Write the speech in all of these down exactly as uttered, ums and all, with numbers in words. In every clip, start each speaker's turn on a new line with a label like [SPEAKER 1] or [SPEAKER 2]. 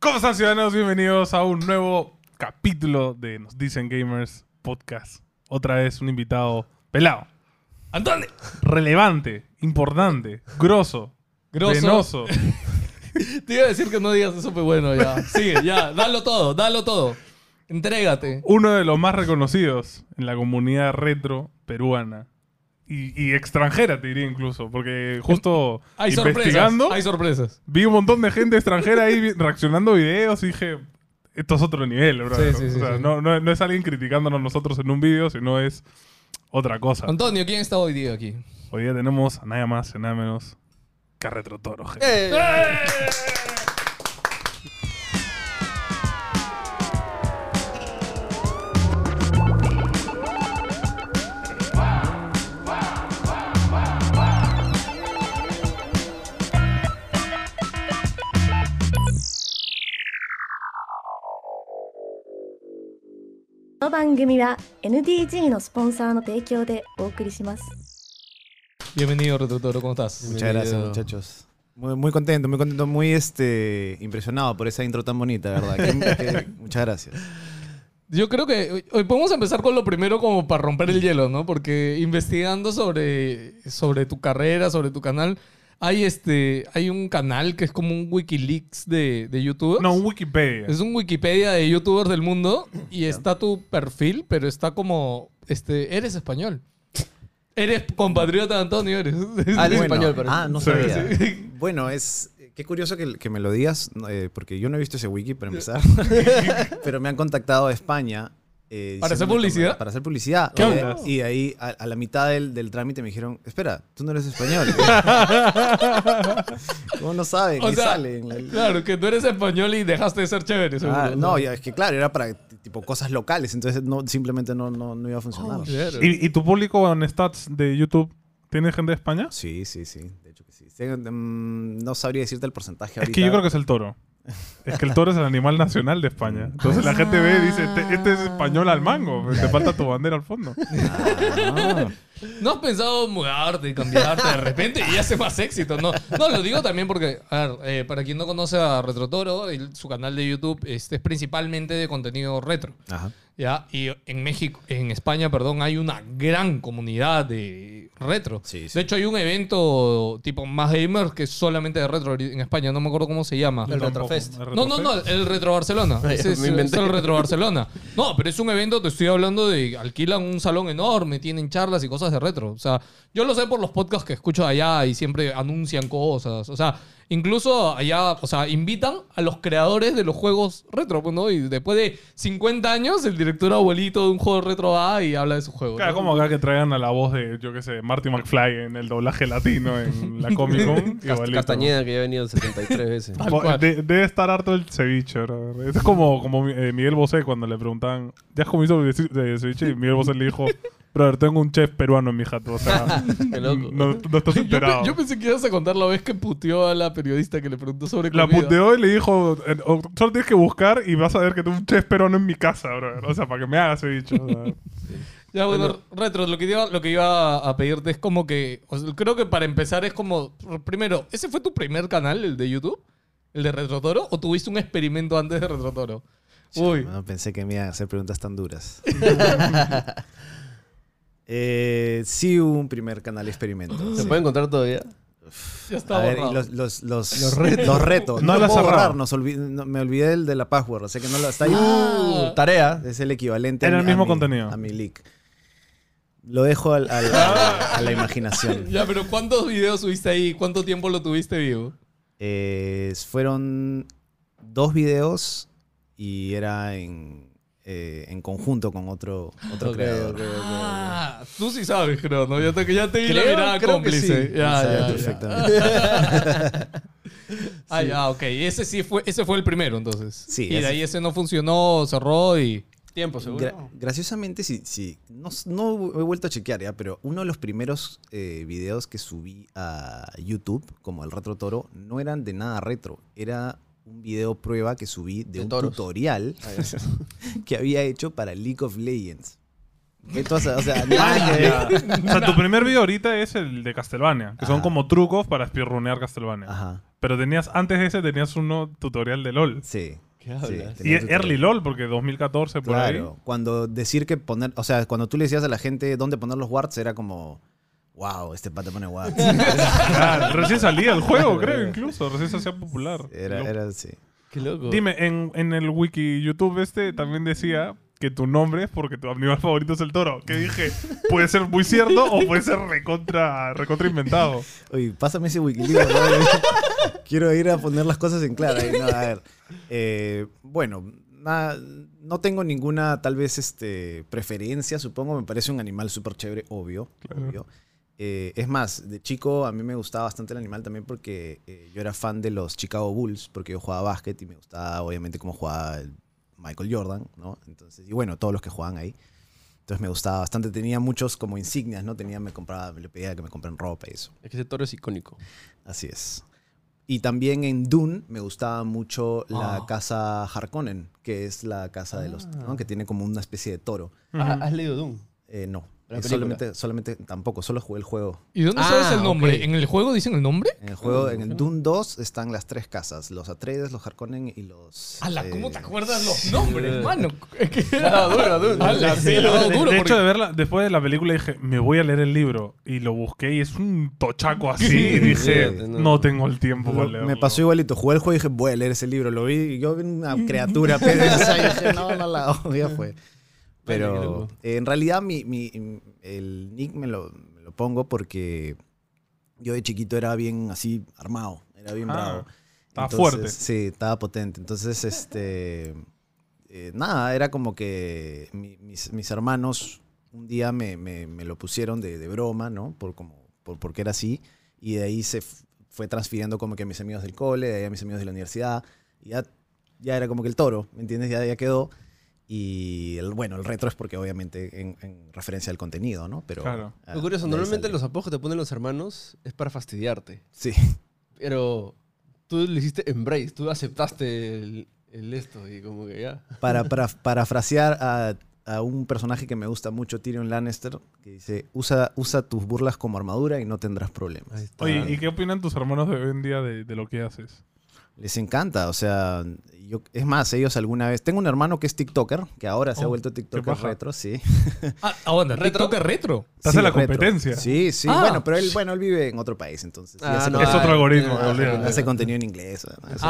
[SPEAKER 1] ¿Cómo están, ciudadanos? Bienvenidos a un nuevo capítulo de Nos Dicen Gamers Podcast. Otra vez un invitado pelado,
[SPEAKER 2] ¡Antonio!
[SPEAKER 1] relevante, importante, grosso,
[SPEAKER 2] Grosso.
[SPEAKER 1] venoso.
[SPEAKER 2] Te iba a decir que no digas eso, pero bueno, ya. Sigue, ya. Dalo todo, dalo todo. Entrégate.
[SPEAKER 1] Uno de los más reconocidos en la comunidad retro peruana. Y, y extranjera, te diría incluso. Porque justo
[SPEAKER 2] Hay
[SPEAKER 1] investigando,
[SPEAKER 2] sorpresas. Hay sorpresas.
[SPEAKER 1] vi un montón de gente extranjera ahí vi- reaccionando a videos y dije, esto es otro nivel, bro.
[SPEAKER 2] Sí, sí, sí,
[SPEAKER 1] o sea,
[SPEAKER 2] sí.
[SPEAKER 1] No, no, no es alguien criticándonos nosotros en un video, sino es otra cosa.
[SPEAKER 2] Antonio, ¿quién está hoy día aquí?
[SPEAKER 1] Hoy día tenemos a nada más y nada menos que a Retro Toro, gente.
[SPEAKER 2] ¡Eh!
[SPEAKER 3] この番組は エヌディージー のスポンサーの提供でお送りします。
[SPEAKER 2] Bienvenido, Retotoro, ¿cómo estás?
[SPEAKER 4] Muchas gracias, muchachos. Muy, muy contento, muy contento, muy este, impresionado por esa intro tan bonita, ¿verdad? Que- que- muchas gracias.
[SPEAKER 2] Yo creo que hoy- hoy podemos empezar con lo primero como para romper el hielo, ¿no? Porque investigando sobre, sobre tu carrera, sobre tu canal, hay, este, hay un canal que es como un Wikileaks de, de youtubers.
[SPEAKER 1] No, un Wikipedia.
[SPEAKER 2] Es un Wikipedia de youtubers del mundo y está tu perfil, pero está como, este, eres español. Eres compatriota de Antonio, eres.
[SPEAKER 5] Ah, eres
[SPEAKER 4] Bueno,
[SPEAKER 5] español, pero...
[SPEAKER 4] Ah, no
[SPEAKER 1] Sí,
[SPEAKER 4] sabía. Bueno, es... Qué curioso que, que me lo digas, no, eh, porque yo no he visto ese wiki para empezar. Pero me han contactado de España. eh,
[SPEAKER 2] ¿Para hacer
[SPEAKER 4] diciéndome
[SPEAKER 2] publicidad?
[SPEAKER 4] que- Para hacer publicidad.
[SPEAKER 1] ¿Qué
[SPEAKER 4] Eh,
[SPEAKER 1] hablas?
[SPEAKER 4] Y ahí, a, a la mitad del, del trámite, me dijeron, espera, tú no eres español. ¿Cómo no saben?
[SPEAKER 2] O
[SPEAKER 4] Ni
[SPEAKER 2] sea,
[SPEAKER 4] salen. La-
[SPEAKER 2] Claro, que tú eres español y dejaste de ser chévere, seguro.
[SPEAKER 4] Ah, no, ya, es que claro, era para tipo cosas locales, entonces no, simplemente no, no, no iba a funcionar.
[SPEAKER 2] Oh, claro.
[SPEAKER 1] ¿Y, ¿Y tu público en stats de YouTube tiene gente de España?
[SPEAKER 4] Sí, sí, sí, de hecho que sí. Tengo- mm, no sabría decirte el porcentaje
[SPEAKER 1] Es
[SPEAKER 4] ahorita.
[SPEAKER 1] que yo creo que es el toro. Es que el toro es el animal nacional de España. Entonces la gente ve y dice, "Te- este es español al mango. Te falta tu bandera al fondo.
[SPEAKER 4] Ah,
[SPEAKER 2] ¿No has pensado mudarte y cambiarte de repente y hace más éxito? No, no, lo digo también porque, a ver, eh, para quien no conoce a Retrotoro, el- su canal de YouTube este, es principalmente de contenido retro.
[SPEAKER 4] ajá.
[SPEAKER 2] ¿Ya? Y en México, en España, perdón, hay una gran comunidad de retro.
[SPEAKER 4] Sí, sí.
[SPEAKER 2] De hecho, hay un evento tipo más gamer que es solamente de retro en España. No me acuerdo cómo se llama.
[SPEAKER 5] El Retrofest.
[SPEAKER 1] ¿El
[SPEAKER 2] No, no, no,
[SPEAKER 1] Retrofest?
[SPEAKER 2] el Retro Barcelona.
[SPEAKER 5] Ay,
[SPEAKER 2] Ese es,
[SPEAKER 5] me inventé.
[SPEAKER 2] es el Retro Barcelona. No, pero es un evento, te estoy hablando de alquilan un salón enorme, tienen charlas y cosas de retro. O sea, yo lo sé por los podcasts que escucho allá y siempre anuncian cosas. O sea, incluso allá, o sea, invitan a los creadores de los juegos retro, pues, ¿no? Y después de cincuenta años, el director abuelito de un juego retro va y habla de su juego.
[SPEAKER 1] Claro,
[SPEAKER 2] ¿no?
[SPEAKER 1] como acá que traigan a la voz de, yo qué sé, Marty McFly en el doblaje latino en la Comic Con.
[SPEAKER 5] Cast-
[SPEAKER 1] igualito.
[SPEAKER 5] Castañeda, que ya ha venido setenta y tres veces.
[SPEAKER 2] Tal
[SPEAKER 1] Bo-
[SPEAKER 2] cual.
[SPEAKER 1] de- debe estar harto el ceviche, bro. Es como, como eh, Miguel Bosé cuando le preguntaban, ¿ya has comido ce- de ceviche? Y Miguel Bosé le dijo, brother, tengo un chef peruano en mi jato. O sea,
[SPEAKER 5] Qué loco.
[SPEAKER 1] no, no estás
[SPEAKER 2] Yo,
[SPEAKER 1] enterado.
[SPEAKER 2] pe- yo pensé que ibas a contar la vez que puteó a la periodista que le preguntó sobre
[SPEAKER 1] La
[SPEAKER 2] comida.
[SPEAKER 1] puteó y le dijo, eh, o- solo tienes que buscar y vas a ver que tengo un chef peruano en mi casa, bro. O sea, para que me hagas ceviche. O sea.
[SPEAKER 2] Ya, bueno, Retro, lo que, iba, lo que iba a pedirte es como que... o sea, creo que para empezar es como... Primero, ¿ese fue tu primer canal, el de YouTube? ¿El de Retrotoro? ¿O tuviste un experimento antes de Retrotoro? Uy.
[SPEAKER 4] No pensé que me iban a hacer preguntas tan duras. eh, sí hubo un primer canal experimento.
[SPEAKER 5] ¿Se
[SPEAKER 4] sí.
[SPEAKER 5] puede encontrar todavía?
[SPEAKER 2] Ya está
[SPEAKER 4] A ver,
[SPEAKER 2] borrado.
[SPEAKER 4] y los, los, los,
[SPEAKER 5] Los retos.
[SPEAKER 4] los retos.
[SPEAKER 1] No
[SPEAKER 4] No,
[SPEAKER 1] lo
[SPEAKER 4] lo
[SPEAKER 1] has
[SPEAKER 4] puedo
[SPEAKER 1] cerrado.
[SPEAKER 4] borrar, nos olvi- no, me olvidé el de la password, o sea que no lo está ahí.
[SPEAKER 2] Ah.
[SPEAKER 5] Uh, tarea.
[SPEAKER 4] Es el equivalente
[SPEAKER 1] Era
[SPEAKER 4] a,
[SPEAKER 1] el
[SPEAKER 4] mi- a
[SPEAKER 1] mismo
[SPEAKER 4] mi-
[SPEAKER 1] contenido.
[SPEAKER 4] a mi leak. Lo dejo al- al- a, a la imaginación.
[SPEAKER 2] Ya, pero ¿cuántos videos subiste ahí? ¿Cuánto tiempo lo tuviste vivo?
[SPEAKER 4] Eh, fueron dos videos y era en, eh, en conjunto con otro, otro
[SPEAKER 5] Ok,
[SPEAKER 4] creador.
[SPEAKER 5] ok, ok, ok.
[SPEAKER 2] Ah, tú sí sabes, creo, ¿no? Ya te, ya te vi la
[SPEAKER 5] Creo-
[SPEAKER 2] mirada
[SPEAKER 5] creo que
[SPEAKER 2] cómplice.
[SPEAKER 5] sí.
[SPEAKER 2] Ya,
[SPEAKER 4] Sabe
[SPEAKER 2] ya, ya.
[SPEAKER 4] perfectamente.
[SPEAKER 2] Ah, ya, ok. Ese sí fue, ese fue el primero, entonces.
[SPEAKER 4] Sí,
[SPEAKER 2] Y de
[SPEAKER 4] ese
[SPEAKER 2] ahí ese no funcionó, cerró y...
[SPEAKER 5] Tiempo, seguro.
[SPEAKER 4] Gra- graciosamente, sí, sí. No, no he vuelto a chequear ya, pero uno de los primeros eh, videos que subí a YouTube, como el Retro Toro, no eran de nada retro. Era un video prueba que subí de,
[SPEAKER 5] De
[SPEAKER 4] un
[SPEAKER 5] toros.
[SPEAKER 4] tutorial que había hecho para League of Legends. Entonces, o sea,
[SPEAKER 1] Ah,
[SPEAKER 4] nada que
[SPEAKER 1] ya.
[SPEAKER 4] ver.
[SPEAKER 1] O sea, tu primer video ahorita es el de Castlevania, que son
[SPEAKER 4] Ajá.
[SPEAKER 1] como trucos para speedrunear Castlevania.
[SPEAKER 4] Ajá.
[SPEAKER 1] Pero tenías, antes de ese tenías uno tutorial de LOL.
[SPEAKER 4] Sí.
[SPEAKER 5] ¿Qué hablas?
[SPEAKER 4] Sí,
[SPEAKER 1] Y
[SPEAKER 4] tenía tutorial.
[SPEAKER 1] early LOL, porque dos mil catorce por
[SPEAKER 4] Claro, cuando decir que poner, o sea, cuando tú le decías a la gente dónde poner los wards era como, wow, este pata pone wards.
[SPEAKER 1] ahí. Claro, recién salía el juego, creo, incluso. Recién se hacía popular.
[SPEAKER 4] Era,
[SPEAKER 1] Loco.
[SPEAKER 4] era así.
[SPEAKER 5] Qué loco.
[SPEAKER 1] Dime, en, en el wiki YouTube este también decía que tu nombre es porque tu animal favorito es el toro. Que dije, puede ser muy cierto o puede ser recontra, recontra inventado.
[SPEAKER 4] Oye, pásame ese Wikilibro, ¿no? Quiero ir a poner las cosas en claro. ahí, no, a ver. Eh, bueno, nada, no tengo ninguna, tal vez, este, preferencia, supongo. Me parece un animal súper chévere, obvio.
[SPEAKER 1] Claro.
[SPEAKER 4] obvio. Eh, es más, de chico a mí me gustaba bastante el animal también porque eh, yo era fan de los Chicago Bulls, porque yo jugaba básquet y me gustaba, obviamente, cómo jugaba el Michael Jordan, ¿no? Entonces, y bueno, todos los que jugaban ahí. Entonces me gustaba bastante. Tenía muchos como insignias, ¿no? Tenía, me compraba, me le pedía que me compren ropa y eso.
[SPEAKER 5] Es que ese toro es icónico.
[SPEAKER 4] Así es. Y también en Dune me gustaba mucho la
[SPEAKER 2] Ah.
[SPEAKER 4] casa Harkonnen, que es la casa de los... ¿no? Que tiene como una especie de toro.
[SPEAKER 5] Ah, ¿has leído Doom?
[SPEAKER 4] Eh, no.
[SPEAKER 5] La
[SPEAKER 4] Eh,
[SPEAKER 5] película.
[SPEAKER 4] solamente, solamente, tampoco, solo jugué el juego.
[SPEAKER 2] ¿Y dónde
[SPEAKER 5] Ah,
[SPEAKER 2] sabes el nombre?
[SPEAKER 5] ok.
[SPEAKER 2] ¿En el juego dicen el nombre?
[SPEAKER 4] En el juego, en el Dune dos están las tres casas. Los Atreides, los Harkonnen y los...
[SPEAKER 2] ¡Hala!
[SPEAKER 4] eh,
[SPEAKER 2] ¿Cómo te acuerdas los nombres, mano? Es que
[SPEAKER 5] Ah, duro, duro.
[SPEAKER 2] ¡Hala! Sí,
[SPEAKER 1] De,
[SPEAKER 2] lo dado duro.
[SPEAKER 1] de
[SPEAKER 2] porque-
[SPEAKER 1] hecho, de verla, después de la película dije, me voy a leer el libro. Y lo busqué y es un tochaco así. Y dije,
[SPEAKER 5] Fíjate, no.
[SPEAKER 1] no tengo el tiempo para
[SPEAKER 4] Lo-
[SPEAKER 1] leerlo.
[SPEAKER 4] me pasó igualito. Jugué el juego y dije, voy a leer ese libro. Lo vi y yo vi una criatura pedaza y dije, no, no la hago. Ya fue.
[SPEAKER 5] Vale, qué
[SPEAKER 4] Pero
[SPEAKER 5] loco.
[SPEAKER 4] eh, en realidad mi, mi- el nick me lo, me lo pongo porque yo de chiquito era bien así armado. Era bien
[SPEAKER 1] Ah,
[SPEAKER 4] bravo.
[SPEAKER 1] estaba
[SPEAKER 4] Entonces,
[SPEAKER 1] fuerte.
[SPEAKER 4] Sí, estaba potente. Entonces, este... eh, nada, era como que mi- mis, mis hermanos un día me, me- me lo pusieron de, de broma, ¿no? Por, como, por, porque era así. Y de ahí se f- fue transfiriendo como que a mis amigos del cole, de ahí a mis amigos de la universidad. Y ya, ya era como que el toro, ¿me entiendes? Ya, ya quedó. Y el, bueno, el retro es porque obviamente en, en referencia al contenido, ¿no? Pero,
[SPEAKER 1] Claro.
[SPEAKER 4] ah,
[SPEAKER 5] Lo curioso,
[SPEAKER 4] de ahí
[SPEAKER 5] normalmente
[SPEAKER 4] salió.
[SPEAKER 5] los apodos que te ponen los hermanos es para fastidiarte.
[SPEAKER 4] Sí.
[SPEAKER 5] Pero tú le hiciste embrace, tú aceptaste el, el esto y como que ya.
[SPEAKER 4] Para, para parafrasear a, a un personaje que me gusta mucho, Tyrion Lannister, que dice, usa, usa tus burlas como armadura y no tendrás problemas.
[SPEAKER 5] Ahí está.
[SPEAKER 1] Oye, ¿y qué opinan tus hermanos de hoy en día de, de lo que haces?
[SPEAKER 4] Les encanta, o sea, yo, es más, ellos alguna vez... Tengo un hermano que es TikToker, que ahora se ha
[SPEAKER 1] Oh,
[SPEAKER 4] vuelto
[SPEAKER 1] qué
[SPEAKER 4] TikToker
[SPEAKER 1] paja.
[SPEAKER 4] retro, sí.
[SPEAKER 2] Ah, aguanta,
[SPEAKER 5] ¿Retro?
[SPEAKER 2] ¿TikTok es retro?
[SPEAKER 1] Estás
[SPEAKER 4] Sí,
[SPEAKER 1] en la
[SPEAKER 4] retro.
[SPEAKER 1] competencia.
[SPEAKER 4] Sí, sí.
[SPEAKER 2] Ah.
[SPEAKER 4] Bueno, pero él, bueno, él vive en otro país, entonces. sí,
[SPEAKER 5] Ah,
[SPEAKER 4] hace,
[SPEAKER 5] no,
[SPEAKER 1] Es
[SPEAKER 5] ah,
[SPEAKER 1] otro algoritmo,
[SPEAKER 5] ah,
[SPEAKER 1] olvídate.
[SPEAKER 4] hace contenido en inglés. ¿no? Eso-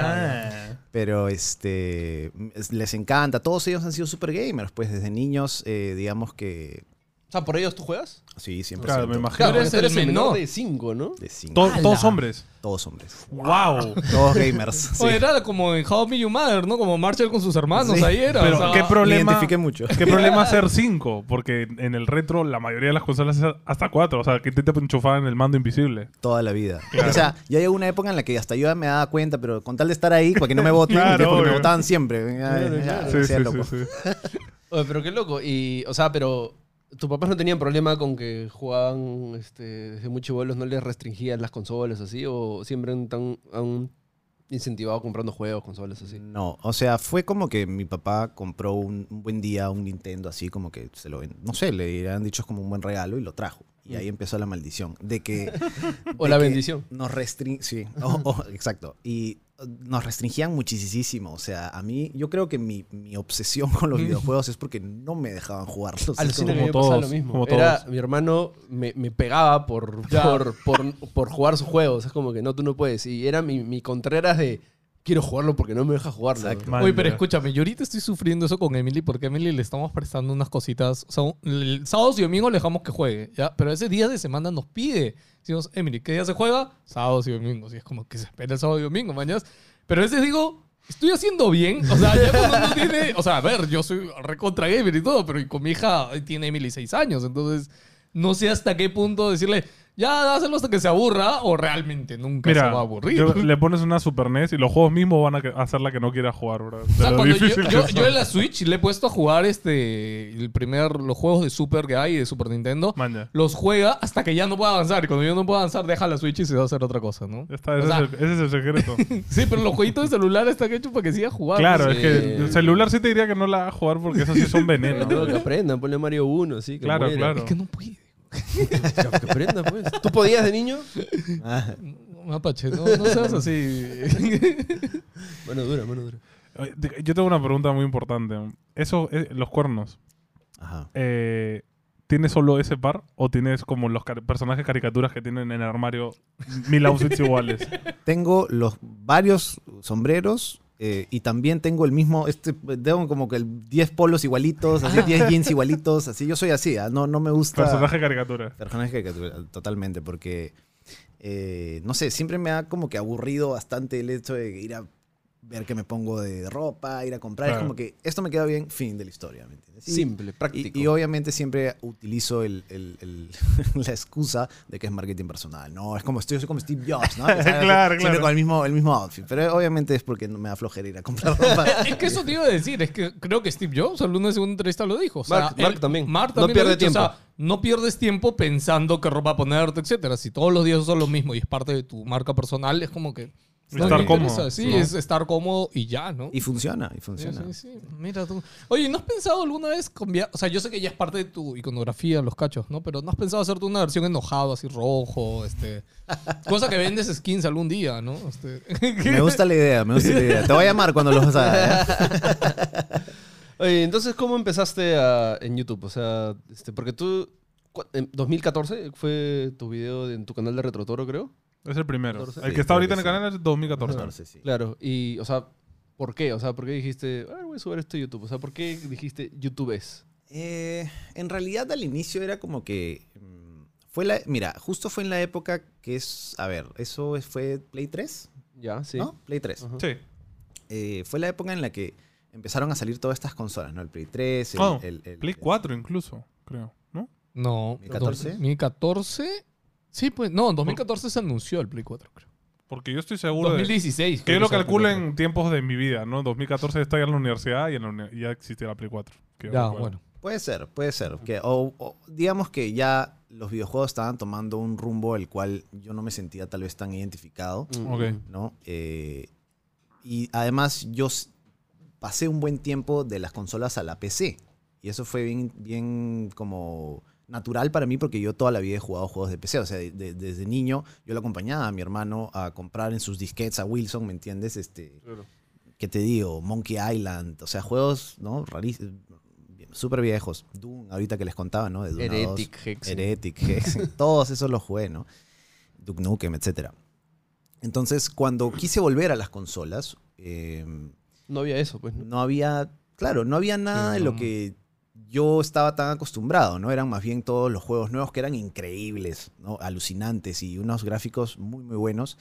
[SPEAKER 2] Ah,
[SPEAKER 4] Pero este es- les encanta. Todos ellos han sido super gamers, pues desde niños, eh, digamos que...
[SPEAKER 5] O sea, ¿por ellos tú jueas?
[SPEAKER 4] Sí, siempre.
[SPEAKER 1] Claro, me imagino.
[SPEAKER 5] Claro,
[SPEAKER 2] Tú eres
[SPEAKER 5] porque tú
[SPEAKER 2] el
[SPEAKER 5] eres el menor
[SPEAKER 2] menor.
[SPEAKER 5] de cinco, ¿no?
[SPEAKER 4] De cinco.
[SPEAKER 1] To-
[SPEAKER 2] ¡Hala!
[SPEAKER 1] todos hombres.
[SPEAKER 4] Todos hombres.
[SPEAKER 1] ¡Wow!
[SPEAKER 4] Todos gamers. sí.
[SPEAKER 2] Oye, era como en How I Met Your Mother, ¿no? Como Marshall con sus hermanos,
[SPEAKER 4] Sí.
[SPEAKER 2] ahí era.
[SPEAKER 1] Pero
[SPEAKER 2] o sea,
[SPEAKER 1] qué
[SPEAKER 4] Me
[SPEAKER 1] problema...
[SPEAKER 4] identifiqué mucho.
[SPEAKER 1] ¿Qué problema ser cinco? Porque en el retro la mayoría de las consolas es hasta cuatro. O sea, que te te enchufaban en el mando invisible.
[SPEAKER 4] Toda la vida.
[SPEAKER 1] Claro.
[SPEAKER 4] O sea, ya llegó una época en la que hasta yo ya me daba cuenta, pero con tal de estar ahí, para que no me voten,
[SPEAKER 1] Claro,
[SPEAKER 4] porque me
[SPEAKER 1] obvio.
[SPEAKER 4] votaban siempre. Ya,
[SPEAKER 5] Claro,
[SPEAKER 4] ya,
[SPEAKER 5] claro.
[SPEAKER 4] me
[SPEAKER 1] Sí,
[SPEAKER 4] hacía
[SPEAKER 1] sí,
[SPEAKER 4] loco.
[SPEAKER 1] sí, sí.
[SPEAKER 5] Oye, pero qué loco. Y, o sea, pero tus papás no tenían problema con que jugaban este, desde muy chibolos, no les restringían las consolas así, o siempre han, tan- han incentivado comprando juegos, consolas así.
[SPEAKER 4] No, o sea, fue como que mi papá compró un, un buen día un Nintendo así como que se lo ven, no sé, le habían dicho es como un buen regalo y lo trajo. Y ahí empezó la maldición de que
[SPEAKER 5] O
[SPEAKER 4] de
[SPEAKER 5] la
[SPEAKER 4] que
[SPEAKER 5] bendición.
[SPEAKER 4] Nos restring sí, o- o- exacto. Y uh, nos restringían muchísimo, o sea, a mí yo creo que mi, mi obsesión con los videojuegos es porque no me dejaban jugarlos.
[SPEAKER 5] Alucina
[SPEAKER 1] como
[SPEAKER 5] que me pasaba
[SPEAKER 1] todos,
[SPEAKER 5] lo mismo.
[SPEAKER 1] como
[SPEAKER 5] Era,
[SPEAKER 1] todos.
[SPEAKER 5] mi hermano me, me pegaba por, por, por, por jugar sus juegos. Es como que no, tú no puedes. Y era mi, mi contreras de quiero jugarlo porque no me deja jugarlo.
[SPEAKER 4] Exacto.
[SPEAKER 1] Man,
[SPEAKER 2] Oye, pero
[SPEAKER 1] ya.
[SPEAKER 2] escúchame, yo ahorita estoy sufriendo eso con Emily porque a Emily le estamos prestando unas cositas. O sea, un- el sábados y domingos le dejamos que juegue, ¿ya? Pero ese día de semana nos pide. Decimos, Emily, ¿qué día se juega? Sábados y domingos. Y es como que se espera el sábado y domingo, mañas. Pero a veces digo, estoy haciendo bien. O sea, ya cuando uno tiene... O sea, a ver, yo soy recontra gamer y todo, pero con mi hija tiene Emily seis años. Entonces, no sé hasta qué punto decirle, ya, dáselo hasta que se aburra o realmente nunca se va a
[SPEAKER 1] Mira,
[SPEAKER 2] aburrir.
[SPEAKER 1] yo- le pones una Super N E S y los juegos mismos van a que- hacer la que no quiera jugar, bro. De
[SPEAKER 2] O sea,
[SPEAKER 1] lo
[SPEAKER 2] cuando yo,
[SPEAKER 1] difícil que
[SPEAKER 2] yo,
[SPEAKER 1] son.
[SPEAKER 2] yo en la Switch le he puesto a jugar este el primer, los juegos de Super que hay, de Super Nintendo.
[SPEAKER 1] Maña.
[SPEAKER 2] Los juega hasta que ya no pueda avanzar. Y cuando yo no puedo avanzar, deja la Switch y se va a hacer otra cosa, ¿no?
[SPEAKER 1] Ya está,
[SPEAKER 2] O
[SPEAKER 1] ese,
[SPEAKER 2] sea,
[SPEAKER 1] es el, ese es el secreto.
[SPEAKER 2] sí, pero los jueguitos de celular están hechos para que siga jugando.
[SPEAKER 1] Claro,
[SPEAKER 5] sí.
[SPEAKER 1] es que el celular sí te diría que no la hagas jugar porque esos sí son veneno.
[SPEAKER 5] Tengo que aprendan, ponle Mario uno, sí. Que
[SPEAKER 1] Claro,
[SPEAKER 5] muera.
[SPEAKER 1] claro.
[SPEAKER 2] Es que no puede.
[SPEAKER 5] Que aprendan, pues. ¿Tú podías de niño?
[SPEAKER 4] Ah,
[SPEAKER 2] Mapache, no, no seas así.
[SPEAKER 5] Mano dura, mano dura.
[SPEAKER 1] Oye, te- Yo tengo una pregunta muy importante. Eso, eh, los cuernos,
[SPEAKER 4] Ajá.
[SPEAKER 1] eh, ¿tienes solo ese par o tienes como los car- personajes caricaturas que tienen en el armario mil outfits iguales?
[SPEAKER 4] Tengo los varios sombreros eh, y también tengo el mismo, este, tengo como que el diez polos igualitos, así diez jeans igualitos, así. Yo soy así, ¿ah? no, no me gusta...
[SPEAKER 1] Personaje caricatura.
[SPEAKER 4] Personaje caricatura, totalmente, porque, eh, no sé, siempre me ha como que aburrido bastante el hecho de ir a ver qué me pongo de ropa, ir a comprar.
[SPEAKER 1] Claro.
[SPEAKER 4] Es como que esto me queda bien, fin de la historia, ¿me entiendes? Y-
[SPEAKER 5] Simple, práctico.
[SPEAKER 4] Y, y obviamente siempre utilizo el, el- el- la excusa de que es marketing personal. No, es como estoy, soy como Steve Jobs, ¿no? Que sale
[SPEAKER 1] Claro,
[SPEAKER 4] siempre
[SPEAKER 1] claro.
[SPEAKER 4] con el mismo, el mismo outfit. Pero obviamente es porque no me da flojera ir a comprar ropa.
[SPEAKER 2] Es que eso te iba a decir, es que creo que Steve Jobs en una segunda entrevista lo dijo. O sea,
[SPEAKER 5] Mark- Mark también.
[SPEAKER 2] Mark
[SPEAKER 5] No
[SPEAKER 2] también
[SPEAKER 5] pierde
[SPEAKER 2] lo ha dicho,
[SPEAKER 5] tiempo.
[SPEAKER 2] O sea, no pierdes tiempo pensando qué ropa ponerte, etcétera. Si todos los días son lo mismo y es parte de tu marca personal, es como que...
[SPEAKER 1] Y
[SPEAKER 2] no
[SPEAKER 1] estar
[SPEAKER 2] me interesa.
[SPEAKER 1] cómodo,
[SPEAKER 2] Sí,
[SPEAKER 1] ¿no?
[SPEAKER 2] es estar cómodo y ya, ¿no?
[SPEAKER 4] Y funciona, y
[SPEAKER 2] Sí,
[SPEAKER 4] funciona.
[SPEAKER 2] sí, sí. Mira tú. Oye, ¿no has pensado alguna vez cambiar? O sea, yo sé que ya es parte de tu iconografía, los cachos, ¿no? Pero ¿no has pensado hacerte una versión enojado, así rojo, este... cosa que vendes skins algún día, ¿no? Este...
[SPEAKER 4] Me gusta la idea, me gusta la idea. Te voy a llamar cuando los haga. ¿eh?
[SPEAKER 5] Oye, entonces, ¿cómo empezaste a- en YouTube? O sea, este, porque tú, cu- en dos mil catorce fue tu video de- en tu canal de Retrotoro, creo.
[SPEAKER 1] Es el primero.
[SPEAKER 5] catorce.
[SPEAKER 1] El
[SPEAKER 4] Sí,
[SPEAKER 1] que está
[SPEAKER 4] creo
[SPEAKER 1] ahorita en
[SPEAKER 4] que
[SPEAKER 1] el
[SPEAKER 4] sí.
[SPEAKER 1] canal es dos mil catorce.
[SPEAKER 4] catorce, sí.
[SPEAKER 5] Claro, y, o sea, ¿por qué? O sea, ¿por qué dijiste, ah, voy a subir esto a YouTube? O sea, ¿por qué dijiste YouTube es?
[SPEAKER 4] Eh, en realidad al inicio era como que... mm, fue la, mira, justo fue en la época que es... A ver, eso es- fue Play tres,
[SPEAKER 5] Ya, sí.
[SPEAKER 4] ¿no? Play tres.
[SPEAKER 5] Ajá.
[SPEAKER 1] Sí.
[SPEAKER 4] Eh, fue la época en la que empezaron a salir todas estas consolas, ¿no? El Play tres, el,
[SPEAKER 1] Oh,
[SPEAKER 4] el- el-
[SPEAKER 1] Play cuatro incluso, creo, ¿no?
[SPEAKER 2] No.
[SPEAKER 4] ¿dos mil catorce?
[SPEAKER 2] ¿dos mil catorce? Sí, pues. No, en dos mil catorce se anunció el Play cuatro, creo.
[SPEAKER 1] Porque yo estoy seguro
[SPEAKER 2] dos
[SPEAKER 1] de...
[SPEAKER 2] mil dieciséis.
[SPEAKER 1] Que
[SPEAKER 2] creo
[SPEAKER 1] yo lo
[SPEAKER 2] se
[SPEAKER 1] calculo
[SPEAKER 2] anunció.
[SPEAKER 1] en tiempos de mi vida, ¿no? dos mil catorce estaba en la universidad y, en la uni- y ya existía la Play cuatro. que yo
[SPEAKER 2] Ya,
[SPEAKER 1] recuerdo.
[SPEAKER 2] bueno.
[SPEAKER 4] Puede ser, puede ser. Que, o, o digamos que ya los videojuegos estaban tomando un rumbo el cual yo no me sentía tal vez tan identificado,
[SPEAKER 5] Mm,
[SPEAKER 1] Ok.
[SPEAKER 5] mm.
[SPEAKER 4] ¿no? Eh, y además yo s- pasé un buen tiempo de las consolas a la P C. Y eso fue bien, bien como natural para mí porque yo toda la vida he jugado juegos de P C. O sea, de- de- desde niño yo lo acompañaba a mi hermano a comprar en sus disquetes a Wilson, ¿me entiendes? Este, ¿qué te digo? Monkey Island. O sea, juegos, ¿no? Rarísimos, súper viejos. Doom, ahorita que les contaba, ¿no? De Doom
[SPEAKER 5] Heretic,
[SPEAKER 4] dos.
[SPEAKER 5] Hexen.
[SPEAKER 4] Heretic, Hexen. Todos esos los jugué, ¿no? Duke Nukem, etcétera. Entonces, cuando quise volver a las consolas, eh,
[SPEAKER 5] No había eso, pues. ¿no?
[SPEAKER 4] no había, claro, no había nada
[SPEAKER 2] Sí,
[SPEAKER 4] de lo
[SPEAKER 2] no.
[SPEAKER 4] que yo estaba tan acostumbrado, ¿no? Eran más bien todos los juegos nuevos que eran increíbles, ¿no? Alucinantes y unos gráficos muy, muy buenos.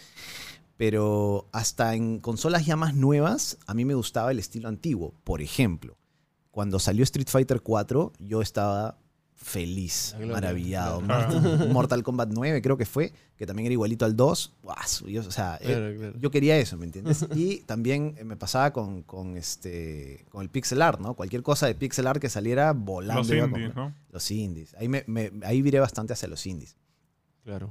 [SPEAKER 4] Pero hasta en consolas ya más nuevas, a mí me gustaba el estilo antiguo. Por ejemplo, cuando salió Street Fighter cuatro, yo estaba feliz,
[SPEAKER 5] La gloria,
[SPEAKER 4] maravillado.
[SPEAKER 1] claro.
[SPEAKER 4] Mortal, Mortal Kombat nueve creo que fue, que también era igualito al dos. ¡Guau! Yo, o sea, eh,
[SPEAKER 5] Claro, claro.
[SPEAKER 4] yo quería eso, ¿me entiendes? Y también eh, me pasaba con, con, este, con el pixel art, ¿no? Cualquier cosa de pixel art que saliera volando.
[SPEAKER 1] Los
[SPEAKER 4] iba a
[SPEAKER 1] indies,
[SPEAKER 4] comprar.
[SPEAKER 1] ¿no?
[SPEAKER 4] Los indies. Ahí, me, me- ahí viré bastante hacia los indies.
[SPEAKER 5] Claro.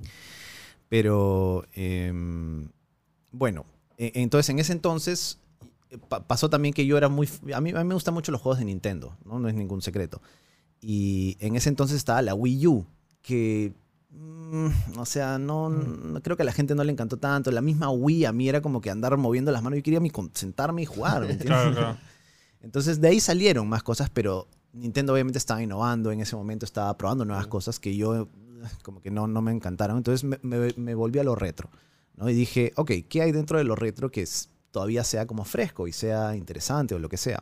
[SPEAKER 4] Pero, em, bueno, e- entonces en ese entonces eh, pa- pasó también que yo era muy... A mí, a mí me gustan mucho los juegos de Nintendo, ¿no? No es ningún secreto. Y en ese entonces estaba la Wii U, que... mm, o sea, no, no- creo que a la gente no le encantó tanto. La misma Wii a mí era como que andar moviendo las manos. Yo quería mi, con- sentarme y jugar, ¿me entiendes?
[SPEAKER 1] Claro, claro.
[SPEAKER 4] Entonces de ahí salieron más cosas, pero Nintendo obviamente estaba innovando, en ese momento estaba probando nuevas cosas que yo como que no, no me encantaron. Entonces me, me- me volví a lo retro, ¿no? Y dije, ok, ¿qué hay dentro de lo retro que es- todavía sea como fresco y sea interesante o lo que sea?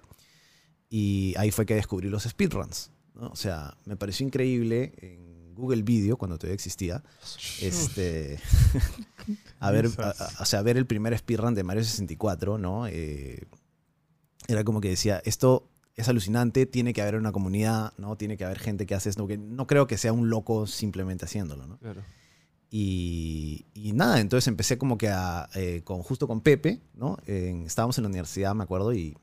[SPEAKER 4] Y ahí fue que descubrí los speedruns, ¿no? O sea, me pareció increíble en Google Video, cuando todavía existía, este, a ver, a- a- o sea, ver el primer speedrun de Mario sesenta y cuatro, ¿no? Eh, era como que decía, esto es alucinante, tiene que haber una comunidad, ¿no? Tiene que haber gente que hace esto, que no creo que sea un loco simplemente haciéndolo, ¿no?
[SPEAKER 5] Claro.
[SPEAKER 4] Y, y nada, entonces empecé como que a, eh, con, justo con Pepe, ¿no? En- estábamos en la universidad, me acuerdo, y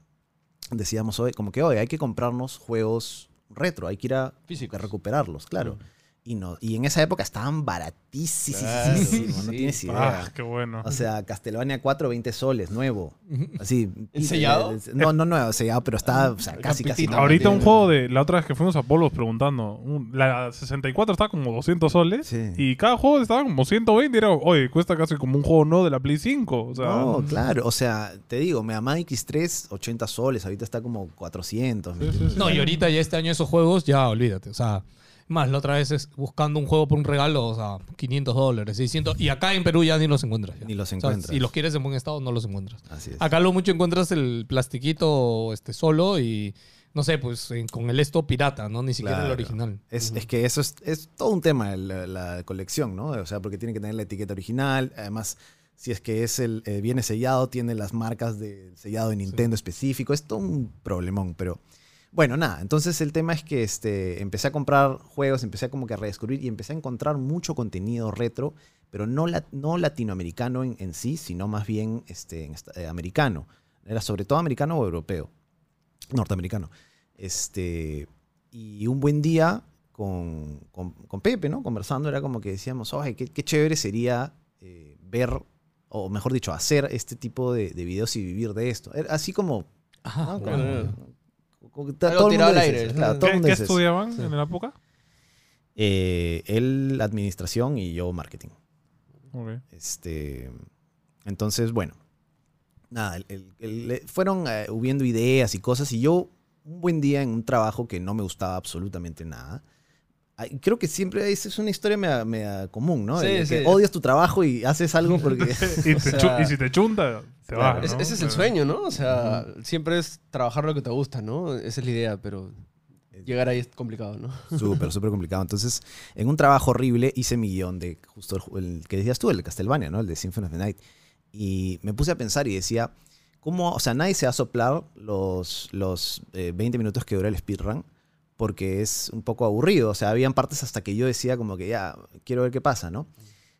[SPEAKER 4] decíamos, oye, como que, oye, hay que comprarnos juegos retro, hay que ir a,
[SPEAKER 5] Físicos.
[SPEAKER 4] a recuperarlos, claro.
[SPEAKER 5] Mm.
[SPEAKER 4] Y, no, y en esa época estaban baratísimos,
[SPEAKER 5] Claro,
[SPEAKER 4] no
[SPEAKER 5] sí.
[SPEAKER 4] tienes idea.
[SPEAKER 1] Ah, qué bueno.
[SPEAKER 4] O sea, Castlevania cuatro, veinte soles, nuevo. Así.
[SPEAKER 5] ¿Sellado?
[SPEAKER 4] No, no nuevo, sellado, pero está o sea, casi, casi.
[SPEAKER 5] Capitito.
[SPEAKER 4] nuevo.
[SPEAKER 1] Ahorita un
[SPEAKER 5] tiene-
[SPEAKER 1] juego de... La otra vez que fuimos a Polos preguntando. un- la sesenta y cuatro estaba como doscientos soles.
[SPEAKER 4] Sí.
[SPEAKER 1] Y cada juego estaba como ciento veinte. Y era, oye, cuesta casi como un juego no de la Play cinco. O sea,
[SPEAKER 4] No, claro. O sea, te digo, Mega Man X tres, ochenta soles. Ahorita está como cuatrocientos. ¿me
[SPEAKER 1] Sí, sí,
[SPEAKER 4] entiendes?
[SPEAKER 1] sí.
[SPEAKER 2] No, y ahorita ya este año esos juegos, ya olvídate. O sea, más la otra vez es buscando un juego por un regalo, o sea, quinientos dólares, seiscientos. Y acá en Perú ya ni los encuentras. ya.
[SPEAKER 4] Ni los
[SPEAKER 2] O sea,
[SPEAKER 4] encuentras.
[SPEAKER 2] si los quieres en buen estado, no los encuentras.
[SPEAKER 4] Así es.
[SPEAKER 2] Acá lo mucho encuentras el plastiquito este, solo y, no sé, pues en- con el esto pirata, ¿no? Ni siquiera el
[SPEAKER 4] Claro.
[SPEAKER 2] original.
[SPEAKER 4] Es, es que eso es, es todo un tema, la, la colección, ¿no? O sea, porque tiene que tener la etiqueta original. Además, si es que es el eh, viene sellado, tiene las marcas del sellado de Nintendo específico. Es todo un problemón, pero... Bueno, nada, entonces el tema es que este, empecé a comprar juegos, empecé a como que a redescubrir y empecé a encontrar mucho contenido retro, pero no, la, no latinoamericano en, en sí, sino más bien este, en esta- eh, americano. Era sobre todo americano o europeo, norteamericano. Este, y un buen día con, con, con Pepe, ¿no? Conversando, era como que decíamos, oye, qué, qué chévere sería eh, ver, o mejor dicho, hacer este tipo de, de videos y vivir de esto. Era así como...
[SPEAKER 2] Ajá.
[SPEAKER 4] ¿no?
[SPEAKER 5] claro.
[SPEAKER 4] Como- como- todo
[SPEAKER 5] Algo
[SPEAKER 4] el
[SPEAKER 5] tirado
[SPEAKER 4] mundo
[SPEAKER 5] al
[SPEAKER 4] dice
[SPEAKER 5] aire.
[SPEAKER 4] eso, claro, todo el
[SPEAKER 1] ¿Qué,
[SPEAKER 4] mundo
[SPEAKER 1] qué
[SPEAKER 4] dice eso.
[SPEAKER 1] estudiaban
[SPEAKER 2] Sí.
[SPEAKER 1] en la época?
[SPEAKER 4] Eh, él administración y yo marketing.
[SPEAKER 1] Ok.
[SPEAKER 4] Este, entonces, bueno, nada, el- el- el- le- fueron eh, hubiendo ideas y cosas y yo un buen día en un trabajo que no me gustaba absolutamente nada. Ay, creo que siempre es, es una historia media, media común, ¿no?
[SPEAKER 5] Sí,
[SPEAKER 4] De
[SPEAKER 5] sí.
[SPEAKER 4] que odias tu trabajo y haces algo porque...
[SPEAKER 1] y, te
[SPEAKER 5] O sea,
[SPEAKER 1] chu- y si te chunta, te
[SPEAKER 4] claro.
[SPEAKER 1] vas,
[SPEAKER 5] Es-
[SPEAKER 1] ¿no?
[SPEAKER 5] ese es el
[SPEAKER 1] Pero-
[SPEAKER 5] sueño, ¿no? O sea, siempre es trabajar lo que te gusta, ¿no? Esa es la idea, pero llegar ahí es complicado, ¿no?
[SPEAKER 4] Súper, súper complicado. Entonces, en un trabajo horrible hice mi guión de justo el, ju- el que decías tú, el de Castlevania, ¿no? El de Symphony of the Night. Y me puse a pensar y decía, ¿cómo? O sea, nadie se va a soplar los, los eh, veinte minutos que dura el speedrun porque es un poco aburrido. O sea, habían partes hasta que yo decía como que ya, quiero ver qué pasa, ¿no?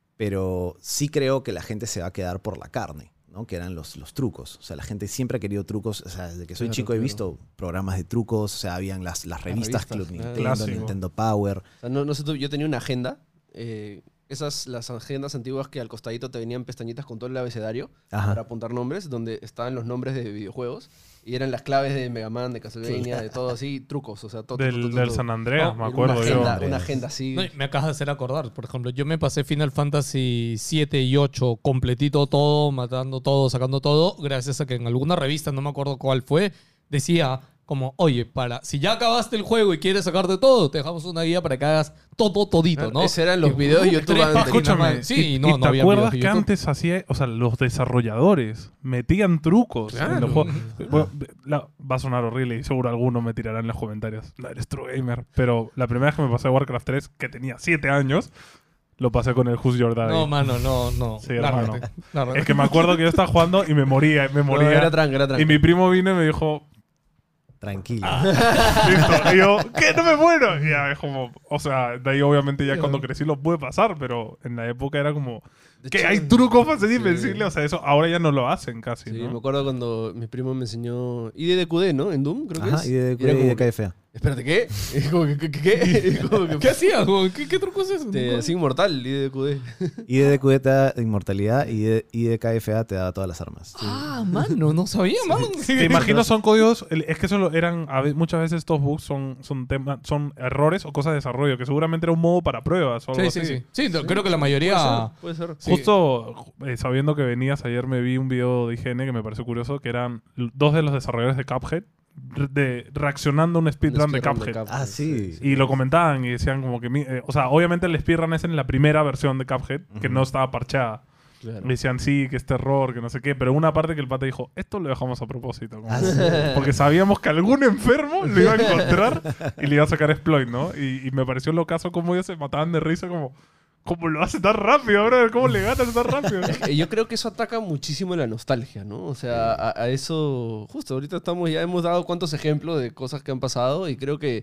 [SPEAKER 4] Pero sí creo que la gente se va a quedar por la carne, ¿no? Que eran los, los trucos. O sea, la gente siempre ha querido trucos. O sea, desde que soy
[SPEAKER 5] Claro,
[SPEAKER 4] chico he
[SPEAKER 5] claro.
[SPEAKER 4] visto programas de trucos. O sea, habían las, las revistas
[SPEAKER 5] revistas,
[SPEAKER 4] Club
[SPEAKER 5] claro.
[SPEAKER 4] Nintendo,
[SPEAKER 1] Clásico.
[SPEAKER 4] Nintendo Power.
[SPEAKER 5] O sea, no, no sé tú, yo tenía una agenda. eh, esas, las agendas antiguas que al costadito te venían pestañitas con todo el abecedario
[SPEAKER 4] Ajá.
[SPEAKER 5] para apuntar nombres, donde estaban los nombres de videojuegos y eran las claves de Mega Man, de Castlevania, de todo así, trucos, o sea, todo. todo,
[SPEAKER 1] Del,
[SPEAKER 5] todo, todo,
[SPEAKER 1] del
[SPEAKER 5] todo.
[SPEAKER 1] San Andreas,
[SPEAKER 5] No,
[SPEAKER 1] me
[SPEAKER 5] era
[SPEAKER 1] acuerdo
[SPEAKER 5] una
[SPEAKER 1] yo.
[SPEAKER 5] agenda,
[SPEAKER 4] yo.
[SPEAKER 5] una agenda así.
[SPEAKER 2] No, y me acabas de hacer acordar, por ejemplo, yo me pasé Final Fantasy siete y ocho completito todo, matando todo, sacando todo, gracias a que en alguna revista, no me acuerdo cuál fue, decía como, oye, para si ya acabaste el juego y quieres sacarte todo, te dejamos una guía para que hagas todo todito,
[SPEAKER 5] Claro,
[SPEAKER 2] ¿no?
[SPEAKER 5] Esos eran los
[SPEAKER 2] Y,
[SPEAKER 5] videos de
[SPEAKER 2] uh,
[SPEAKER 5] YouTube
[SPEAKER 2] tres
[SPEAKER 5] antes.
[SPEAKER 2] páginas
[SPEAKER 1] Escúchame,
[SPEAKER 2] más. Sí,
[SPEAKER 1] y,
[SPEAKER 2] y no,
[SPEAKER 1] y
[SPEAKER 2] no
[SPEAKER 1] ¿te
[SPEAKER 2] había
[SPEAKER 1] acuerdas
[SPEAKER 2] videos de
[SPEAKER 1] que
[SPEAKER 2] YouTube.
[SPEAKER 1] antes hacía, o sea, los desarrolladores metían trucos en
[SPEAKER 2] Claro.
[SPEAKER 1] los juegos? Bueno, la- va a sonar horrible y seguro alguno me tirará en los comentarios. No eres true gamer. Pero la primera vez que me pasé Warcraft tres, que tenía siete años, lo pasé con el Who's Your Daddy.
[SPEAKER 2] No, mano, no, no.
[SPEAKER 1] Sí, hermano.
[SPEAKER 2] Lárgate, lárgate.
[SPEAKER 1] Es que me acuerdo que yo estaba jugando y me moría, me
[SPEAKER 5] No,
[SPEAKER 1] moría.
[SPEAKER 5] era tranca, era tranca.
[SPEAKER 1] y mi primo vino y me dijo,
[SPEAKER 4] Tranquilo.
[SPEAKER 1] listo. Y yo, ¿qué? No me muero. Y ya es como, o sea, de ahí obviamente ya cuando crecí lo pude pasar, pero en la época era como,
[SPEAKER 5] De
[SPEAKER 1] que
[SPEAKER 5] hecho,
[SPEAKER 1] hay trucos para ser
[SPEAKER 5] sí.
[SPEAKER 1] invencible. O sea, eso ahora ya no lo hacen casi,
[SPEAKER 5] Sí,
[SPEAKER 1] ¿no?
[SPEAKER 5] me acuerdo cuando mi primo me enseñó I D D Q D, ¿no? En Doom, creo que
[SPEAKER 4] Ajá,
[SPEAKER 5] es.
[SPEAKER 4] y de,
[SPEAKER 5] era
[SPEAKER 4] y
[SPEAKER 5] como
[SPEAKER 4] de
[SPEAKER 5] que,
[SPEAKER 4] K F A.
[SPEAKER 5] espérate, ¿qué? Y como que, ¿qué? ¿Qué? qué? Y como que,
[SPEAKER 2] ¿Qué hacías? güey? ¿Qué, qué truco es eso?
[SPEAKER 5] Te
[SPEAKER 2] Nunca-
[SPEAKER 5] hacía inmortal, I D D Q D.
[SPEAKER 4] Y de Q D te da inmortalidad y de, y de K F A te da todas las armas.
[SPEAKER 2] Ah, mano, no sabía, mano.
[SPEAKER 1] Te imagino son códigos, el- es que eso lo eran, a ve- muchas veces estos bugs son, son, tema- son errores o cosas de desarrollo, que seguramente era un modo para pruebas o algo
[SPEAKER 2] Sí, sí,
[SPEAKER 1] así.
[SPEAKER 2] sí. Sí, creo que la mayoría...
[SPEAKER 5] Puede ser.
[SPEAKER 2] Sí.
[SPEAKER 1] Justo eh, sabiendo que venías ayer me vi un video de I G N que me pareció curioso, que eran l- dos de los desarrolladores de Cuphead re- de, reaccionando a un speedrun de Cuphead.
[SPEAKER 4] Ah, sí.
[SPEAKER 1] Y lo comentaban y decían como que... mi- eh, o sea, obviamente el speedrun es en la primera versión de Cuphead, que
[SPEAKER 4] Ujú.
[SPEAKER 1] no estaba parchada.
[SPEAKER 5] Claro.
[SPEAKER 1] Y decían, sí, que este error, que no sé qué. Pero una parte que el pata dijo, esto lo dejamos a propósito. como-
[SPEAKER 4] Ah, sí.
[SPEAKER 1] porque sabíamos que algún enfermo lo iba a encontrar y le iba a sacar exploit, ¿no? Y, y me pareció lo caso como ellos se mataban de risa como... ¿Cómo lo hace tan rápido, bro? ¿Cómo le ganas tan rápido?
[SPEAKER 5] Eh, Yo creo que eso ataca muchísimo la nostalgia, ¿no? O sea, a, a eso, justo ahorita estamos, ya hemos dado cuantos ejemplos de cosas que han pasado y creo que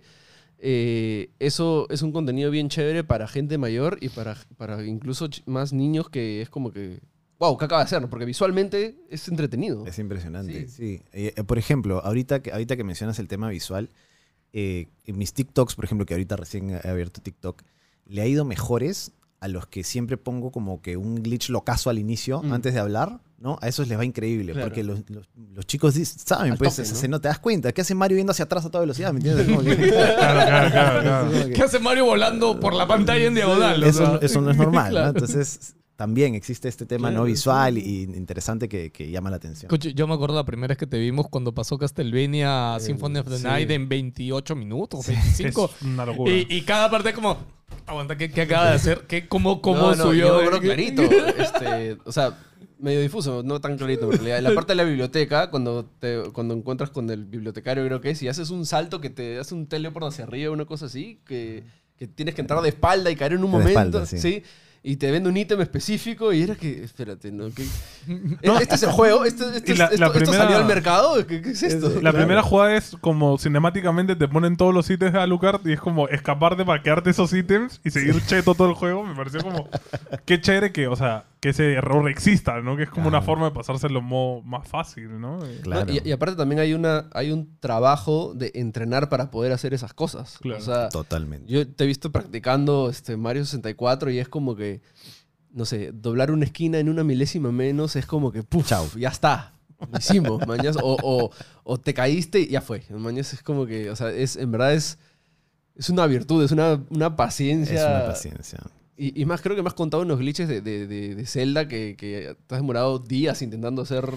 [SPEAKER 5] eh, eso es un contenido bien chévere para gente mayor y para, para incluso ch- más niños que es como que, wow, ¿qué acaba de hacer? Porque visualmente es entretenido.
[SPEAKER 4] Es impresionante,
[SPEAKER 5] Sí.
[SPEAKER 4] sí. Eh, eh, por ejemplo, ahorita que, ahorita que mencionas el tema visual, eh, en mis TikToks, por ejemplo, que ahorita recién he abierto TikTok, le ha ido mejores a los que siempre pongo como que un glitch locazo al inicio,
[SPEAKER 5] Mm.
[SPEAKER 4] antes de hablar, ¿no? A esos les va increíble,
[SPEAKER 5] Claro.
[SPEAKER 4] porque los, los, los chicos dis- saben,
[SPEAKER 5] Al
[SPEAKER 4] pues,
[SPEAKER 5] toque,
[SPEAKER 4] se,
[SPEAKER 5] ¿no?
[SPEAKER 4] se- no te das cuenta. ¿Qué hace Mario yendo hacia atrás a toda velocidad? ¿Me entiendes? Como que-
[SPEAKER 1] Claro, claro, claro, claro.
[SPEAKER 4] como que-
[SPEAKER 2] ¿Qué hace Mario volando por la pantalla en diagonal? O
[SPEAKER 4] eso,
[SPEAKER 2] sea,
[SPEAKER 4] no- eso no es normal,
[SPEAKER 2] claro.
[SPEAKER 4] ¿no? Entonces, también existe este tema
[SPEAKER 5] Claro,
[SPEAKER 4] no
[SPEAKER 5] sí.
[SPEAKER 4] visual y interesante que, que llama la atención.
[SPEAKER 2] Coche, yo me acuerdo la primera vez que te vimos cuando pasó Castlevania
[SPEAKER 5] Eh,
[SPEAKER 2] Symphony of the
[SPEAKER 5] sí.
[SPEAKER 2] Night en veintiocho minutos, veinticinco.
[SPEAKER 1] Es una locura.
[SPEAKER 2] y, y cada parte como, aguanta, ¿qué, qué acaba de hacer? ¿Qué, ¿Cómo, cómo
[SPEAKER 5] no, no,
[SPEAKER 2] subió?
[SPEAKER 5] yo me acuerdo clarito. Este, o sea, medio difuso, no tan clarito en realidad. En la parte de la biblioteca, cuando, te, cuando encuentras con el bibliotecario, creo que es, y haces un salto que te hace un teleport hacia arriba, una cosa así, que, que tienes que entrar de espalda y caer en un
[SPEAKER 4] De
[SPEAKER 5] momento.
[SPEAKER 4] espalda, sí.
[SPEAKER 5] ¿sí? Y te vende un ítem específico y era que, espérate, ¿no? ¿Qué- ¿Este es el juego? ¿Esto, esto,
[SPEAKER 1] Y la-
[SPEAKER 5] esto-
[SPEAKER 1] la
[SPEAKER 5] esto
[SPEAKER 1] primera-
[SPEAKER 5] salió al mercado? ¿Qué, qué es esto?
[SPEAKER 1] La primera jugada es como cinemáticamente te ponen todos los ítems de Alucard y es como escaparte para quedarte esos ítems y seguir cheto todo el juego. Me pareció como qué chévere que, o sea, que ese error exista, ¿no? Que es como una
[SPEAKER 4] Claro.
[SPEAKER 1] forma de pasárselo mo- más fácil, ¿no?
[SPEAKER 4] Claro.
[SPEAKER 5] No, y, y aparte también hay, una, hay un trabajo de entrenar para poder hacer esas cosas.
[SPEAKER 1] Claro.
[SPEAKER 5] O sea,
[SPEAKER 4] Totalmente.
[SPEAKER 5] yo te he visto practicando este, Mario sesenta y cuatro y es como que, no sé, doblar una esquina en una milésima menos es como que, puf,
[SPEAKER 4] Chao.
[SPEAKER 5] ya está. Lo hicimos, mañas. O, o, o te caíste y ya fue. Mañas es como que, o sea, es, en verdad es, es una virtud, es una, una paciencia.
[SPEAKER 4] Es una paciencia.
[SPEAKER 5] Y, y más, creo que me has contado unos glitches de, de, de, de Zelda que, que te has demorado días intentando hacer.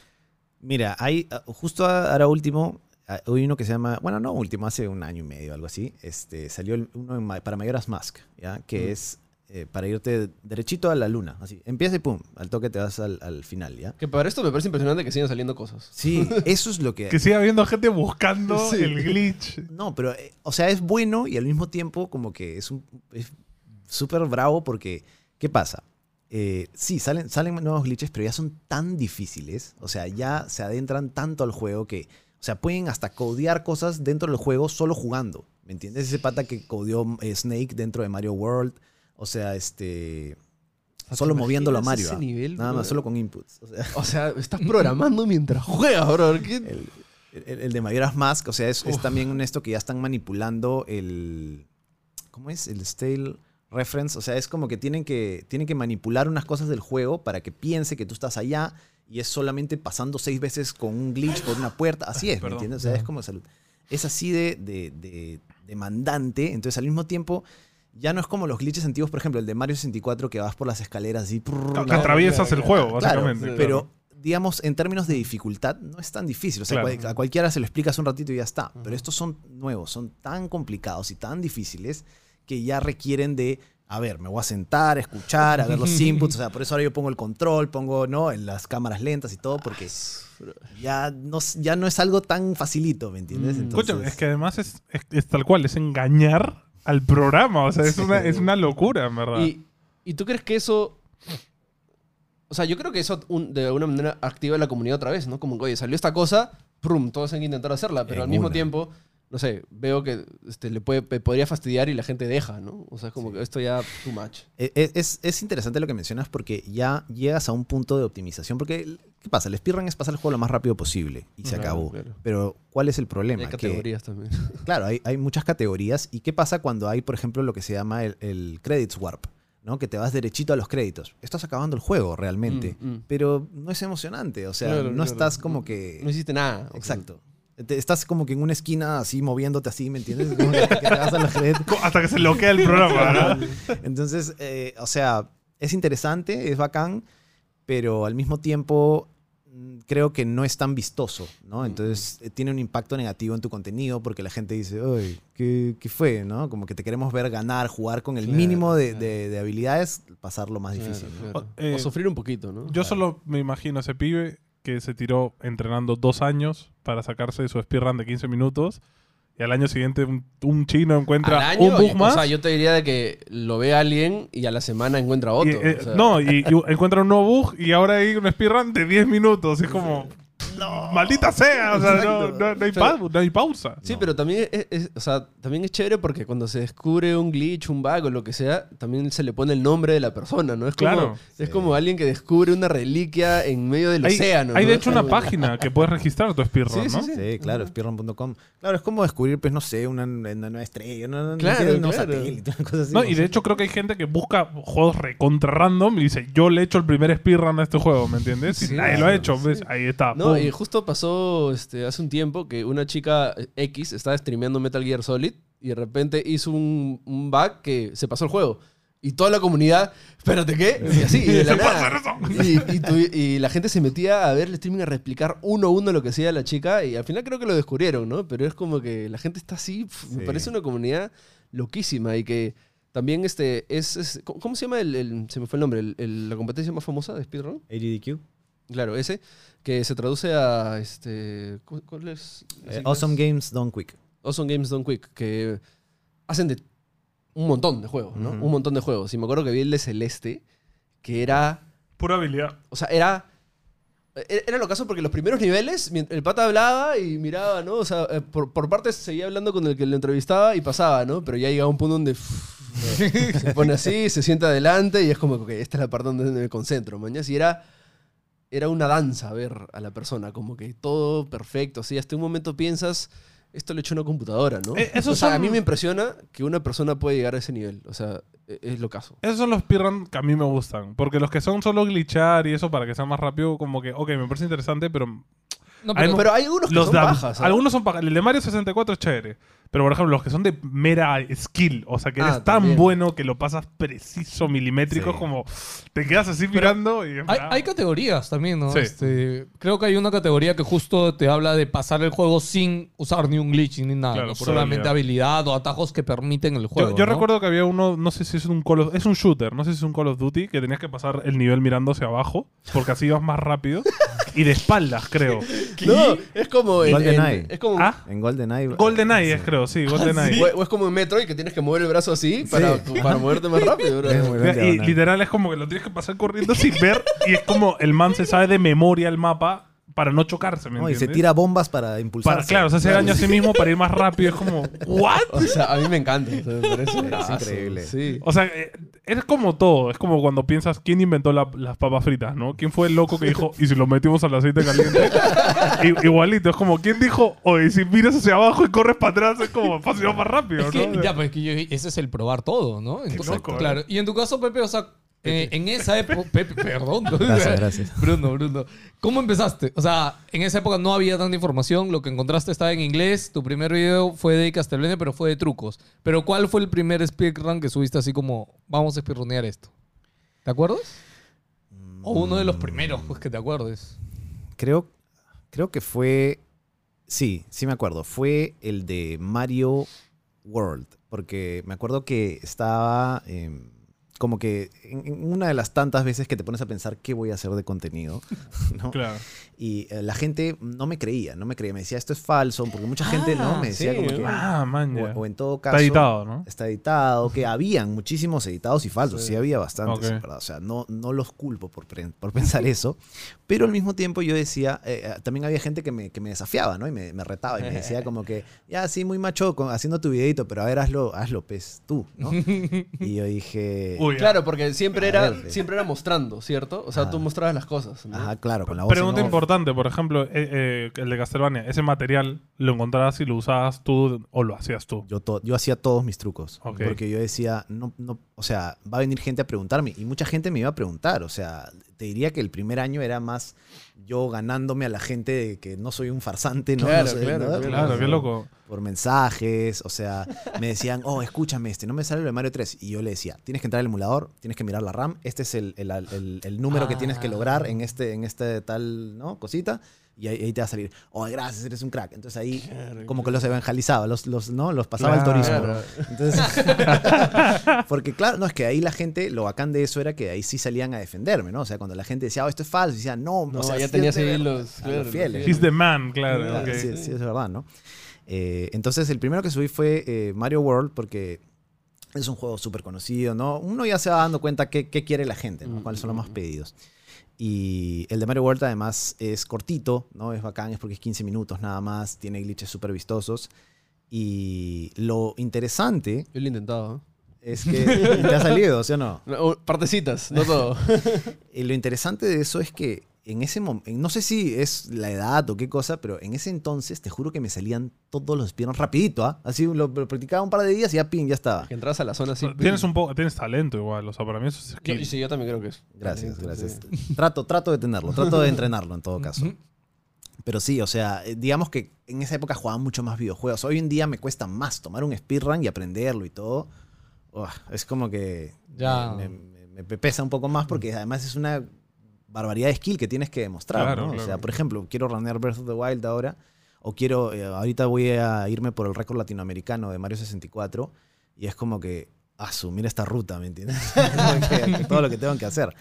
[SPEAKER 4] Mira, hay ah, justo ahora último, ah, hay uno que se llama, bueno, no último, hace un año y medio, algo así, este, salió el- uno en Ma- para Majora's Mask, ¿ya? Que
[SPEAKER 5] Mm.
[SPEAKER 4] es eh, para irte derechito a la luna, así. Empieza y pum, al toque te vas al, al final, ¿ya?
[SPEAKER 5] Que para esto me parece impresionante que sigan saliendo cosas.
[SPEAKER 4] Sí, eso es lo que...
[SPEAKER 1] Que siga habiendo gente buscando
[SPEAKER 5] Sí.
[SPEAKER 1] el glitch.
[SPEAKER 4] No, pero, eh, o sea, es bueno y al mismo tiempo como que es un es súper bravo porque, ¿qué pasa? Eh, sí, salen, salen nuevos glitches, pero ya son tan difíciles, o sea, ya se adentran tanto al juego que, o sea, pueden hasta codear cosas dentro del juego solo jugando, ¿me entiendes? Ese pata que codeó eh, Snake dentro de Mario World, o sea, este...
[SPEAKER 5] sea,
[SPEAKER 4] Solo
[SPEAKER 5] ¿te
[SPEAKER 4] moviéndolo a
[SPEAKER 5] imaginas
[SPEAKER 4] Mario.
[SPEAKER 5] ese
[SPEAKER 4] ah.
[SPEAKER 5] nivel,
[SPEAKER 4] Nada
[SPEAKER 5] bro?
[SPEAKER 4] más, solo con inputs. O sea,
[SPEAKER 5] O sea, estás programando mientras juegas, bro. ¿Qué?
[SPEAKER 4] el, el- el de Majora's Mask, o sea, es, es
[SPEAKER 5] Uf.
[SPEAKER 4] también un esto que ya están manipulando el... ¿Cómo es? El stale reference. O sea, es como que tienen que, tienen que manipular unas cosas del juego para que piense que tú estás allá y es solamente pasando seis veces con un glitch por una puerta. Así es, ¿me
[SPEAKER 1] Perdón.
[SPEAKER 4] entiendes? O sea, es como salud. Es así de, de, de- demandante. Entonces, al mismo tiempo, ya no es como los glitches antiguos, por ejemplo, el de Mario sesenta y cuatro que vas por las escaleras y...
[SPEAKER 1] Que que atraviesas el juego,
[SPEAKER 4] Claro,
[SPEAKER 1] básicamente. claro.
[SPEAKER 4] pero digamos, en términos de dificultad, no es tan difícil. O sea,
[SPEAKER 1] Claro.
[SPEAKER 4] cual- a cualquiera se lo explicas un ratito y ya está. Pero estos son nuevos, son tan complicados y tan difíciles que ya requieren de, a ver, me voy a sentar, escuchar, a ver los inputs. O sea, por eso ahora yo pongo el control, pongo, ¿no? En las cámaras lentas y todo, porque ya no, ya no es algo tan facilito, ¿me entiendes?
[SPEAKER 5] Mm.
[SPEAKER 4] Entonces,
[SPEAKER 1] Escúchame, es que además es, es- es tal cual, es engañar al programa. O sea, es, una, es una locura, en verdad.
[SPEAKER 5] ¿Y, ¿Y tú crees que eso... O sea, yo creo que eso un- de alguna manera activa la comunidad otra vez, ¿no? Como, oye, salió esta cosa, prum, todos han que intentar hacerla, pero
[SPEAKER 4] En
[SPEAKER 5] al mismo
[SPEAKER 4] una.
[SPEAKER 5] tiempo, no sé, veo que este, le puede, pe- podría fastidiar y la gente deja, ¿no? O sea, es como que esto ya too much.
[SPEAKER 4] E- e- Es, es interesante lo que mencionas porque ya llegas a un punto de optimización. Porque, ¿qué pasa? El speedrun es pasar el juego lo más rápido posible y se
[SPEAKER 5] Claro,
[SPEAKER 4] acabó.
[SPEAKER 5] claro.
[SPEAKER 4] Pero, ¿cuál es el
[SPEAKER 5] Y
[SPEAKER 4] problema?
[SPEAKER 5] hay
[SPEAKER 4] Que,
[SPEAKER 5] categorías también.
[SPEAKER 4] claro, hay, hay muchas categorías. ¿Y qué pasa cuando hay, por ejemplo, lo que se llama el, el credits warp? ¿No? Que te vas derechito a los créditos. Estás acabando el juego realmente.
[SPEAKER 5] Mm, mm.
[SPEAKER 4] Pero no es emocionante. O sea,
[SPEAKER 5] Claro,
[SPEAKER 4] no
[SPEAKER 5] claro.
[SPEAKER 4] estás como que...
[SPEAKER 5] No hiciste nada. o sea.
[SPEAKER 4] Exacto. Te- estás como que en una esquina así, moviéndote así, ¿me entiendes? Como que, que te vas a los créditos.
[SPEAKER 1] Co- Hasta que se bloquea el programa, ¿no?
[SPEAKER 4] Entonces, eh, o sea, es interesante, es bacán, pero al mismo tiempo mm, creo que no es tan vistoso, ¿no? Entonces eh, tiene un impacto negativo en tu contenido porque la gente dice, uy, ¿qué, qué fue? ¿No? Como que te queremos ver ganar, jugar con el
[SPEAKER 5] Claro,
[SPEAKER 4] mínimo de,
[SPEAKER 5] claro.
[SPEAKER 4] de- de habilidades, pasarlo más
[SPEAKER 5] Claro,
[SPEAKER 4] difícil, ¿no?
[SPEAKER 5] claro.
[SPEAKER 1] Eh,
[SPEAKER 5] o sufrir un poquito, ¿no?
[SPEAKER 1] Yo solo me imagino a ese pibe que se tiró entrenando dos años para sacarse su speedrun de quince minutos y al año siguiente un, un chino encuentra
[SPEAKER 5] Al año,
[SPEAKER 1] un bug más.
[SPEAKER 5] O sea, yo te diría de que lo ve alguien y a la semana encuentra
[SPEAKER 1] y,
[SPEAKER 5] otro.
[SPEAKER 1] eh,
[SPEAKER 5] o sea.
[SPEAKER 1] no, y, y encuentra un nuevo bug y ahora hay un speedrun de diez minutos. Es como... maldita sea, o sea, no,
[SPEAKER 4] Exacto.
[SPEAKER 1] no, no hay
[SPEAKER 5] Pero-
[SPEAKER 1] pa- no hay pausa.
[SPEAKER 5] Sí,
[SPEAKER 4] No.
[SPEAKER 5] pero también es, es- o sea, también es chévere porque cuando se descubre un glitch, un bug o lo que sea, también se le pone el nombre de la persona, ¿no? Es como,
[SPEAKER 1] Claro.
[SPEAKER 5] es
[SPEAKER 4] Sí.
[SPEAKER 5] como alguien que descubre una reliquia en medio del
[SPEAKER 1] Hay,
[SPEAKER 5] océano.
[SPEAKER 1] hay
[SPEAKER 5] ¿no?
[SPEAKER 1] de
[SPEAKER 5] Es
[SPEAKER 1] hecho una
[SPEAKER 5] como-
[SPEAKER 1] página que puedes registrar tu speedrun,
[SPEAKER 5] Sí, sí,
[SPEAKER 1] ¿no?
[SPEAKER 5] sí.
[SPEAKER 4] Sí, claro, speedrun punto com. Claro, es como descubrir, pues, no sé, una, una nueva estrella, una,
[SPEAKER 5] Claro,
[SPEAKER 4] un nuevo
[SPEAKER 5] claro.
[SPEAKER 4] satélite, una cosa así.
[SPEAKER 1] No, y de hecho creo que hay gente que busca juegos recontra random y dice, yo le he hecho el primer speedrun a este juego, ¿me entiendes? Y
[SPEAKER 5] Sí,
[SPEAKER 1] nadie lo ha
[SPEAKER 4] sí,
[SPEAKER 1] hecho, ¿ves? Ahí está.
[SPEAKER 5] No,
[SPEAKER 1] ¡pum!
[SPEAKER 5] y justo pasó este, hace un tiempo que una chica X estaba streameando Metal Gear Solid y de repente hizo un, un bug que se pasó el juego. Y toda la comunidad, espérate, ¿qué? Y así, y de la
[SPEAKER 1] ¿Se puede
[SPEAKER 5] nada.
[SPEAKER 1] hacer eso?
[SPEAKER 5] Y, y tu- y la gente se metía a ver el streaming a replicar uno a uno lo que hacía la chica y al final creo que lo descubrieron, ¿no? Pero es como que la gente está así, pf, me
[SPEAKER 4] Sí.
[SPEAKER 5] parece una comunidad loquísima y que también este es, es- ¿cómo cómo se llama el, el- se me fue el nombre, el- el- la competencia más famosa de speedrun?
[SPEAKER 4] A D D Q.
[SPEAKER 5] Claro, ese, que se traduce a este ¿cu- ¿cuál es?
[SPEAKER 4] Eh, awesome Games Done Quick.
[SPEAKER 5] Awesome Games Done Quick, que hacen de un montón de juegos, ¿no?
[SPEAKER 4] Ujú.
[SPEAKER 5] Un montón de juegos. Y me acuerdo que vi el de Celeste, que era
[SPEAKER 1] Pura habilidad.
[SPEAKER 5] o sea, era. e- Era lo caso porque los primeros niveles, mient- el pata hablaba y miraba, ¿no? O sea, eh, por, por partes seguía hablando con el que lo entrevistaba y pasaba, ¿no? Pero ya llegaba un punto donde uff, se pone así, se sienta adelante y es como que esta es la parte donde me concentro, mañana. Y era, era una danza ver a la persona, como que todo perfecto, así. Hasta un momento piensas, esto lo he hecho una computadora, ¿no?
[SPEAKER 1] Eh, esos
[SPEAKER 5] o sea, a
[SPEAKER 1] son-
[SPEAKER 5] mí me impresiona que una persona pueda llegar a ese nivel. O sea, e- es lo caso.
[SPEAKER 1] Esos son los speedruns que a mí me gustan. Porque los que son solo glitchar y eso para que sea más rápido, como que, ok, me parece interesante, pero
[SPEAKER 2] No,
[SPEAKER 1] Hay
[SPEAKER 2] pero,
[SPEAKER 1] mo-
[SPEAKER 5] Pero hay algunos que
[SPEAKER 1] los
[SPEAKER 5] son
[SPEAKER 1] de-
[SPEAKER 5] bajas. ¿ah?
[SPEAKER 1] algunos son pajas. El de Mario sesenta y cuatro es chévere. Pero, por ejemplo, los que son de mera skill, o sea, que eres
[SPEAKER 5] Ah,
[SPEAKER 1] tan
[SPEAKER 5] también.
[SPEAKER 1] bueno que lo pasas preciso, milimétrico,
[SPEAKER 4] Sí.
[SPEAKER 1] como te quedas así mirando y...
[SPEAKER 2] hay, hay categorías también, ¿no?
[SPEAKER 1] Sí.
[SPEAKER 2] Este, creo que hay una categoría que justo te habla de pasar el juego sin usar ni un glitch ni nada.
[SPEAKER 1] Claro,
[SPEAKER 2] ¿no?
[SPEAKER 1] pura
[SPEAKER 2] Solamente
[SPEAKER 1] habilidad.
[SPEAKER 2] habilidad o atajos que permiten el juego.
[SPEAKER 1] Yo, yo
[SPEAKER 2] ¿no?
[SPEAKER 1] recuerdo que había uno, no sé si es un Call of, es un shooter, no sé si es un Call of Duty, que tenías que pasar el nivel mirando hacia abajo, porque así ibas más rápido. Y de espaldas, creo.
[SPEAKER 5] No, es como en,
[SPEAKER 4] GoldenEye.
[SPEAKER 5] en- es como
[SPEAKER 1] ¿Ah?
[SPEAKER 4] En GoldenEye.
[SPEAKER 1] GoldenEye es, creo, sí, GoldenEye.
[SPEAKER 5] o, o es como en Metroid que tienes que mover el brazo así para,
[SPEAKER 4] Sí.
[SPEAKER 5] para moverte más rápido, bro.
[SPEAKER 4] Es muy bien
[SPEAKER 1] Y
[SPEAKER 4] diagonal.
[SPEAKER 1] literal es como que lo tienes que pasar corriendo sin ver y es como el man se sabe de memoria el mapa para no chocarse, ¿me
[SPEAKER 4] No, y se
[SPEAKER 1] entiendes?
[SPEAKER 4] tira bombas para impulsar.
[SPEAKER 1] Para, claro, se hace daño a sí mismo para ir más rápido. Es como, ¿what?
[SPEAKER 5] O sea, a mí me encanta. o sea, me parece
[SPEAKER 4] Es
[SPEAKER 5] bravazo,
[SPEAKER 4] increíble.
[SPEAKER 5] Sí.
[SPEAKER 1] O sea, eh, es como todo. Es como cuando piensas quién inventó la- las papas fritas, ¿no? ¿Quién fue el loco que dijo, y si lo metimos al aceite caliente? I- igualito, es como, ¿quién dijo, oye, si miras hacia abajo y corres para atrás, es como fácil más rápido,
[SPEAKER 2] Es que,
[SPEAKER 1] ¿no?
[SPEAKER 2] ya, pues es que yo- ese es el probar todo, ¿no? Entonces,
[SPEAKER 1] loco, ¿eh?
[SPEAKER 2] claro. Y en tu caso, Pepe, o sea, eh, en esa época. Pepe, perdón.
[SPEAKER 4] Gracias, gracias.
[SPEAKER 2] Bruno, Bruno. ¿Cómo empezaste? O sea, en esa época no había tanta información. Lo que encontraste estaba en inglés. Tu primer video fue de Castlevania, pero fue de trucos. Pero ¿cuál fue el primer speedrun que subiste así como, vamos a speedrunear esto? ¿Te acuerdas? O uno de los primeros, pues, que te acuerdes.
[SPEAKER 4] Creo, creo que fue. Sí, sí me acuerdo. Fue el de Mario World. Porque me acuerdo que estaba. eh, como que en, en una de las tantas veces que te pones a pensar qué voy a hacer de contenido, ¿no?
[SPEAKER 1] Claro.
[SPEAKER 4] Y eh, la gente no me creía, no me creía. Me decía, esto es falso, porque mucha gente no me decía
[SPEAKER 5] sí,
[SPEAKER 4] como que.
[SPEAKER 1] Ah, man, ya.
[SPEAKER 4] O, o en todo caso.
[SPEAKER 1] Está editado, ¿no?
[SPEAKER 4] Está editado, que habían muchísimos editados y falsos, sí,
[SPEAKER 5] Sí.
[SPEAKER 4] había bastantes,
[SPEAKER 1] Ok.
[SPEAKER 4] en ¿verdad? O sea, no, no los culpo por, pre- por pensar eso, pero al mismo tiempo yo decía, eh, eh, también había gente que me, que me desafiaba, ¿no? Y me, me retaba y me decía como que, ya, sí, muy macho con- haciendo tu videito, pero a ver, hazlo, hazlo, pues, tú, ¿no? Y yo dije,
[SPEAKER 1] Uy, ya.
[SPEAKER 5] Claro, porque siempre
[SPEAKER 4] A
[SPEAKER 5] era,
[SPEAKER 4] ver, eh.
[SPEAKER 5] siempre era mostrando, ¿cierto? O sea,
[SPEAKER 4] Ajá.
[SPEAKER 5] tú mostrabas las cosas. ¿no?
[SPEAKER 4] ajá, claro, con la voz
[SPEAKER 1] Pregunta
[SPEAKER 4] en off.
[SPEAKER 1] importante, por ejemplo, eh, eh, el de Castlevania. ¿Ese material lo encontrabas y lo usabas tú o lo hacías tú?
[SPEAKER 4] Yo, to- yo hacía todos mis trucos.
[SPEAKER 1] Ok.
[SPEAKER 4] Porque yo decía, no, no, o sea, va a venir gente a preguntarme. Y mucha gente me iba a preguntar. O sea, te diría que el primer año era más yo ganándome a la gente de que no soy un farsante, ¿no?
[SPEAKER 5] Claro,
[SPEAKER 4] No sé,
[SPEAKER 5] claro,
[SPEAKER 4] ¿no?
[SPEAKER 5] claro.
[SPEAKER 1] Claro, qué loco.
[SPEAKER 4] Por mensajes, o sea, me decían, oh, escúchame, este, no me sale lo de Mario tres. Y yo le decía, tienes que entrar al emulador, tienes que mirar la RAM, este es el, el, el- el número que tienes que lograr en este, en este tal, ¿no? Cosita. Y ahí, ahí te va a salir, oh, gracias, eres un crack. Entonces ahí
[SPEAKER 5] Claro,
[SPEAKER 4] como que los evangelizaba, los, los, ¿no? Los pasaba
[SPEAKER 1] Claro.
[SPEAKER 4] al turismo.
[SPEAKER 5] Claro.
[SPEAKER 4] Entonces, porque claro, no, es que ahí la gente, lo bacán de eso era que ahí sí salían a defenderme, ¿no? O sea, cuando la gente decía, oh, esto es falso, decían, no,
[SPEAKER 5] No,
[SPEAKER 4] o sea,
[SPEAKER 5] ya
[SPEAKER 4] sí
[SPEAKER 5] tenías
[SPEAKER 4] es de
[SPEAKER 5] ahí
[SPEAKER 4] verdad".
[SPEAKER 5] los,
[SPEAKER 4] A
[SPEAKER 5] claro,
[SPEAKER 4] los
[SPEAKER 5] los
[SPEAKER 4] fieles.
[SPEAKER 1] He's the man, claro.
[SPEAKER 4] Claro,
[SPEAKER 1] ok.
[SPEAKER 4] sí, sí, es verdad, ¿no? Eh, entonces, el primero que subí fue eh, Mario World porque es un juego súper conocido, ¿no? Uno ya se va dando cuenta qué, qué quiere la gente, ¿no?
[SPEAKER 5] Mm,
[SPEAKER 4] Cuáles son los
[SPEAKER 5] mm,
[SPEAKER 4] más
[SPEAKER 5] mm.
[SPEAKER 4] pedidos. Y el de Mario World además es cortito, ¿no? Es bacán, es porque es quince minutos nada más, tiene glitches súper vistosos. Y lo interesante
[SPEAKER 5] Yo lo he intentado. ¿eh?
[SPEAKER 4] es que te ha salido, ¿sí o no?
[SPEAKER 5] No, partecitas, no todo.
[SPEAKER 4] Y lo interesante de eso es que en ese momento, no sé si es la edad o qué cosa, pero en ese entonces te juro que me salían todos los speedruns rapidito, ¿ah? Así lo, lo practicaba un par de días y ya ping, ya estaba.
[SPEAKER 5] Que entras a la zona así.
[SPEAKER 1] Tienes un poco, tienes talento igual, o sea, para mí eso es
[SPEAKER 5] Yo,
[SPEAKER 1] skill.
[SPEAKER 5] sí, yo también creo que es.
[SPEAKER 4] Gracias,
[SPEAKER 5] Sí,
[SPEAKER 4] gracias.
[SPEAKER 5] sí.
[SPEAKER 4] Trato, trato de tenerlo, trato de entrenarlo en todo caso.
[SPEAKER 2] Ujú.
[SPEAKER 4] Pero sí, o sea, eh, digamos que en esa época jugaba mucho más videojuegos. Hoy en día me cuesta más tomar un speedrun y aprenderlo y todo. Uf, es como que
[SPEAKER 2] Ya.
[SPEAKER 4] me, me- me- me pesa un poco más porque además es una barbaridad de skill que tienes que demostrar,
[SPEAKER 1] Claro,
[SPEAKER 4] ¿no? O
[SPEAKER 1] claro.
[SPEAKER 4] sea, por ejemplo, quiero runear Breath of the Wild ahora o quiero, eh, ahorita voy a irme por el récord latinoamericano de Mario sesenta y cuatro y es como que asumir esta ruta, ¿me entiendes? Como que todo lo que tengo que hacer.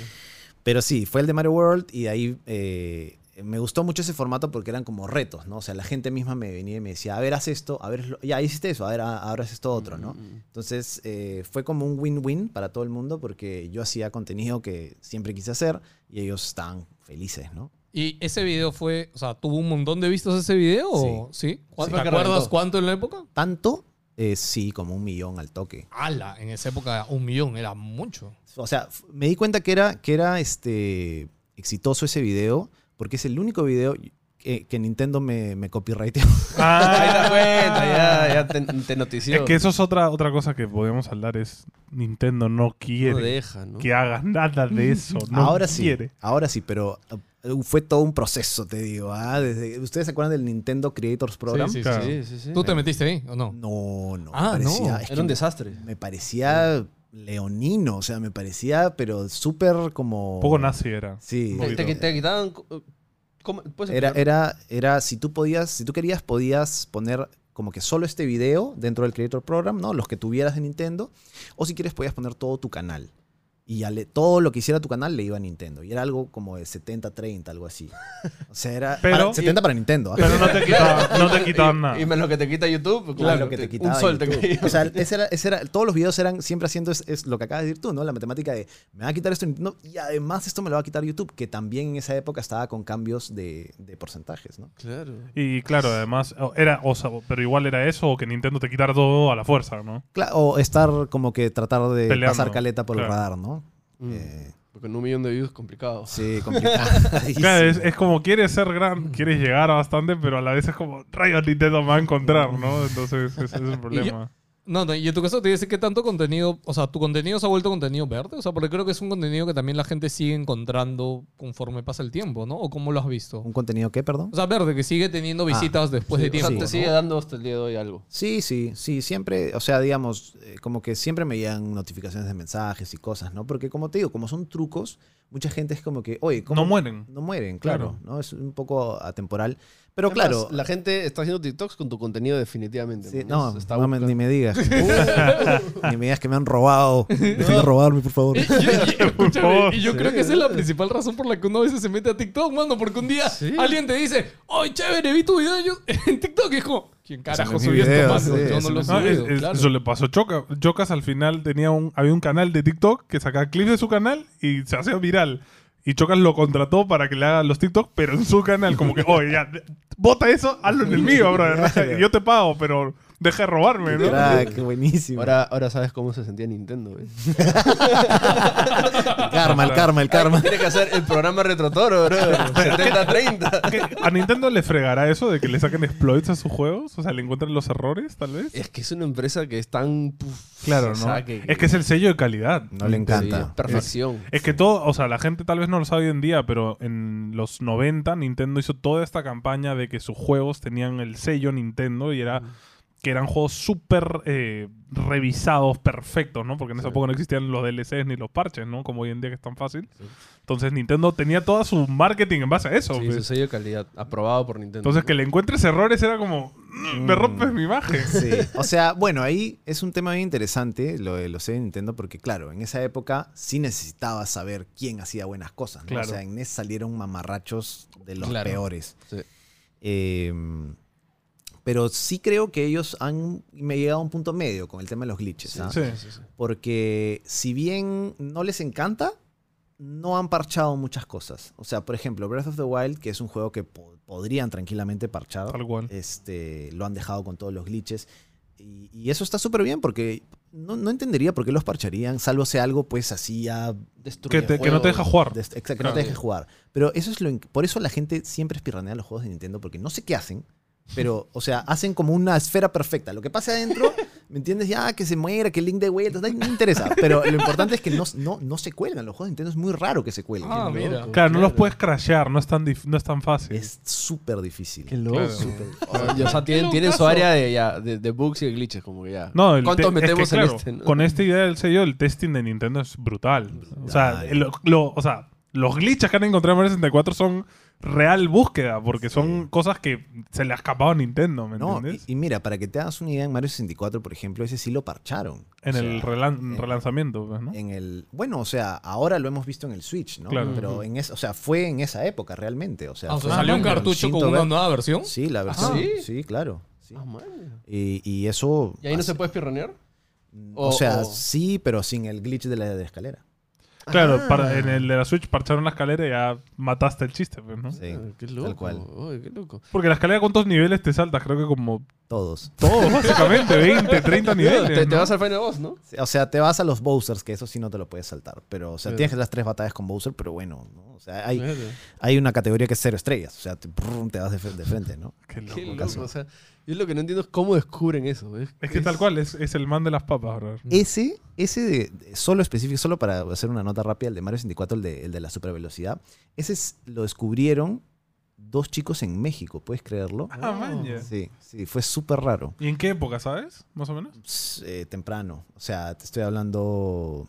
[SPEAKER 4] Pero sí, fue el de Mario World y de ahí eh, me gustó mucho ese formato porque eran como retos, ¿no? O sea, la gente misma me venía y me decía, a ver, haz esto, a ver, ya hiciste eso, a ver, a- ahora haz esto otro, ¿no? Entonces eh, fue como un win-win para todo el mundo porque yo hacía contenido que siempre quise hacer y ellos estaban felices, ¿no?
[SPEAKER 2] ¿Y ese video fue, o sea, tuvo un montón de vistas ese video? ¿O? ¿Sí? ¿Cu-
[SPEAKER 5] Sí.
[SPEAKER 2] ¿Te
[SPEAKER 5] Fue que
[SPEAKER 2] acuerdas
[SPEAKER 5] reventó.
[SPEAKER 2] cuánto en la época?
[SPEAKER 4] Tanto, eh, sí, como un millón al toque.
[SPEAKER 2] Ala, en esa época un millón era mucho.
[SPEAKER 4] O sea, f- me di cuenta que era, que era este, exitoso ese video porque es el único video que, que Nintendo me, me copyrighteó.
[SPEAKER 5] Ahí te
[SPEAKER 1] Ah,
[SPEAKER 5] das cuenta, ya, ya te, te notició.
[SPEAKER 1] es que eso es otra, otra cosa que podemos hablar, es Nintendo no
[SPEAKER 5] no
[SPEAKER 1] quiere
[SPEAKER 5] deja, ¿no?
[SPEAKER 1] que hagas nada de eso. No
[SPEAKER 4] ahora
[SPEAKER 1] quiere.
[SPEAKER 4] sí, ahora sí, pero uh, fue todo un proceso, te digo. ¿ah? Desde, ¿Ustedes se acuerdan del Nintendo Creators Program?
[SPEAKER 2] Sí, sí,
[SPEAKER 1] Claro.
[SPEAKER 5] Sí, sí, sí.
[SPEAKER 2] ¿Tú te metiste ahí o no?
[SPEAKER 4] No, no.
[SPEAKER 2] Ah,
[SPEAKER 4] me parecía,
[SPEAKER 2] no.
[SPEAKER 4] es que
[SPEAKER 5] Era un desastre.
[SPEAKER 4] me parecía leonino, o sea, me parecía, pero súper como...
[SPEAKER 1] Un poco nazi era.
[SPEAKER 4] Sí.
[SPEAKER 1] Un
[SPEAKER 5] Te,
[SPEAKER 1] poquito.
[SPEAKER 5] te- te quitaban... ¿cómo? ¿Puedes
[SPEAKER 4] Era,
[SPEAKER 5] explicar?
[SPEAKER 4] era, era, si tú podías, si tú querías, podías poner como que solo este video dentro del Creator Program, ¿no? Los que tuvieras de Nintendo. O si quieres, podías poner todo tu canal. Y ya le- todo lo que hiciera tu canal le iba a Nintendo. Y era algo como de setenta treinta, algo así. O sea, era
[SPEAKER 1] Pero-
[SPEAKER 4] para- setenta para Nintendo. ¿ah?
[SPEAKER 1] Pero no te quitaban, no te quitaban nada.
[SPEAKER 5] Y, y menos lo que te quita YouTube.
[SPEAKER 4] Claro,
[SPEAKER 5] claro,
[SPEAKER 4] lo que te quitaba
[SPEAKER 5] Un sol te
[SPEAKER 4] YouTube.
[SPEAKER 5] caía.
[SPEAKER 4] O sea, ese era, ese era, todos los videos eran siempre haciendo es, es lo que acabas de decir tú, ¿no? La matemática de me va a quitar esto Nintendo y además esto me lo va a quitar YouTube, que también en esa época estaba con cambios de, de porcentajes, ¿no?
[SPEAKER 5] Claro.
[SPEAKER 1] Y claro, además, era, o sea, pero igual era eso o que Nintendo te quitara todo a la fuerza, ¿no?
[SPEAKER 4] Cla- o estar como que tratar de
[SPEAKER 1] Peleando,
[SPEAKER 4] pasar caleta por el
[SPEAKER 1] claro.
[SPEAKER 4] radar, ¿no?
[SPEAKER 5] Mm.
[SPEAKER 4] Eh,
[SPEAKER 5] Porque en un millón de views es complicado.
[SPEAKER 4] sí, complicado.
[SPEAKER 1] Claro, es, es como quieres ser gran, quieres llegar a bastante, pero a la vez es como rayos Nintendo me va a encontrar, ¿no? Entonces ese es el problema.
[SPEAKER 2] No, no, y en tu caso te dice qué tanto contenido, o sea, tu contenido se ha vuelto contenido verde, o sea, porque creo que es un contenido que también la gente sigue encontrando conforme pasa el tiempo, ¿no? ¿O cómo lo has visto?
[SPEAKER 4] ¿Un contenido qué, perdón?
[SPEAKER 2] O sea, verde, que sigue teniendo visitas después
[SPEAKER 5] Sí,
[SPEAKER 2] de
[SPEAKER 5] o sea,
[SPEAKER 2] tiempo.
[SPEAKER 5] te
[SPEAKER 2] ¿no?
[SPEAKER 5] sigue dando hasta el día de hoy algo.
[SPEAKER 4] Sí, sí, sí, siempre, o sea, digamos, eh, como que siempre me llegan notificaciones de mensajes y cosas, ¿no? Porque como te digo, como son trucos, mucha gente es como que, oye, ¿cómo?
[SPEAKER 1] No mueren.
[SPEAKER 4] No mueren, claro,
[SPEAKER 1] Claro.
[SPEAKER 4] ¿no? Es un poco atemporal. Pero
[SPEAKER 5] Además,
[SPEAKER 4] claro,
[SPEAKER 5] la gente está haciendo TikToks con tu contenido definitivamente.
[SPEAKER 4] sí,
[SPEAKER 5] ¿no?
[SPEAKER 4] no,
[SPEAKER 5] Está
[SPEAKER 4] no me-
[SPEAKER 5] buscando-
[SPEAKER 4] ni me digas. ni me digas que me han robado. Dejen de robarme, por favor.
[SPEAKER 2] Y, y- escúchame,
[SPEAKER 1] Por favor.
[SPEAKER 2] y yo creo que esa es la principal razón por la que uno a veces se mete a TikTok, mano, porque un día alguien te dice, ¡ay, chévere, vi tu video en Yu- en TikTok! Y es como, ¿quién carajo
[SPEAKER 4] no es mi
[SPEAKER 2] subió
[SPEAKER 4] video,
[SPEAKER 2] esto, mano?
[SPEAKER 4] sí,
[SPEAKER 2] Yo
[SPEAKER 4] eso
[SPEAKER 2] no lo he
[SPEAKER 4] no-
[SPEAKER 1] No, es-
[SPEAKER 2] subido,
[SPEAKER 1] es-
[SPEAKER 2] claro.
[SPEAKER 1] Eso le pasó a Choca. Chocas al final tenía un, había un canal de TikTok que sacaba clips de su canal y se hacía viral. Y Chocas lo contrató para que le haga los TikTok, pero en su canal, como que, oye, ya, bota eso, hazlo en el mío, brother. Yo te pago, pero deja de robarme, ¿no?
[SPEAKER 4] Ah, qué buenísimo.
[SPEAKER 5] Ahora, ahora sabes cómo se sentía Nintendo. ¿eh?
[SPEAKER 4] el karma, el karma, el karma.
[SPEAKER 5] Tiene que hacer el programa Retrotoro, bro. setenta treinta.
[SPEAKER 1] ¿Qué? ¿A Nintendo le fregará eso de que le saquen exploits a sus juegos? O sea, le encuentren los errores, tal vez.
[SPEAKER 5] Es que es una empresa que es tan... puf,
[SPEAKER 1] Claro,
[SPEAKER 5] o
[SPEAKER 1] ¿no?
[SPEAKER 5] sea, que-
[SPEAKER 1] Es que es el sello de calidad.
[SPEAKER 4] No le
[SPEAKER 5] sí,
[SPEAKER 4] encanta.
[SPEAKER 5] perfección.
[SPEAKER 1] Es que todo, o sea, la gente tal vez no lo sabe hoy en día, pero en los noventa Nintendo hizo toda esta campaña de que sus juegos tenían el sello Nintendo y era que eran juegos súper eh, revisados, perfectos, ¿no? Porque en esa
[SPEAKER 5] Sí.
[SPEAKER 1] época no existían los D L Cs ni los parches, ¿no? Como hoy en día que es tan fácil. Entonces Nintendo tenía todo su marketing en base a eso.
[SPEAKER 5] Sí,
[SPEAKER 1] pues.
[SPEAKER 5] su sello de calidad, aprobado por Nintendo.
[SPEAKER 1] Entonces que le encuentres errores era como, "Mm, me rompes mi imagen.
[SPEAKER 4] Sí, o sea, bueno, ahí es un tema bien interesante lo de los sellos de Nintendo porque, claro, en esa época sí necesitabas saber quién hacía buenas cosas, ¿no?
[SPEAKER 1] Claro.
[SPEAKER 4] O sea, en NES salieron mamarrachos de los
[SPEAKER 2] Claro.
[SPEAKER 4] peores.
[SPEAKER 5] Sí.
[SPEAKER 4] Eh, pero sí creo que ellos han me he llegado a un punto medio con el tema de los glitches, ¿ah?
[SPEAKER 1] Sí.
[SPEAKER 5] Sí, sí.
[SPEAKER 4] Porque si bien no les encanta, no han parchado muchas cosas. O sea, por ejemplo, Breath of the Wild, que es un juego que po- podrían tranquilamente parchar,
[SPEAKER 1] Tal cual.
[SPEAKER 4] este, lo han dejado con todos los glitches. Y, y eso está súper bien porque no, no entendería por qué los parcharían, salvo sea algo pues así ya...
[SPEAKER 1] Que, te- que no te deja jugar.
[SPEAKER 4] Des- Exacto, que no te deje jugar. Pero eso es lo inc- por eso la gente siempre espirranea los juegos de Nintendo, porque no sé qué hacen, pero, o sea, hacen como una esfera perfecta. Lo que pasa adentro, ¿me entiendes? Ya, que se muera, que el link de vuelta, no me interesa. Pero lo importante es que no, no, no se cuelgan. Los juegos de Nintendo es muy raro que se cuelguen.
[SPEAKER 2] Ah,
[SPEAKER 5] Qué
[SPEAKER 2] mira.
[SPEAKER 5] loco.
[SPEAKER 1] Claro, no los
[SPEAKER 5] Claro.
[SPEAKER 1] puedes crashear, no es tan, dif- no es tan fácil.
[SPEAKER 4] Es súper difícil.
[SPEAKER 5] Qué loco.
[SPEAKER 1] Claro.
[SPEAKER 4] Súper-
[SPEAKER 5] O sea, o sea, tienen, tienen su área de, ya, de, de bugs y de glitches, como que ya.
[SPEAKER 1] No, el
[SPEAKER 5] ¿Cuántos
[SPEAKER 1] te- es que,
[SPEAKER 5] metemos
[SPEAKER 1] claro,
[SPEAKER 5] en este? no?
[SPEAKER 1] Con esta idea del sello, el testing de Nintendo es brutal. O sea,
[SPEAKER 4] Brutal.
[SPEAKER 1] el- lo- o sea, los glitches que han encontrado en Mario sesenta y cuatro son real búsqueda, porque son cosas que se le ha escapado a Nintendo, ¿me
[SPEAKER 4] No, y,
[SPEAKER 1] entiendes?
[SPEAKER 4] y mira, para que te hagas una idea, en Mario sesenta y cuatro, por ejemplo, ese sí lo parcharon.
[SPEAKER 1] En
[SPEAKER 4] O
[SPEAKER 1] el
[SPEAKER 4] sea,
[SPEAKER 1] relan-
[SPEAKER 4] en-
[SPEAKER 1] relanzamiento, pues, ¿no?
[SPEAKER 4] En el, bueno, o sea, ahora lo hemos visto en el Switch, ¿no?
[SPEAKER 1] Claro.
[SPEAKER 4] Pero en es, o sea, fue en esa época realmente. O sea,
[SPEAKER 2] Ah, o sea,
[SPEAKER 4] fue
[SPEAKER 2] salió un
[SPEAKER 4] con el
[SPEAKER 2] cartucho con
[SPEAKER 4] cinto
[SPEAKER 2] una
[SPEAKER 4] verde.
[SPEAKER 2] nueva versión.
[SPEAKER 4] Sí, la versión.
[SPEAKER 5] ¿sí?
[SPEAKER 4] Sí, claro. Sí.
[SPEAKER 5] Ah, man.
[SPEAKER 4] Y, y eso.
[SPEAKER 5] ¿Y ahí no
[SPEAKER 4] hace-
[SPEAKER 5] se puede espirronear?
[SPEAKER 4] O,
[SPEAKER 5] o-
[SPEAKER 4] sea,
[SPEAKER 5] o-
[SPEAKER 4] sí, pero sin el glitch de la de escalera.
[SPEAKER 1] Claro,
[SPEAKER 5] Ah.
[SPEAKER 1] para- en el de la Switch parcharon la escalera y ya mataste el chiste, pues, ¿no?
[SPEAKER 4] Sí,
[SPEAKER 5] Ah, qué loco.
[SPEAKER 4] tal cual.
[SPEAKER 5] Ay, qué loco.
[SPEAKER 1] Porque la escalera, ¿cuántos niveles te saltas? Creo que como
[SPEAKER 4] Todos.
[SPEAKER 1] todos, básicamente, veinte, treinta niveles.
[SPEAKER 5] Te, te
[SPEAKER 1] ¿no?
[SPEAKER 5] vas al Final Boss, ¿no?
[SPEAKER 4] O sea, te vas a los Bowsers, que eso sí no te lo puedes saltar. Pero, o sea,
[SPEAKER 5] Claro.
[SPEAKER 4] tienes las tres batallas con Bowser, pero bueno, ¿no? O sea, hay,
[SPEAKER 5] Claro.
[SPEAKER 4] hay una categoría que es cero estrellas. O sea, te, brum, te vas de, fre- de frente, ¿no?
[SPEAKER 1] Qué loco.
[SPEAKER 5] Qué
[SPEAKER 4] caso.
[SPEAKER 5] loco. O sea, yo lo que no entiendo es cómo descubren eso. Es,
[SPEAKER 1] Es que tal cual, es, es el man de las papas, bro.
[SPEAKER 4] Ese, ese de, de- solo específico, solo para hacer una nota rápida, el de Mario sesenta y cuatro, el de, el de la supervelocidad, ese es- lo descubrieron dos chicos en México, ¿puedes creerlo?
[SPEAKER 1] Ah, man, ya.
[SPEAKER 4] Sí, sí, fue súper raro.
[SPEAKER 1] ¿Y en qué época, sabes? Más o menos.
[SPEAKER 4] S- eh, temprano, o sea, te estoy hablando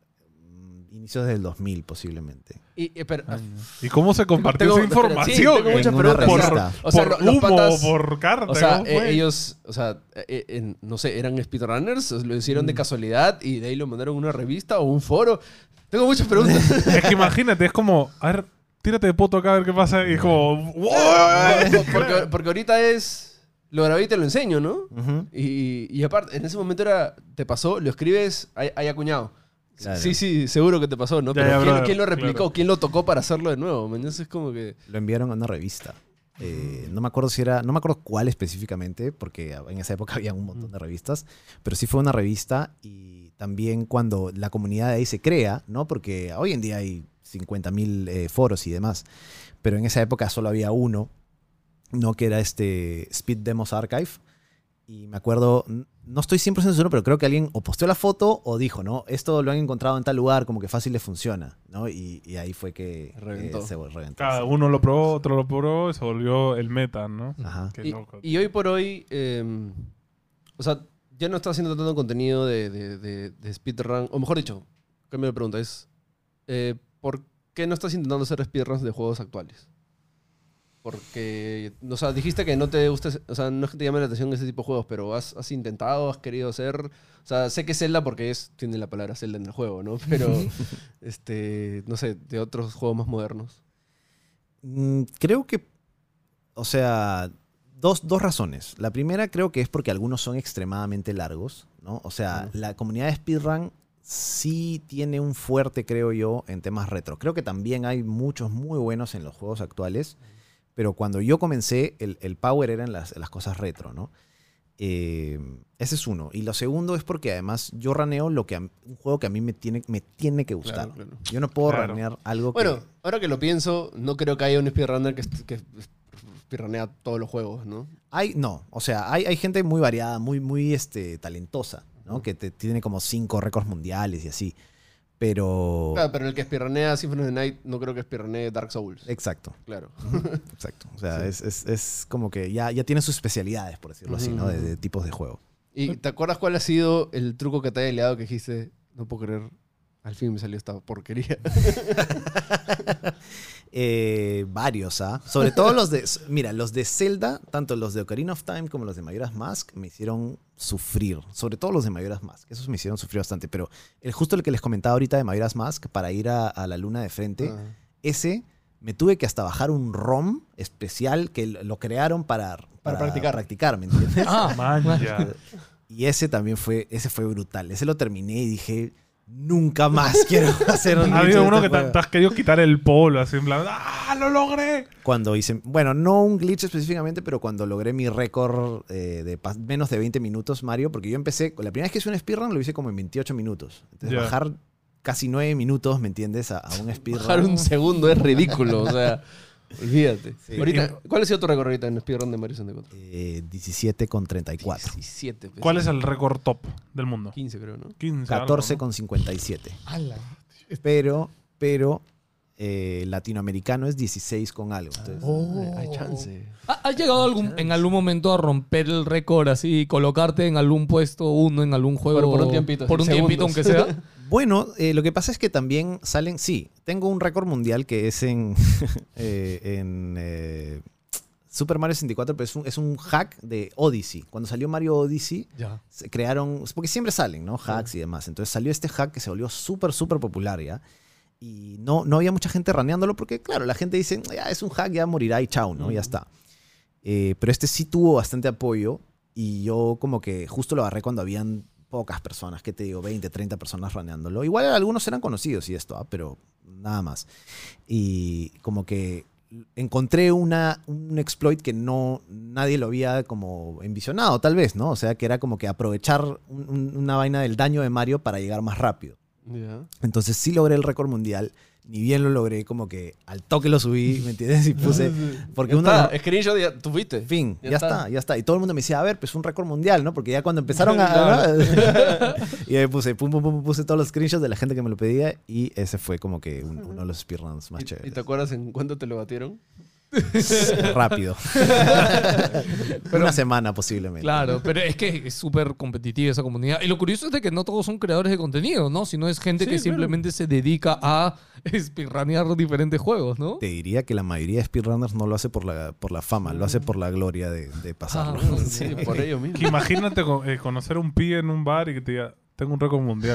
[SPEAKER 4] mm, inicios del dos mil posiblemente.
[SPEAKER 5] Y, eh, pero,
[SPEAKER 1] ¿Y cómo se compartió
[SPEAKER 5] Tengo-
[SPEAKER 1] esa
[SPEAKER 5] espera,
[SPEAKER 1] información?
[SPEAKER 5] sí, tengo
[SPEAKER 1] ¿Eh?
[SPEAKER 5] muchas
[SPEAKER 4] En una
[SPEAKER 5] preguntas.
[SPEAKER 1] por,
[SPEAKER 4] revista.
[SPEAKER 5] O sea,
[SPEAKER 1] por
[SPEAKER 5] lo- los
[SPEAKER 1] humo,
[SPEAKER 5] patas-
[SPEAKER 1] por carta.
[SPEAKER 5] O sea,
[SPEAKER 1] ¿cómo
[SPEAKER 5] eh,
[SPEAKER 1] fue?
[SPEAKER 5] ellos, o sea, eh, eh, no sé, eran speedrunners, lo hicieron
[SPEAKER 1] Mm.
[SPEAKER 5] de casualidad y de ahí lo mandaron a una revista o un foro. Tengo muchas preguntas.
[SPEAKER 1] Es que imagínate, es como, a ver, tírate de poto acá a ver qué pasa. Y es como, ¡wow!
[SPEAKER 5] porque, porque ahorita es, lo grabé y te lo enseño, ¿no?
[SPEAKER 4] Ujú.
[SPEAKER 5] Y, y aparte, en ese momento era, te pasó, lo escribes, hay, hay acuñado.
[SPEAKER 4] Claro.
[SPEAKER 5] Sí, sí, seguro que te pasó, ¿no?
[SPEAKER 1] Ya,
[SPEAKER 5] Pero
[SPEAKER 1] ya,
[SPEAKER 5] ¿quién,
[SPEAKER 1] brother,
[SPEAKER 5] quién lo replicó?
[SPEAKER 1] claro.
[SPEAKER 5] ¿Quién lo tocó para hacerlo de nuevo? ¿Me entiendes? Es como que...
[SPEAKER 4] Lo enviaron a una revista. Eh, no me acuerdo si era, no me acuerdo cuál específicamente, porque en esa época había un montón de revistas, pero sí fue una revista y también cuando la comunidad de ahí se crea, ¿no? Porque hoy en día hay cincuenta mil eh, foros y demás, pero en esa época solo había uno, ¿no? Que era este Speed Demos Archive. Y me acuerdo, n- no estoy cien por ciento seguro, pero creo que alguien o posteó la foto o dijo, ¿no? Esto lo han encontrado en tal lugar, como que fácil le funciona, ¿no? Y, y ahí fue que
[SPEAKER 5] Reventó.
[SPEAKER 4] eh, se reventó.
[SPEAKER 1] Cada uno lo probó, otro lo probó y se volvió el meta, ¿no?
[SPEAKER 4] Ajá.
[SPEAKER 1] Qué
[SPEAKER 5] Y,
[SPEAKER 1] loco.
[SPEAKER 5] y hoy por hoy, eh, o sea, ya no está haciendo tanto contenido de, de, de, de speedrun, o mejor dicho, cambio de pregunta, es eh, ¿por qué no estás intentando hacer speedruns de juegos actuales? Porque, o sea, dijiste que no te gusta, o sea, no es que te llame la atención ese tipo de juegos, pero has, has intentado, has querido hacer, o sea, sé que Zelda porque es, tiene la palabra Zelda en el juego, ¿no? Pero, este, no sé, de otros juegos más modernos.
[SPEAKER 4] Mm, creo que, o sea, dos, dos razones. La primera creo que es porque algunos son extremadamente largos, ¿no? O sea,
[SPEAKER 5] Ujú.
[SPEAKER 4] la comunidad de speedrun sí tiene un fuerte, creo yo, en temas retro. Creo que también hay muchos muy buenos en los juegos actuales, pero cuando yo comencé, el, el power era en las, en las cosas retro, ¿no? Eh, ese es uno. Y lo segundo es porque además yo raneo lo que a- un juego que a mí me tiene, me tiene que gustar.
[SPEAKER 5] Claro, claro.
[SPEAKER 4] Yo no puedo
[SPEAKER 1] Claro.
[SPEAKER 4] ranear algo
[SPEAKER 5] Bueno,
[SPEAKER 4] que...
[SPEAKER 5] ahora que lo pienso, no creo que haya un speedrunner que, est- que speedrunea todos los juegos, ¿no?
[SPEAKER 4] Hay, no, o sea, hay, hay gente muy variada, muy, muy este, talentosa, ¿no? Que te, tiene como cinco récords mundiales y así. Pero...
[SPEAKER 5] Claro, pero el que speedrunea Symphony of the Night no creo que speedrunee Dark Souls.
[SPEAKER 4] Exacto,
[SPEAKER 5] Claro.
[SPEAKER 4] exacto. O sea,
[SPEAKER 5] Sí.
[SPEAKER 4] es, es, es como que ya, ya tiene sus especialidades, por decirlo así, ¿no? De, de tipos de juego.
[SPEAKER 5] ¿Y te acuerdas cuál ha sido el truco que te haya liado que dijiste, no puedo creer, al fin me salió esta porquería?
[SPEAKER 4] Eh, varios, ¿ah? Sobre todo los de... Mira, los de Zelda, tanto los de Ocarina of Time como los de Majora's Mask, me hicieron sufrir. Sobre todo los de Majora's Mask. Esos me hicieron sufrir bastante. Pero el, justo el que les comentaba ahorita de Majora's Mask, para ir a, a la luna de frente,
[SPEAKER 5] Ah.
[SPEAKER 4] ese me tuve que hasta bajar un ROM especial que lo crearon para, para,
[SPEAKER 5] practicar.
[SPEAKER 4] practicar, ¿me entiendes?
[SPEAKER 2] Ah,
[SPEAKER 1] Man, ya.
[SPEAKER 4] Y ese también fue, ese fue brutal. Ese lo terminé y dije, nunca más quiero hacer un
[SPEAKER 1] Ha
[SPEAKER 4] glitch
[SPEAKER 1] habido
[SPEAKER 4] de
[SPEAKER 1] uno
[SPEAKER 4] este
[SPEAKER 1] que te,
[SPEAKER 4] juego.
[SPEAKER 1] te has querido quitar el polo, así en plan, ¡ah, lo logré!
[SPEAKER 4] Cuando hice, bueno, no un glitch específicamente, pero cuando logré mi récord eh, de pas- menos de veinte minutos, Mario, porque yo empecé, la primera vez que hice un speedrun lo hice como en veintiocho minutos. Entonces
[SPEAKER 1] Ya.
[SPEAKER 4] bajar casi nueve minutos, ¿me entiendes? A, a un speedrun.
[SPEAKER 5] Bajar un segundo es ridículo, o sea, olvídate.
[SPEAKER 4] Sí.
[SPEAKER 5] Ahorita, ¿cuál ha sido tu récord ahorita en speedrun de Mario sesenta y cuatro?
[SPEAKER 4] Eh, diecisiete con treinta y cuatro.
[SPEAKER 5] diecisiete. pues.
[SPEAKER 1] ¿Cuál es el récord top del mundo?
[SPEAKER 5] quince, creo, ¿no?
[SPEAKER 1] quince.
[SPEAKER 4] catorce
[SPEAKER 1] algo,
[SPEAKER 4] con cincuenta y siete.
[SPEAKER 2] Ala.
[SPEAKER 4] Pero, pero eh, latinoamericano es dieciséis con algo. Entonces,
[SPEAKER 2] Oh.
[SPEAKER 5] Hay chance.
[SPEAKER 2] ¿Ha- ¿Has llegado algún, en algún momento a romper el récord así, colocarte en algún puesto uno en algún juego?
[SPEAKER 5] Pero por un tiempito,
[SPEAKER 2] Por un
[SPEAKER 5] segundos.
[SPEAKER 2] tiempito, aunque sea.
[SPEAKER 4] Bueno, eh, lo que pasa es que también salen, sí, tengo un récord mundial que es en, eh, en eh, Super Mario sesenta y cuatro, pero es un, es un hack de Odyssey. Cuando salió Mario Odyssey,
[SPEAKER 2] Ya.
[SPEAKER 4] se crearon, porque siempre salen, ¿no? Hacks y demás. Entonces salió este hack que se volvió súper, súper popular ya. Y no, no había mucha gente raneándolo porque, claro, la gente dice, ya es un hack, ya morirá y chao, ¿no? Ya está. Eh, pero este sí tuvo bastante apoyo y yo como que justo lo agarré cuando habían pocas personas, ¿qué te digo? veinte, treinta personas raneándolo. Igual algunos eran conocidos y esto, ¿ah? Pero nada más. Y como que encontré una, un exploit que no nadie lo había como envisionado, tal vez, ¿no? O sea, que era como que aprovechar un- un- una vaina del daño de Mario para llegar más rápido.
[SPEAKER 5] Ya.
[SPEAKER 4] Entonces sí logré el récord mundial. Ni bien lo logré, como que al toque lo subí, ¿me entiendes? Y puse... Porque
[SPEAKER 5] Ya
[SPEAKER 4] uno...
[SPEAKER 5] está, screenshot, ya, tú fuiste.
[SPEAKER 4] En fin,
[SPEAKER 5] Ya
[SPEAKER 4] ya,
[SPEAKER 5] está.
[SPEAKER 4] está. ya está. Y todo el mundo me decía, a ver, pues un récord mundial, ¿no? Porque ya cuando empezaron a...
[SPEAKER 5] Claro.
[SPEAKER 4] ¿no? Y ahí puse, pum, pum, pum, puse todos los screenshots de la gente que me lo pedía y ese fue como que un- uno de los speedruns más
[SPEAKER 5] ¿Y, ¿Y
[SPEAKER 4] chéveres.
[SPEAKER 5] te acuerdas en cuánto te lo batieron?
[SPEAKER 4] Rápido. Una semana posiblemente.
[SPEAKER 2] Claro, pero es que es súper competitiva esa comunidad. Y lo curioso es de que no todos son creadores de contenido, ¿no? Sino es gente
[SPEAKER 5] Sí,
[SPEAKER 2] que
[SPEAKER 5] claro.
[SPEAKER 2] simplemente se dedica a speedrunear diferentes juegos, ¿no?
[SPEAKER 4] Te diría que la mayoría de speedrunners no lo hace por la, por la fama, lo hace por la gloria de, de pasarlo.
[SPEAKER 2] Ah, bueno,
[SPEAKER 5] Sí, por ello mismo.
[SPEAKER 1] Que imagínate co- eh, conocer a un pibe en un bar y que te diga, tengo un récord mundial.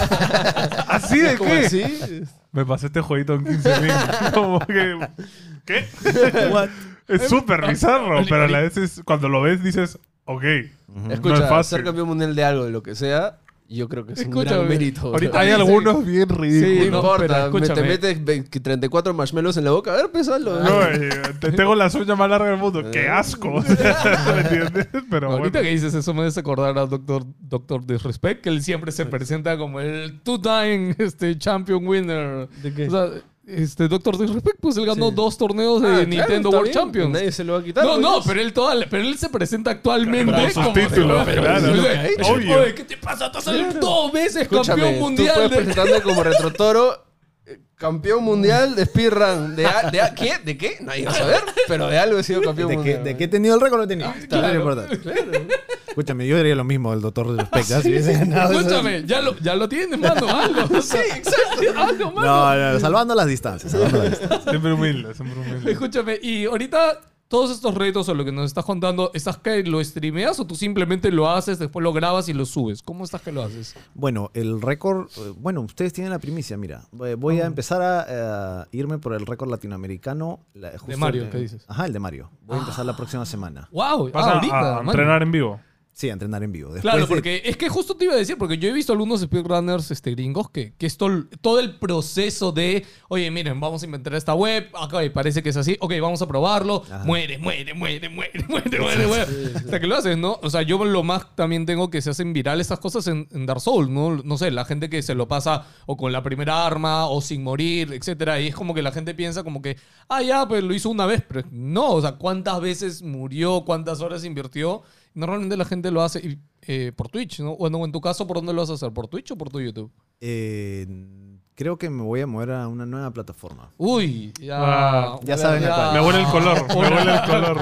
[SPEAKER 1] ¿Así de
[SPEAKER 5] ¿Cómo
[SPEAKER 1] qué?
[SPEAKER 5] así?
[SPEAKER 1] Me pasé este jueguito en quince mil. Como que... ¿Qué?
[SPEAKER 4] What?
[SPEAKER 1] Es súper bizarro, pero a la vez es, cuando lo ves dices, ok.
[SPEAKER 4] Ujú.
[SPEAKER 5] Escucha,
[SPEAKER 1] No es fácil.
[SPEAKER 5] ser campeón mundial de algo, de lo que sea, yo creo que es un
[SPEAKER 2] Escúchame,
[SPEAKER 5] gran mérito.
[SPEAKER 2] ahorita
[SPEAKER 1] Hay
[SPEAKER 2] dice-
[SPEAKER 1] algunos bien
[SPEAKER 5] No
[SPEAKER 1] ridículos.
[SPEAKER 2] no,
[SPEAKER 5] importa,
[SPEAKER 2] pero
[SPEAKER 5] me- te
[SPEAKER 2] escúchame.
[SPEAKER 5] metes ve- que treinta y cuatro marshmallows en la boca. A ver, pésalo.
[SPEAKER 1] No, eh, te- tengo las uñas más largas del mundo. ¡Qué asco! ¿Me entiendes? Pero
[SPEAKER 2] Ahorita
[SPEAKER 1] bueno.
[SPEAKER 2] que dices eso me hace acordar a Doctor Doctor Disrespect, que él siempre se presenta como el two-time este, champion winner.
[SPEAKER 5] ¿De qué?
[SPEAKER 2] O sea, este Doctor Disrespect, pues él ganó
[SPEAKER 5] Sí.
[SPEAKER 2] dos torneos de
[SPEAKER 5] Ah, claro,
[SPEAKER 2] Nintendo
[SPEAKER 5] está
[SPEAKER 2] World
[SPEAKER 5] bien,
[SPEAKER 2] Champions.
[SPEAKER 5] Nadie se lo va a quitar.
[SPEAKER 2] No, no,
[SPEAKER 5] pues.
[SPEAKER 2] pero él, toda la- pero él se presenta actualmente
[SPEAKER 1] Con sus
[SPEAKER 2] como
[SPEAKER 1] títulos,
[SPEAKER 2] pero-
[SPEAKER 1] claro.
[SPEAKER 2] pero-
[SPEAKER 5] Es lo que ha hecho.
[SPEAKER 2] Oye,
[SPEAKER 1] Obvio.
[SPEAKER 2] ¿qué te pasa? Estás saliendo dos veces
[SPEAKER 5] Escúchame,
[SPEAKER 2] campeón mundial.
[SPEAKER 5] tú puedes
[SPEAKER 2] de-
[SPEAKER 5] presentarte como Retrotoro, eh, campeón mundial de speedrun. ¿De, a- de a- ¿Qué? ¿De qué? Nadie va a saber, pero de algo he sido campeón
[SPEAKER 4] ¿De qué,
[SPEAKER 5] mundial.
[SPEAKER 4] ¿De qué he tenido el récord? Lo he tenido.
[SPEAKER 2] claro.
[SPEAKER 4] Eso es importante. Escúchame, yo diría lo mismo del doctor de Respect. ¿Ah? Si hubiese ganado eso-
[SPEAKER 2] Escúchame, ya lo, ya lo tienes, mano. Algo. Sí, exacto. Algo, mano.
[SPEAKER 4] No, no, salvando las distancias. Salvando las distancias.
[SPEAKER 1] Siempre humilde, siempre humilde.
[SPEAKER 2] Escúchame, y ahorita todos estos retos o lo que nos estás contando, ¿estás que lo streameas o tú simplemente lo haces, después lo grabas y lo subes? ¿Cómo estás que lo haces?
[SPEAKER 4] Bueno, el récord, eh, bueno, ustedes tienen la primicia, mira. Voy voy a empezar a eh, irme por el récord latinoamericano. la- justo
[SPEAKER 2] Mario,
[SPEAKER 4] el
[SPEAKER 2] ¿qué dices?
[SPEAKER 4] Ajá, el de Mario. Voy a empezar la próxima semana.
[SPEAKER 2] ¡Wow!
[SPEAKER 1] Vas
[SPEAKER 2] ah,
[SPEAKER 1] a,
[SPEAKER 2] ahorita,
[SPEAKER 1] a
[SPEAKER 2] mano.
[SPEAKER 1] entrenar en vivo.
[SPEAKER 4] Sí, a entrenar en vivo. Después
[SPEAKER 2] Claro,
[SPEAKER 4] de-
[SPEAKER 2] porque es que justo te iba a decir, porque yo he visto algunos speedrunners este, gringos que, que esto, todo el proceso de, oye, miren, vamos a inventar esta web, ok, parece que es así, ok, vamos a probarlo,
[SPEAKER 4] Ajá.
[SPEAKER 2] muere, muere, muere, muere, muere, muere, muere. Hasta que lo haces, ¿no? O sea, yo lo más también tengo que se hacen virales estas cosas en, en Dark Souls, ¿no? No sé, la gente que se lo pasa o con la primera arma o sin morir, etcétera, y es como que la gente piensa como que, ah, ya, pues lo hizo una vez, pero no, o sea, ¿cuántas veces murió? ¿Cuántas horas invirtió? Normalmente la gente lo hace y, eh, por Twitch, ¿no? Bueno, en tu caso, ¿por dónde lo vas a hacer? ¿Por Twitch o por tu YouTube?
[SPEAKER 4] Eh, creo que me voy a mover a una nueva plataforma.
[SPEAKER 2] Uy, ya.
[SPEAKER 1] Ah,
[SPEAKER 4] ya saben a cuál.
[SPEAKER 1] Me huele el color, me huele el color.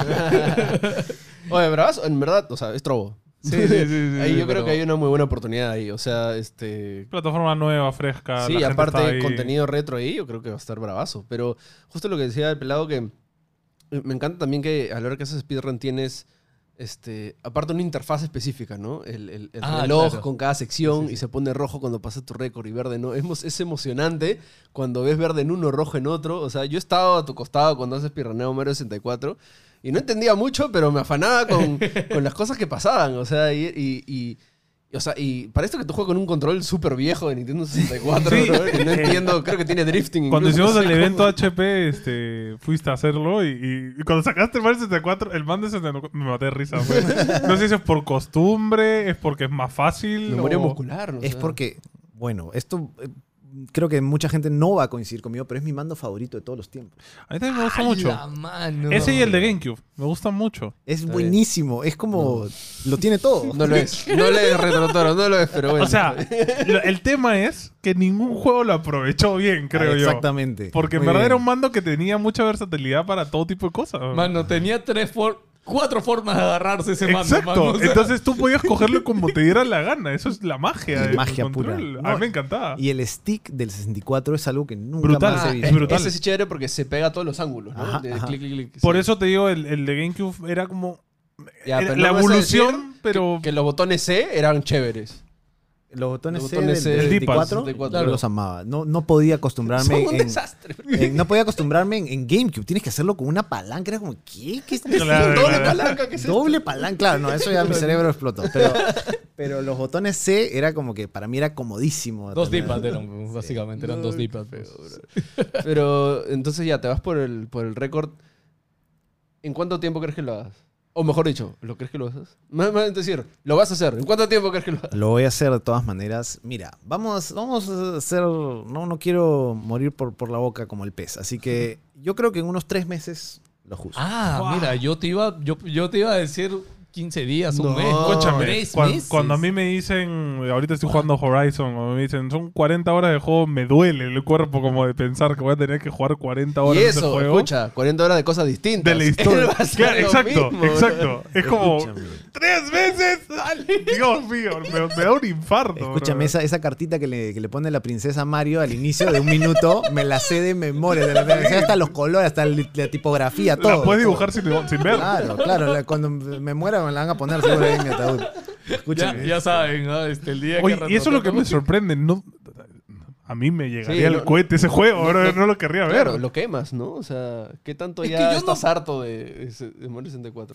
[SPEAKER 5] Oye, bravazo, en verdad, o sea, es trobo.
[SPEAKER 2] Sí, sí, sí, sí,
[SPEAKER 5] ahí
[SPEAKER 2] sí,
[SPEAKER 5] yo creo
[SPEAKER 2] pero-
[SPEAKER 5] que hay una muy buena oportunidad ahí. O sea, este.
[SPEAKER 1] Plataforma nueva, fresca.
[SPEAKER 5] Sí,
[SPEAKER 1] la gente
[SPEAKER 5] aparte
[SPEAKER 1] está
[SPEAKER 5] de
[SPEAKER 1] ahí.
[SPEAKER 5] contenido retro ahí, yo creo que va a estar bravazo. Pero justo lo que decía el pelado, que eh, me encanta también que a la hora que haces speedrun tienes, este, aparte una interfaz específica, ¿no? El, el- el
[SPEAKER 2] Ah,
[SPEAKER 5] reloj
[SPEAKER 2] claro.
[SPEAKER 5] con cada sección
[SPEAKER 2] Sí, sí, sí.
[SPEAKER 5] y se pone rojo cuando pasa tu récord y verde no. Es, mo- es emocionante cuando ves verde en uno, rojo en otro. O sea, yo he estado a tu costado cuando haces speedruneo Mario sesenta y cuatro y no entendía mucho, pero me afanaba con, con las cosas que pasaban. O sea, y, y, y- O sea, y para esto que tú juegas con un control súper viejo de Nintendo sesenta y cuatro,
[SPEAKER 1] Sí.
[SPEAKER 5] bro, que no entiendo, creo que tiene drifting.
[SPEAKER 1] Cuando
[SPEAKER 5] incluso,
[SPEAKER 1] hicimos
[SPEAKER 5] no
[SPEAKER 1] el
[SPEAKER 5] sé
[SPEAKER 1] evento
[SPEAKER 5] cómo.
[SPEAKER 1] H P, este, fuiste a hacerlo y, y- y cuando sacaste el Mario sesenta y cuatro, el man de sesenta y cuatro, me maté de risa. Güey. No sé si es por costumbre, es porque es más fácil.
[SPEAKER 5] Memoria
[SPEAKER 1] o-
[SPEAKER 5] muscular, ¿no?
[SPEAKER 4] Es
[SPEAKER 5] O sea,
[SPEAKER 4] porque, bueno, esto eh, creo que mucha gente no va a coincidir conmigo, pero es mi mando favorito de todos los tiempos.
[SPEAKER 1] A mí también me gusta
[SPEAKER 2] ¡A
[SPEAKER 1] mucho.
[SPEAKER 2] la mano!
[SPEAKER 1] Ese y el de GameCube, me gustan mucho.
[SPEAKER 4] Es
[SPEAKER 5] Está
[SPEAKER 4] buenísimo, es como, lo tiene todo.
[SPEAKER 5] No lo es. No lo es, Retrotoro, no lo es, pero bueno.
[SPEAKER 1] O sea, lo- el tema es que ningún juego lo aprovechó bien, creo yo.
[SPEAKER 4] Exactamente.
[SPEAKER 1] Porque en
[SPEAKER 4] Muy
[SPEAKER 1] verdad
[SPEAKER 4] bien.
[SPEAKER 1] era un mando que tenía mucha versatilidad para todo tipo de cosas.
[SPEAKER 2] Mano, tenía tres for cuatro formas de agarrarse ese mando.
[SPEAKER 1] Exacto.
[SPEAKER 2] mano, o sea,
[SPEAKER 1] Entonces tú podías cogerlo como te diera la gana. Eso es la magia. del
[SPEAKER 4] Magia
[SPEAKER 1] control.
[SPEAKER 4] pura.
[SPEAKER 1] A mí
[SPEAKER 4] No,
[SPEAKER 1] me encantaba.
[SPEAKER 4] Y el stick del sesenta y cuatro es algo que nunca
[SPEAKER 1] Brutal.
[SPEAKER 4] más he
[SPEAKER 5] Ah,
[SPEAKER 4] visto.
[SPEAKER 1] es brutal.
[SPEAKER 5] Ese sí es chévere porque se pega a todos los ángulos, ¿no?
[SPEAKER 4] Ajá,
[SPEAKER 5] De
[SPEAKER 4] ajá.
[SPEAKER 5] clic, clic, clic,
[SPEAKER 1] Por
[SPEAKER 5] sí.
[SPEAKER 1] eso te digo, el, el de GameCube era como
[SPEAKER 5] Ya,
[SPEAKER 1] era
[SPEAKER 5] pero
[SPEAKER 1] la
[SPEAKER 5] no me vas a decir
[SPEAKER 1] evolución, pero...
[SPEAKER 5] Que, que los botones C eran chéveres.
[SPEAKER 4] Los botones,
[SPEAKER 5] Los
[SPEAKER 4] C
[SPEAKER 5] botones
[SPEAKER 4] del,
[SPEAKER 5] C
[SPEAKER 4] del
[SPEAKER 1] del D-pad,
[SPEAKER 4] sesenta y cuatro,
[SPEAKER 5] claro.
[SPEAKER 4] yo los amaba. No, no podía acostumbrarme
[SPEAKER 5] Son un
[SPEAKER 4] en,
[SPEAKER 5] desastre.
[SPEAKER 4] en- no podía acostumbrarme en, en GameCube. Tienes que hacerlo con una palanca. Era como, ¿qué? ¿Qué es esto?
[SPEAKER 1] Claro,
[SPEAKER 5] Doble
[SPEAKER 1] claro.
[SPEAKER 5] palanca, ¿qué es esto?
[SPEAKER 4] Doble palanca. Claro, no, eso ya mi cerebro explotó. Pero, pero los botones C era como que para mí era comodísimo.
[SPEAKER 2] Dos
[SPEAKER 4] tener.
[SPEAKER 2] D-pad eran, básicamente, eran dos D-pad. pues.
[SPEAKER 5] Pero entonces ya, te vas por el, por el récord. ¿En cuánto tiempo crees que lo hagas? O mejor dicho, ¿lo crees que lo hagas? Más, más es decir, lo vas a hacer. ¿En cuánto tiempo crees que lo hagas?
[SPEAKER 4] Lo voy a hacer de todas maneras. Mira, vamos, vamos a hacer. No, no quiero morir por, por la boca como el pez. Así que yo creo que en unos tres meses lo justo.
[SPEAKER 2] Ah,
[SPEAKER 1] Wow.
[SPEAKER 2] mira, yo te iba, yo, yo te iba a decir quince días, un
[SPEAKER 5] No,
[SPEAKER 2] mes.
[SPEAKER 1] Escúchame,
[SPEAKER 2] tres
[SPEAKER 1] cuan-
[SPEAKER 2] meses.
[SPEAKER 1] cuando a mí me dicen, ahorita estoy jugando Horizon, cuando me dicen son cuarenta horas de juego, me duele el cuerpo como de pensar que voy a tener que jugar cuarenta
[SPEAKER 5] Y
[SPEAKER 1] horas de ese
[SPEAKER 5] eso,
[SPEAKER 1] juego.
[SPEAKER 5] escucha, cuarenta horas de cosas distintas.
[SPEAKER 1] De la historia.
[SPEAKER 5] Él va a hacer
[SPEAKER 1] Claro,
[SPEAKER 5] lo
[SPEAKER 1] exacto,
[SPEAKER 5] mismo,
[SPEAKER 1] exacto. Es como,
[SPEAKER 4] Escúchame.
[SPEAKER 1] ¡tres veces! ¡Dale! Dios mío, me, me da un infarto.
[SPEAKER 4] Escúchame,
[SPEAKER 1] bro.
[SPEAKER 4] esa, esa cartita que le, que le pone la princesa Mario al inicio de un minuto, me la sé de memoria. De la, me sé hasta los colores, hasta la, la tipografía, todo.
[SPEAKER 1] La puedes
[SPEAKER 4] todo.
[SPEAKER 1] dibujar sin, sin ver.
[SPEAKER 4] Claro, claro. la- cuando me muera me la van a poner seguro ahí en mi ataúd.
[SPEAKER 2] Ya,
[SPEAKER 4] Escúchame.
[SPEAKER 2] ya saben, ¿no? Este, el día
[SPEAKER 1] Oye,
[SPEAKER 2] que
[SPEAKER 1] y eso es lo que me
[SPEAKER 2] retrocedamos-
[SPEAKER 1] sorprende. No, a mí me llegaría
[SPEAKER 5] Sí,
[SPEAKER 1] el
[SPEAKER 5] no-
[SPEAKER 1] cohete ese juego,
[SPEAKER 5] no-
[SPEAKER 1] bro,
[SPEAKER 5] no-
[SPEAKER 1] no, lo querría
[SPEAKER 5] Claro,
[SPEAKER 1] ver.
[SPEAKER 5] lo quemas, ¿no? O sea, ¿qué tanto
[SPEAKER 2] Es que
[SPEAKER 5] ya
[SPEAKER 2] yo
[SPEAKER 5] estás
[SPEAKER 2] no-
[SPEAKER 5] harto de, ese- de Mario sesenta y cuatro?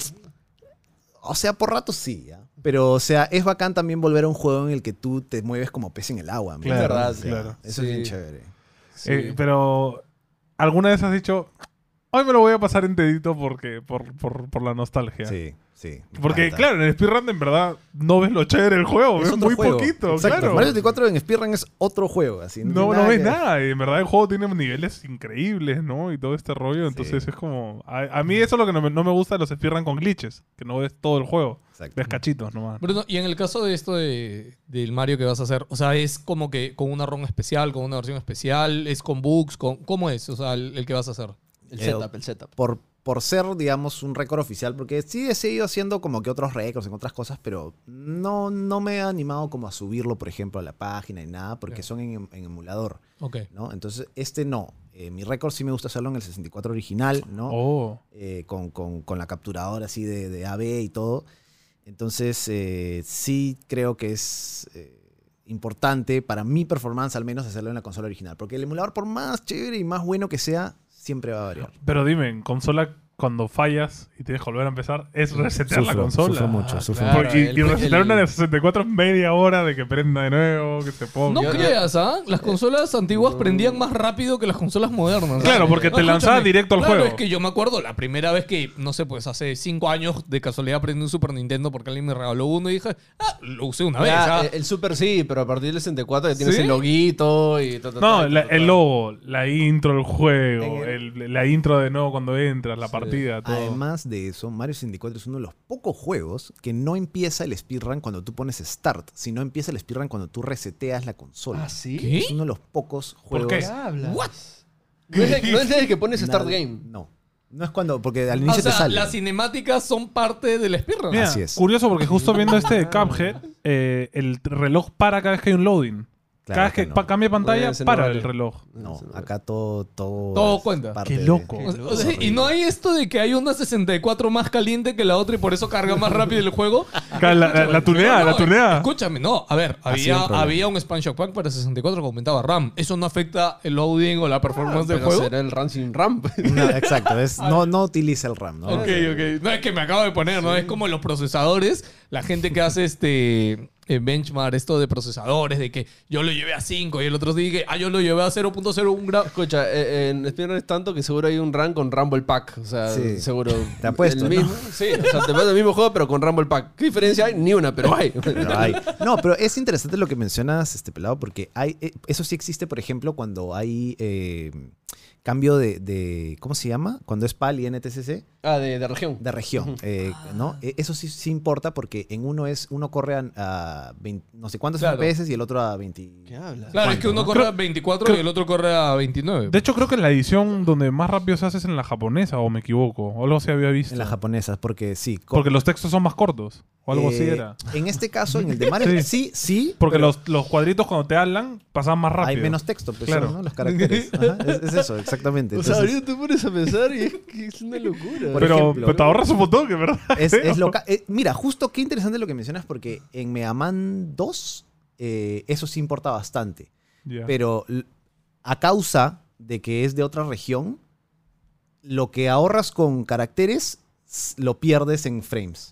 [SPEAKER 4] O sea, por rato sí, ¿ya? Pero, o sea, es bacán también volver a un juego en el que tú te mueves como pez en el agua. ¿me
[SPEAKER 1] Claro,
[SPEAKER 4] entiendes?
[SPEAKER 5] verdad,
[SPEAKER 4] O sea,
[SPEAKER 1] claro.
[SPEAKER 4] Eso
[SPEAKER 5] Sí.
[SPEAKER 4] es bien chévere.
[SPEAKER 5] Sí.
[SPEAKER 1] Eh, pero, ¿alguna vez has dicho, hoy me lo voy a pasar enterito porque, por, por, por la nostalgia?
[SPEAKER 4] Sí, sí. me
[SPEAKER 1] Porque,
[SPEAKER 4] encanta.
[SPEAKER 1] claro, en el speedrun en verdad no ves lo chévere del juego,
[SPEAKER 4] Es
[SPEAKER 1] ves
[SPEAKER 4] otro
[SPEAKER 1] muy
[SPEAKER 4] juego.
[SPEAKER 1] poquito,
[SPEAKER 4] Exacto.
[SPEAKER 1] claro.
[SPEAKER 4] Mario sesenta y cuatro en speedrun es otro juego, así.
[SPEAKER 1] No,
[SPEAKER 4] tiene
[SPEAKER 1] no ves
[SPEAKER 4] que-
[SPEAKER 1] nada. Y en verdad el juego tiene niveles increíbles, ¿no? Y todo este rollo. Entonces
[SPEAKER 4] Sí.
[SPEAKER 1] es como... A, a mí eso es lo que no me, no me gusta de los speedrun con glitches. Que no ves todo el juego.
[SPEAKER 4] Exacto.
[SPEAKER 1] Ves cachitos nomás.
[SPEAKER 2] Bruno, y en el caso de esto de, del Mario que vas a hacer, o sea, ¿es como que con una ROM especial, con una versión especial? ¿Es con bugs? Con, ¿Cómo es? O sea, el, el que vas a hacer.
[SPEAKER 5] El
[SPEAKER 4] Eh,
[SPEAKER 5] setup, el setup.
[SPEAKER 4] por, por ser, digamos, un récord oficial, porque sí he seguido haciendo como que otros récords en otras cosas, pero no, no me he animado como a subirlo, por ejemplo, a la página y nada, porque
[SPEAKER 2] Claro.
[SPEAKER 4] son en, en emulador,
[SPEAKER 2] Ok.
[SPEAKER 4] ¿no? Entonces, este no. Eh, mi récord sí me gusta hacerlo en el sesenta y cuatro original, ¿no?
[SPEAKER 1] Oh.
[SPEAKER 4] Eh, con, con- con la capturadora así de, de A B y todo. Entonces, eh, sí creo que es eh, importante para mi performance, al menos, hacerlo en la consola original, porque el emulador, por más chévere y más bueno que sea, siempre va a variar.
[SPEAKER 1] Pero dime, en consola, cuando fallas y tienes que volver a empezar, es resetear la
[SPEAKER 4] Sufro,
[SPEAKER 1] consola.
[SPEAKER 4] sufro mucho,
[SPEAKER 2] Ah,
[SPEAKER 4] sufro
[SPEAKER 2] claro.
[SPEAKER 4] mucho.
[SPEAKER 1] Porque- y,
[SPEAKER 2] el-
[SPEAKER 1] y resetear
[SPEAKER 2] el-
[SPEAKER 1] una de sesenta y cuatro es media hora de que prenda de nuevo, que se ponga.
[SPEAKER 2] No
[SPEAKER 5] Yo-
[SPEAKER 2] creas, ¿ah? Las consolas antiguas
[SPEAKER 5] No.
[SPEAKER 2] prendían más rápido que las consolas modernas.
[SPEAKER 1] Claro, porque te
[SPEAKER 2] No,
[SPEAKER 1] lanzaba
[SPEAKER 2] escúchame.
[SPEAKER 1] directo al
[SPEAKER 2] Claro,
[SPEAKER 1] juego.
[SPEAKER 2] es que yo me acuerdo la primera vez que, no sé, pues hace cinco años de casualidad prendí un Super Nintendo porque alguien me regaló uno y dije, ah, lo usé una vez.
[SPEAKER 5] Ya,
[SPEAKER 2] ¿ah?
[SPEAKER 5] el, el Super sí, pero a partir del sesenta y cuatro ya tienes
[SPEAKER 2] ¿Sí?
[SPEAKER 5] el loguito y... ta, ta,
[SPEAKER 1] No,
[SPEAKER 5] ta,
[SPEAKER 1] la-
[SPEAKER 5] ta, ta.
[SPEAKER 1] el logo, la intro del juego,
[SPEAKER 4] En
[SPEAKER 1] el- la intro de nuevo cuando entras, la
[SPEAKER 5] Sí.
[SPEAKER 1] partida, todo.
[SPEAKER 4] Además de eso, Mario sesenta y cuatro es uno de los pocos juegos que no empieza el speedrun cuando tú pones start, sino empieza el speedrun cuando tú reseteas la consola.
[SPEAKER 5] ¿Ah, sí?
[SPEAKER 2] ¿Qué?
[SPEAKER 4] Es uno de los pocos juegos.
[SPEAKER 1] qué?
[SPEAKER 5] ¿Qué hablas?
[SPEAKER 2] What?
[SPEAKER 5] No es, el, no es el que pones Start
[SPEAKER 4] Nada-
[SPEAKER 5] Game.
[SPEAKER 4] No. No es cuando, porque al
[SPEAKER 2] O
[SPEAKER 4] inicio
[SPEAKER 2] sea,
[SPEAKER 4] te sale.
[SPEAKER 2] las cinemáticas son parte del speedrun.
[SPEAKER 1] Mira,
[SPEAKER 4] Así es.
[SPEAKER 1] curioso porque justo viendo este de Cuphead, eh, el reloj para cada vez que hay un loading.
[SPEAKER 4] Claro,
[SPEAKER 1] cada vez que
[SPEAKER 4] acá no.
[SPEAKER 1] pa- cambia pantalla,
[SPEAKER 5] No, ese no
[SPEAKER 1] para
[SPEAKER 5] vale.
[SPEAKER 1] el reloj.
[SPEAKER 4] No, acá todo, todo.
[SPEAKER 2] Todo
[SPEAKER 4] es
[SPEAKER 2] cuenta.
[SPEAKER 4] parte
[SPEAKER 1] Qué
[SPEAKER 4] de-
[SPEAKER 1] loco.
[SPEAKER 2] O sea, o sea, y no hay esto de que hay una sesenta y cuatro más caliente que la otra y por eso carga más rápido el juego.
[SPEAKER 1] Claro, la, la, la tuneada,
[SPEAKER 2] No,
[SPEAKER 1] la tuneada.
[SPEAKER 2] Escúchame, no. A ver,
[SPEAKER 4] Ha sido
[SPEAKER 2] había,
[SPEAKER 4] un problema.
[SPEAKER 2] había un expansion pack para sesenta y cuatro que aumentaba RAM. Eso no afecta el loading o la performance del
[SPEAKER 5] Pero
[SPEAKER 2] juego.
[SPEAKER 5] será el Rancing Ramp.
[SPEAKER 4] No, exacto, es, no, no utiliza el RAM, ¿no?
[SPEAKER 2] Ok, ok. No es que me acabo de poner, ¿no? Es como los procesadores, la gente que hace este eh, benchmark, esto de procesadores, de que yo lo llevé a cinco y el otro dije, ah, yo lo llevé a cero punto cero uno grado.
[SPEAKER 5] Escucha, eh, en Speedrun es tanto que seguro hay un run con Rumble Pack. O sea,
[SPEAKER 4] Sí.
[SPEAKER 5] seguro.
[SPEAKER 4] Te apuesto,
[SPEAKER 5] el
[SPEAKER 4] ¿no?
[SPEAKER 5] mismo, Sí, o sea, te pasa el mismo juego, pero con Rumble Pack. ¿Qué diferencia hay? Ni una, pero hay.
[SPEAKER 4] Pero hay. No, pero es interesante lo que mencionas, este pelado, porque hay, eh, eso sí existe, por ejemplo, cuando hay eh, cambio de, de- ¿cómo se llama? Cuando es PAL y N T C C,
[SPEAKER 5] Ah, de, de región.
[SPEAKER 4] de región,
[SPEAKER 5] Ujú.
[SPEAKER 4] eh, ¿no? Eh, Eso sí, sí importa porque en uno es uno corre a, a veinte no sé cuántos
[SPEAKER 2] Claro.
[SPEAKER 4] F P S y el otro a veinte.
[SPEAKER 5] ¿Qué hablas?
[SPEAKER 2] Claro, es que uno
[SPEAKER 4] ¿no?
[SPEAKER 2] corre
[SPEAKER 1] Creo-
[SPEAKER 2] a veinticuatro
[SPEAKER 1] creo-
[SPEAKER 2] y el otro corre a veintinueve.
[SPEAKER 1] De hecho, creo que en la edición donde más rápido se hace es en la japonesa, o me equivoco. O algo así había visto.
[SPEAKER 4] En las japonesas, porque sí. co-
[SPEAKER 1] Porque los textos son más cortos. O algo así
[SPEAKER 4] eh,
[SPEAKER 1] era.
[SPEAKER 4] En este caso, en el de Mario,
[SPEAKER 1] Sí.
[SPEAKER 4] sí, sí.
[SPEAKER 1] Porque
[SPEAKER 4] pero
[SPEAKER 1] los, los cuadritos cuando te hablan pasan más rápido.
[SPEAKER 4] hay menos texto, pues,
[SPEAKER 1] Claro.
[SPEAKER 4] ¿no? Los caracteres. Ajá, es, es eso, exactamente.
[SPEAKER 5] O sea,
[SPEAKER 4] Entonces,
[SPEAKER 5] ahorita te pones a pensar y es que es una locura.
[SPEAKER 4] Por
[SPEAKER 1] Pero,
[SPEAKER 4] ejemplo.
[SPEAKER 1] pero te ahorras un montón, que verdad.
[SPEAKER 4] es, es loca- eh, mira, justo qué interesante lo que mencionas, porque en Mega Man dos eh, eso sí importa bastante.
[SPEAKER 1] Ya.
[SPEAKER 4] Pero l- a causa de que es de otra región, lo que ahorras con caracteres s- lo pierdes en frames.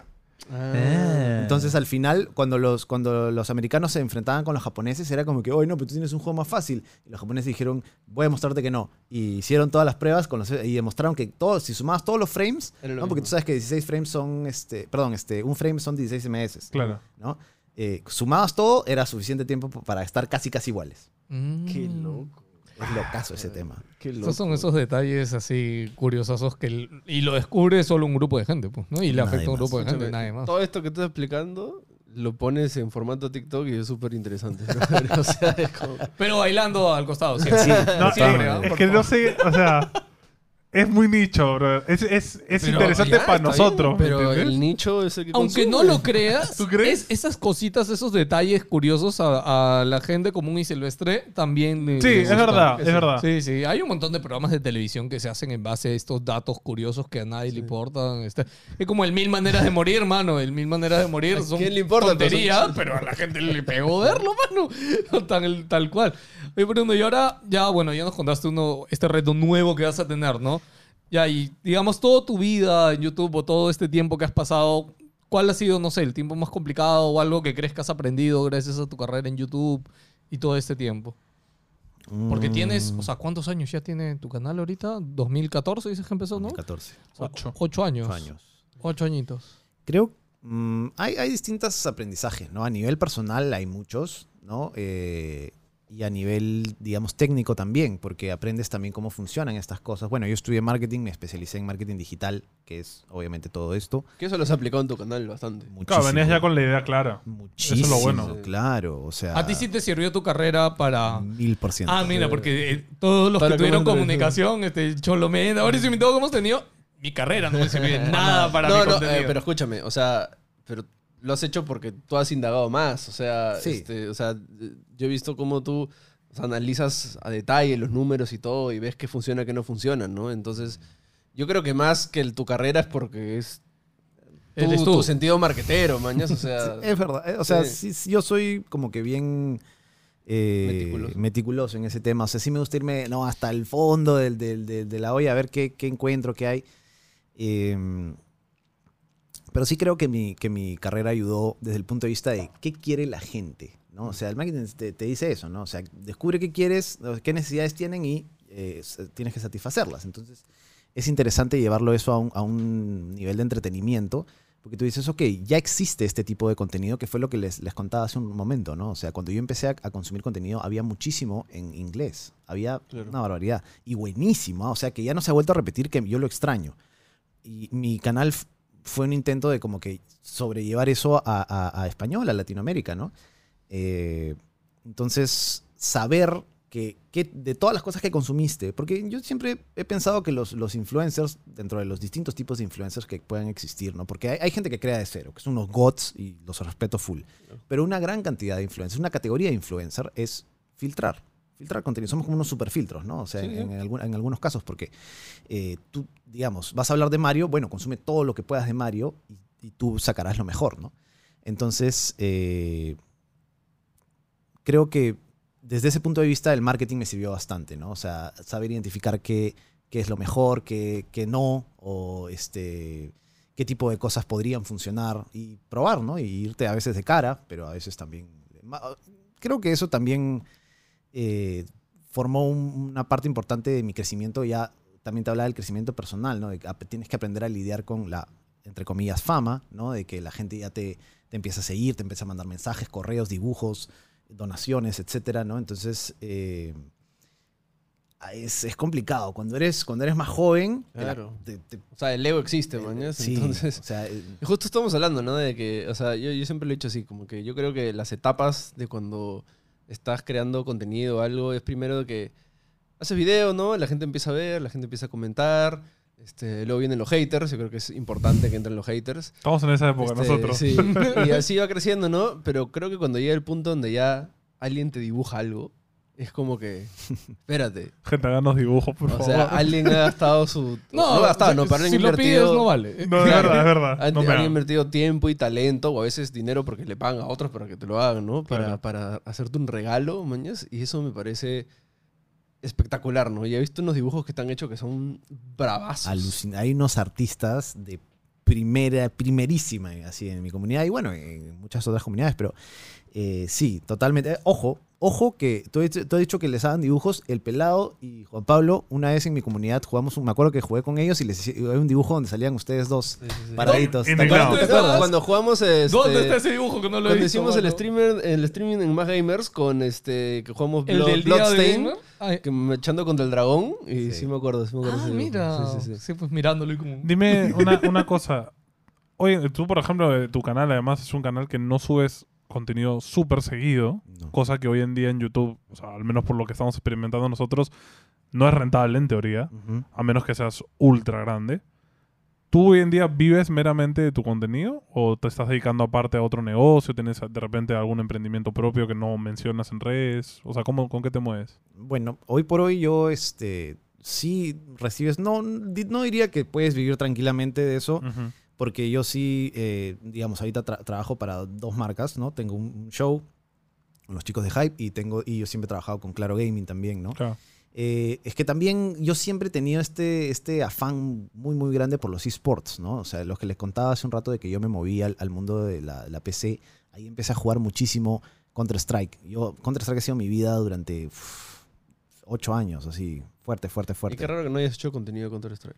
[SPEAKER 5] Ah.
[SPEAKER 4] Entonces al final, cuando los, cuando los americanos se enfrentaban con los japoneses, era como que, oye, no, pero tú tienes un juego más fácil. Y los japoneses dijeron, voy a mostrarte que no. Y hicieron todas las pruebas con los, y demostraron que todos, si sumabas todos los frames,
[SPEAKER 5] Era lo
[SPEAKER 4] ¿no? Porque
[SPEAKER 5] mismo.
[SPEAKER 4] tú sabes que dieciséis frames son, este, perdón, este, un frame son dieciséis M S.
[SPEAKER 1] Claro.
[SPEAKER 4] ¿No? Eh, sumabas todo, era suficiente tiempo p- para estar casi casi iguales.
[SPEAKER 2] Mm.
[SPEAKER 5] Qué loco.
[SPEAKER 4] Es locazo ese tema.
[SPEAKER 5] Qué loco.
[SPEAKER 2] Esos son esos detalles así curiosos que el- y lo descubre solo un grupo de gente, pues, ¿no? Y le
[SPEAKER 4] Nadie
[SPEAKER 2] afecta a un
[SPEAKER 4] más.
[SPEAKER 2] grupo de gente,
[SPEAKER 5] Escúchame,
[SPEAKER 2] nadie más.
[SPEAKER 5] Todo esto que estás explicando lo pones en formato TikTok y es súper interesante. O sea, es como...
[SPEAKER 2] Pero bailando al costado, siempre.
[SPEAKER 4] Sí,
[SPEAKER 1] No,
[SPEAKER 2] Siempre,
[SPEAKER 1] eh,
[SPEAKER 2] ¿ah?
[SPEAKER 1] es
[SPEAKER 2] Por
[SPEAKER 1] que no
[SPEAKER 2] favor.
[SPEAKER 1] sé, o sea, es muy nicho, bro. Es, es, es
[SPEAKER 2] Pero
[SPEAKER 1] interesante
[SPEAKER 2] ya,
[SPEAKER 1] para
[SPEAKER 2] está
[SPEAKER 1] nosotros, ¿me
[SPEAKER 5] Pero
[SPEAKER 1] entiendes?
[SPEAKER 5] el nicho es el que
[SPEAKER 2] Aunque no
[SPEAKER 5] consume.
[SPEAKER 2] lo creas,
[SPEAKER 1] ¿Tú crees?
[SPEAKER 2] es- esas cositas, esos detalles curiosos a, a la gente común y silvestre también. le-
[SPEAKER 1] Sí,
[SPEAKER 2] le
[SPEAKER 1] es
[SPEAKER 2] gustan.
[SPEAKER 1] verdad, es verdad.
[SPEAKER 2] Sí, sí. Hay un montón de programas de televisión que se hacen en base a estos datos curiosos que a nadie le importan. Este, es como el Mil Maneras de Morir, hermano. El Mil Maneras de Morir
[SPEAKER 5] ¿A
[SPEAKER 2] son
[SPEAKER 5] quién le importa?
[SPEAKER 2] tonterías, pero a la gente le pegó verlo, mano. Tal, tal cual. Oye, Bruno, y ahora ya, bueno, ya nos contaste uno, este reto nuevo que vas a tener, ¿no? Ya, y digamos, toda tu vida en YouTube o todo este tiempo que has pasado, ¿cuál ha sido, no sé, el tiempo más complicado o algo que crees que has aprendido gracias a tu carrera en YouTube y todo este tiempo? Porque
[SPEAKER 4] Mm,
[SPEAKER 2] tienes, o sea, ¿cuántos años ya tiene tu canal ahorita? dos mil catorce dices que empezó, ¿no?
[SPEAKER 4] dos mil catorce.
[SPEAKER 2] O sea,
[SPEAKER 1] Ocho.
[SPEAKER 2] Ocho años.
[SPEAKER 4] Ocho años.
[SPEAKER 2] Ocho añitos.
[SPEAKER 4] Creo, mm, hay, hay distintos aprendizajes, ¿no? A nivel personal hay muchos, ¿no? Eh, y a nivel, digamos, técnico también, porque aprendes también cómo funcionan estas cosas. Bueno, yo estudié marketing, me especialicé en marketing digital, que es obviamente todo esto.
[SPEAKER 5] Que eso lo has aplicado en tu canal bastante.
[SPEAKER 1] Claro,
[SPEAKER 4] Muchísimo.
[SPEAKER 1] venías ya con la idea clara.
[SPEAKER 4] Muchísimo,
[SPEAKER 1] Eso es lo bueno.
[SPEAKER 4] claro. O sea,
[SPEAKER 2] ¿A ti sí te sirvió tu carrera para...?
[SPEAKER 4] mil por ciento.
[SPEAKER 2] Ah, mira, porque eh, todos los
[SPEAKER 5] Todo
[SPEAKER 2] que
[SPEAKER 5] lo que
[SPEAKER 2] tuvieron
[SPEAKER 5] hemos
[SPEAKER 2] comunicación, este, Cholomena, ahora y todo que hemos tenido, mi carrera no me sirvió de nada para
[SPEAKER 5] no,
[SPEAKER 2] mi
[SPEAKER 5] no,
[SPEAKER 2] contenido.
[SPEAKER 5] eh, pero escúchame, o sea, pero lo has hecho porque tú has indagado más. O sea,
[SPEAKER 4] Sí.
[SPEAKER 5] este, o sea, yo he visto cómo tú o sea, analizas a detalle los números y todo y ves qué funciona, qué no funciona, ¿no? Entonces, yo creo que más que el- tu carrera es porque es tu,
[SPEAKER 2] Eres tú.
[SPEAKER 5] tu sentido marquetero, mañas. O sea,
[SPEAKER 4] Es verdad. eh, O sea,
[SPEAKER 5] Sí.
[SPEAKER 4] sí, sí, yo soy como que bien eh,
[SPEAKER 5] Meticuloso.
[SPEAKER 4] meticuloso en ese tema. O sea, sí me gusta irme no, hasta el fondo del, del- del- de la olla a ver qué, qué encuentro, qué hay. Eh, pero sí creo que mi, que mi carrera ayudó desde el punto de vista de qué quiere la gente, ¿no? O sea, el marketing te, te dice eso, ¿no? O sea, descubre qué quieres, qué necesidades tienen y eh, s- tienes que satisfacerlas. Entonces, es interesante llevarlo eso a un, a un nivel de entretenimiento, porque tú dices, ok, ya existe este tipo de contenido, que fue lo que les, les contaba hace un momento, ¿no? O sea, cuando yo empecé a, a consumir contenido, había muchísimo en inglés. Había
[SPEAKER 5] Claro.
[SPEAKER 4] una barbaridad. Y buenísimo, ¿ah? O sea, que ya no se ha vuelto a repetir, que yo lo extraño. Y mi canal f- fue un intento de como que sobrellevar eso a, a- a español, a Latinoamérica, ¿no? Eh, entonces, saber que, que de todas las cosas que consumiste, porque yo siempre he pensado que los, los influencers, dentro de los distintos tipos de influencers que puedan existir, ¿no? Porque hay, hay gente que crea de cero, que son unos gods y los respeto full, pero una gran cantidad de influencers, una categoría de influencer es filtrar. Filtrar contenido. Somos como unos superfiltros, ¿no? O sea,
[SPEAKER 5] Sí,
[SPEAKER 4] en,
[SPEAKER 5] sí.
[SPEAKER 4] en algún- en algunos casos, porque eh, tú, digamos, vas a hablar de Mario, bueno, consume todo lo que puedas de Mario y, y tú sacarás lo mejor, ¿no? Entonces, eh, creo que desde ese punto de vista el marketing me sirvió bastante, ¿no? O sea, saber identificar qué, qué es lo mejor, qué, qué no, o este, qué tipo de cosas podrían funcionar y probar, ¿no? Y irte a veces de cara, pero a veces también... Creo que eso también eh, formó un, una parte importante de mi crecimiento. Ya también te hablaba del crecimiento personal, ¿no? De que tienes que aprender a lidiar con la, entre comillas, fama, ¿no? De que la gente ya te, te empieza a seguir, te empieza a mandar mensajes, correos, dibujos, donaciones, etcétera, ¿no? Entonces... Eh, Es, es complicado. Cuando eres, cuando eres más joven...
[SPEAKER 5] Claro.
[SPEAKER 4] Te, te,
[SPEAKER 5] O sea, el ego existe, man. ¿Ya?
[SPEAKER 4] sí,
[SPEAKER 5] Entonces,
[SPEAKER 4] o sea, eh,
[SPEAKER 5] y justo estamos hablando, ¿no? De que, o sea, yo, yo siempre lo he dicho así, como que yo creo que las etapas de cuando estás creando contenido o algo es primero de que haces video, ¿no? La gente empieza a ver, la gente empieza a comentar, este, luego vienen los haters, yo creo que es importante que entren los haters.
[SPEAKER 1] Estamos en esa época
[SPEAKER 5] Este,
[SPEAKER 1] nosotros.
[SPEAKER 5] Sí, y así va creciendo, ¿no? Pero creo que cuando llega el punto donde ya alguien te dibuja algo, es como que, espérate.
[SPEAKER 1] Gente, háganos dibujos, por
[SPEAKER 5] O
[SPEAKER 1] favor.
[SPEAKER 5] sea, alguien ha gastado su...
[SPEAKER 2] No,
[SPEAKER 5] no ha gastado,
[SPEAKER 2] si-
[SPEAKER 5] no, pero han
[SPEAKER 2] si lo
[SPEAKER 5] invertido...
[SPEAKER 2] pides no vale.
[SPEAKER 1] No, es verdad, es verdad.
[SPEAKER 5] Han,
[SPEAKER 1] No me
[SPEAKER 5] han
[SPEAKER 1] hagan.
[SPEAKER 5] invertido tiempo y talento, o a veces dinero porque le pagan a otros para que te lo hagan, ¿no? Para,
[SPEAKER 1] Claro.
[SPEAKER 5] para hacerte un regalo, mañas. Y eso me parece espectacular, ¿no? Y he visto unos dibujos que están hechos que son bravazos.
[SPEAKER 4] alucin- Hay unos artistas de primera, primerísima, así en mi comunidad y bueno, en muchas otras comunidades, pero eh, sí, totalmente. Eh, Ojo, ojo que tú, has dicho- tú has dicho que les hagan dibujos. El Pelado y Juan Pablo, una vez en mi comunidad jugamos, un- me acuerdo que jugué con ellos y les hice hay un dibujo donde salían ustedes dos
[SPEAKER 5] Sí, sí, sí.
[SPEAKER 4] paraditos. ¿Te
[SPEAKER 1] Indignado.
[SPEAKER 4] acuerdas?
[SPEAKER 5] ¿Te acuerdas? Cuando jugamos este,
[SPEAKER 2] ¿Dónde está ese dibujo que no lo he
[SPEAKER 5] cuando
[SPEAKER 2] visto,
[SPEAKER 5] hicimos el
[SPEAKER 2] mano?
[SPEAKER 5] streamer, el streaming en Más Gamers con este que jugamos
[SPEAKER 2] El
[SPEAKER 5] Blood-
[SPEAKER 2] del día de
[SPEAKER 5] Bloodstain,
[SPEAKER 2] gamer. Ay,
[SPEAKER 5] que me echando contra el dragón y sí,
[SPEAKER 4] Sí.
[SPEAKER 5] me acuerdo, sí me acuerdo
[SPEAKER 2] ah,
[SPEAKER 5] ese dibujo.
[SPEAKER 2] mira.
[SPEAKER 5] Sí, sí,
[SPEAKER 2] Sí,
[SPEAKER 5] sí.
[SPEAKER 2] pues mirándolo y como...
[SPEAKER 1] Dime una, una cosa. Oye, tú, por ejemplo, de tu canal, además, es un canal que no subes contenido súper seguido,
[SPEAKER 4] No.
[SPEAKER 1] cosa que hoy en día en YouTube, o sea, al menos por lo que estamos experimentando nosotros, no es rentable en teoría,
[SPEAKER 4] Ujú.
[SPEAKER 1] a menos que seas ultra grande. ¿Tú hoy en día vives meramente de tu contenido o te estás dedicando aparte a otro negocio? ¿Tienes de repente algún emprendimiento propio que no mencionas en redes? O sea, ¿cómo, ¿con qué te mueves?
[SPEAKER 4] Bueno, hoy por hoy yo este, sí recibes, no, di- no diría que puedes vivir tranquilamente de eso,
[SPEAKER 1] Ujú.
[SPEAKER 4] porque yo sí, eh, digamos, ahorita tra- trabajo para dos marcas, ¿no? Tengo un, un show con los chicos de Hype y, tengo, y yo siempre he trabajado con Claro Gaming también, ¿no?
[SPEAKER 1] Claro.
[SPEAKER 4] Eh, es que también yo siempre he tenido este, este afán muy, muy grande por los esports, ¿no? O sea, los que les contaba hace un rato de que yo me moví al, al mundo de la, la P C, ahí empecé a jugar muchísimo Counter-Strike. Yo, Counter-Strike ha sido mi vida durante uf, ocho años, así, fuerte, fuerte,
[SPEAKER 5] Y qué
[SPEAKER 4] fuerte.
[SPEAKER 5] raro que no hayas hecho contenido de Counter-Strike.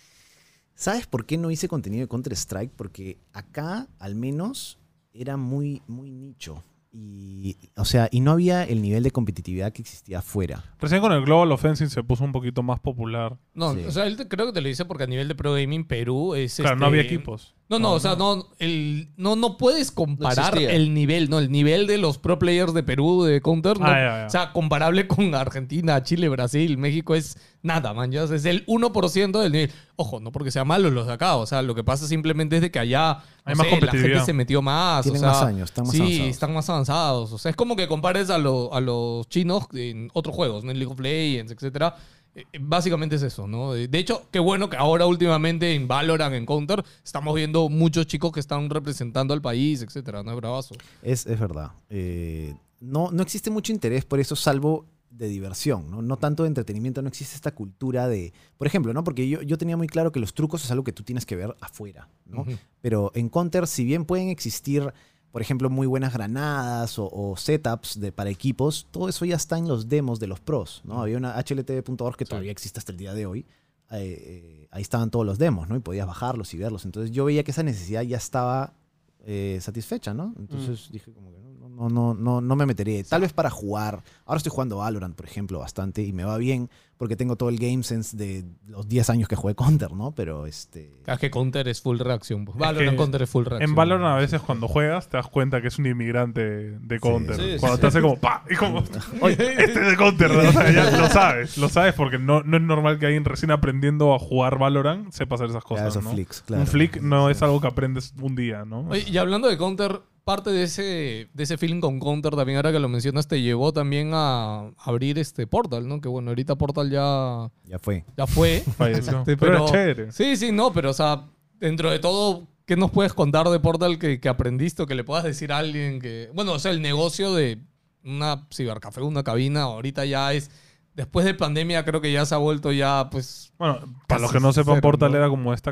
[SPEAKER 4] ¿Sabes por qué no hice contenido de Counter-Strike? Porque acá, al menos, era muy, muy nicho. Y, o sea, y no había el nivel de competitividad que existía afuera.
[SPEAKER 1] Recién con el Global Offensive se puso un poquito más popular.
[SPEAKER 2] No,
[SPEAKER 4] Sí.
[SPEAKER 2] o sea, él te- creo que te lo dice porque a nivel de Pro Gaming Perú es
[SPEAKER 1] Claro,
[SPEAKER 2] este-
[SPEAKER 1] no había equipos.
[SPEAKER 2] No, no, o sea, no, el, no, no puedes comparar
[SPEAKER 5] existía.
[SPEAKER 2] el nivel, no, el nivel de los pro players de Perú, de Counter, no,
[SPEAKER 1] Ah, ya, ya.
[SPEAKER 2] o sea, comparable con Argentina, Chile, Brasil, México es nada, man, ya, es el uno por ciento del nivel. Ojo, no porque sea malo los de acá, o sea, lo que pasa simplemente es de que allá, no
[SPEAKER 1] Hay más
[SPEAKER 2] sé, la
[SPEAKER 1] competitividad.
[SPEAKER 2] gente se metió más,
[SPEAKER 4] Tienen
[SPEAKER 2] o sea,
[SPEAKER 4] más años, están más
[SPEAKER 2] sí,
[SPEAKER 4] avanzados.
[SPEAKER 2] están más avanzados, o sea, es como que compares a, lo- a los chinos en otros juegos, ¿no? En League of Legends, etcétera. Eh, Básicamente es eso, ¿no? De de hecho, qué bueno que ahora últimamente en Valorant, en Counter, estamos viendo muchos chicos que están representando al país, etcétera, ¿no? Es bravazo.
[SPEAKER 4] Es, es verdad. Eh, no, no existe mucho interés por eso, salvo de diversión, ¿no? No tanto de entretenimiento, no existe esta cultura de... Por ejemplo, ¿no? Porque yo, yo tenía muy claro que los trucos es algo que tú tienes que ver afuera, ¿no?
[SPEAKER 2] Ujú.
[SPEAKER 4] Pero en Counter, si bien pueden existir, por ejemplo, muy buenas granadas o, o setups de, para equipos, todo eso ya está en los demos de los pros, ¿no? Había una H L T V punto org que
[SPEAKER 2] Sí.
[SPEAKER 4] todavía existe hasta el día de hoy. Eh, eh, ahí estaban todos los demos, ¿no? Y podías bajarlos y verlos. Entonces yo veía que esa necesidad ya estaba eh, satisfecha, ¿no? Entonces dije como que no, no, no, no, no me metería. Tal vez para jugar. Ahora estoy jugando Valorant, por ejemplo, bastante y me va bien porque tengo todo el game sense de los diez años que jugué Counter, ¿no? Pero este...
[SPEAKER 2] Es que Counter es full reacción. Pues.
[SPEAKER 1] Es
[SPEAKER 2] Valorant
[SPEAKER 1] que
[SPEAKER 2] Counter es full reacción.
[SPEAKER 1] En Valorant a veces cuando juegas te das cuenta que es un inmigrante de Counter.
[SPEAKER 5] Sí, sí,
[SPEAKER 1] Cuando
[SPEAKER 5] sí.
[SPEAKER 1] te hace como ¡pa! Y como "Oye, este es de Counter", ¿no? O sea, ya lo sabes. Lo sabes porque no, no es normal que alguien recién aprendiendo a jugar Valorant sepa hacer esas
[SPEAKER 4] Ya,
[SPEAKER 1] cosas,
[SPEAKER 4] esos
[SPEAKER 1] ¿no?
[SPEAKER 4] flicks, claro.
[SPEAKER 1] Un flick no
[SPEAKER 4] Sí.
[SPEAKER 1] es algo que aprendes un día, ¿no?
[SPEAKER 2] Oye, y hablando de Counter, parte de ese, de ese feeling con Counter también, ahora que lo mencionas, te llevó también a abrir este Portal, ¿no? Que bueno, ahorita Portal ya,
[SPEAKER 4] Ya fue.
[SPEAKER 2] ya fue.
[SPEAKER 1] Falleció.
[SPEAKER 2] Sí,
[SPEAKER 1] pero, era chévere.
[SPEAKER 2] Sí, sí, no, pero o sea, dentro de todo, ¿qué nos puedes contar de Portal que, que aprendiste o que le puedas decir a alguien que... Bueno, o sea, el negocio de una cibercafé, una cabina, ahorita ya es... Después de pandemia creo que ya se ha vuelto ya, pues...
[SPEAKER 1] Bueno, para
[SPEAKER 2] Casi
[SPEAKER 1] los que no sepan,
[SPEAKER 2] cero,
[SPEAKER 1] Portal
[SPEAKER 2] ¿no?
[SPEAKER 1] era como esta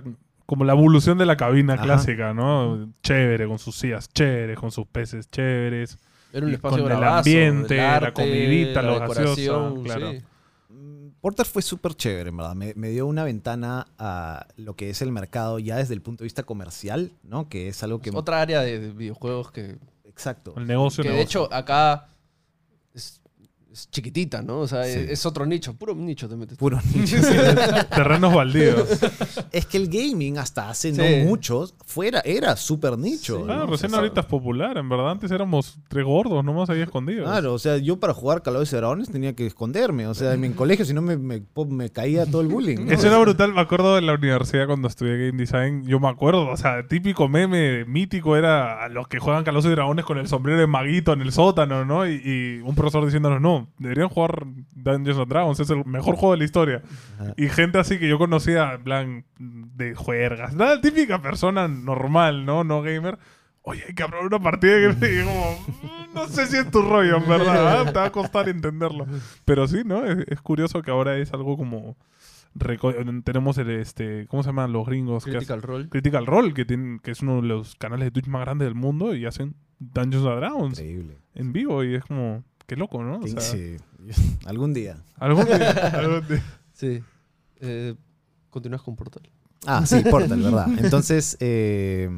[SPEAKER 1] como la evolución de la cabina
[SPEAKER 4] Ajá.
[SPEAKER 1] clásica, ¿no? Chévere, con sus sillas chéveres, con sus peces chéveres.
[SPEAKER 5] Era un
[SPEAKER 1] Y
[SPEAKER 5] espacio
[SPEAKER 1] con el
[SPEAKER 5] bravazo,
[SPEAKER 1] ambiente,
[SPEAKER 5] el
[SPEAKER 1] la
[SPEAKER 5] arte,
[SPEAKER 1] comidita,
[SPEAKER 5] la
[SPEAKER 1] lo gaseoso,
[SPEAKER 5] decoración,
[SPEAKER 1] claro.
[SPEAKER 5] sí.
[SPEAKER 4] Mm, Portal fue súper chévere, en verdad. Me, me dio una ventana a lo que es el mercado ya desde el punto de vista comercial, ¿no? Que es algo que...
[SPEAKER 5] Otra área de de videojuegos que,
[SPEAKER 4] Exacto.
[SPEAKER 1] El negocio,
[SPEAKER 5] que de
[SPEAKER 1] negocio.
[SPEAKER 5] hecho acá es, es chiquitita, ¿no? O sea,
[SPEAKER 4] Sí.
[SPEAKER 5] es, es otro nicho, puro nicho te metes.
[SPEAKER 4] Puro nicho.
[SPEAKER 1] Terrenos baldíos.
[SPEAKER 4] Es que el gaming hasta hace
[SPEAKER 5] Sí.
[SPEAKER 4] no mucho fuera, era súper nicho.
[SPEAKER 5] Sí.
[SPEAKER 1] Claro,
[SPEAKER 4] ¿no?
[SPEAKER 1] recién
[SPEAKER 4] O sea,
[SPEAKER 1] ahorita es popular. En verdad, antes éramos tres gordos, nomás ahí escondidos.
[SPEAKER 4] Claro, o sea, yo para jugar Calabozos y Dragones tenía que esconderme. O sea, en mi colegio, si no me, me, me caía todo el bullying. ¿no?
[SPEAKER 1] Eso era brutal, me acuerdo en la universidad cuando estudié Game Design, yo me acuerdo, o sea, típico meme mítico era a los que juegan Calabozos y Dragones con el sombrero de maguito en el sótano, ¿no? Y, y un profesor diciéndonos, no, deberían jugar Dungeons and Dragons, es el mejor juego de la historia.
[SPEAKER 4] Ajá.
[SPEAKER 1] Y gente así que yo conocía, en plan, de juergas, la típica persona normal, ¿no? No gamer. Oye, hay que abrir una partida de Game y como, "Mm, no sé si es tu rollo, en verdad, ¿eh? Te va a costar entenderlo. Pero sí, ¿no? Es, es curioso que ahora es algo como... reco- tenemos el, este, ¿cómo se llaman los gringos? que
[SPEAKER 5] Critical
[SPEAKER 1] hacen-
[SPEAKER 5] Role.
[SPEAKER 1] Critical Role, que, tienen, que es uno de los canales de Twitch más grandes del mundo y hacen Dungeons and Dragons
[SPEAKER 4] Increíble.
[SPEAKER 1] en vivo y es como, qué loco, ¿no? O
[SPEAKER 4] Qué-
[SPEAKER 1] sea,
[SPEAKER 4] sí. Algún día.
[SPEAKER 1] algún día, algún día.
[SPEAKER 5] Sí. Eh, ¿Continúas con Portal?
[SPEAKER 4] Ah, sí, Portal, ¿verdad? Entonces, eh,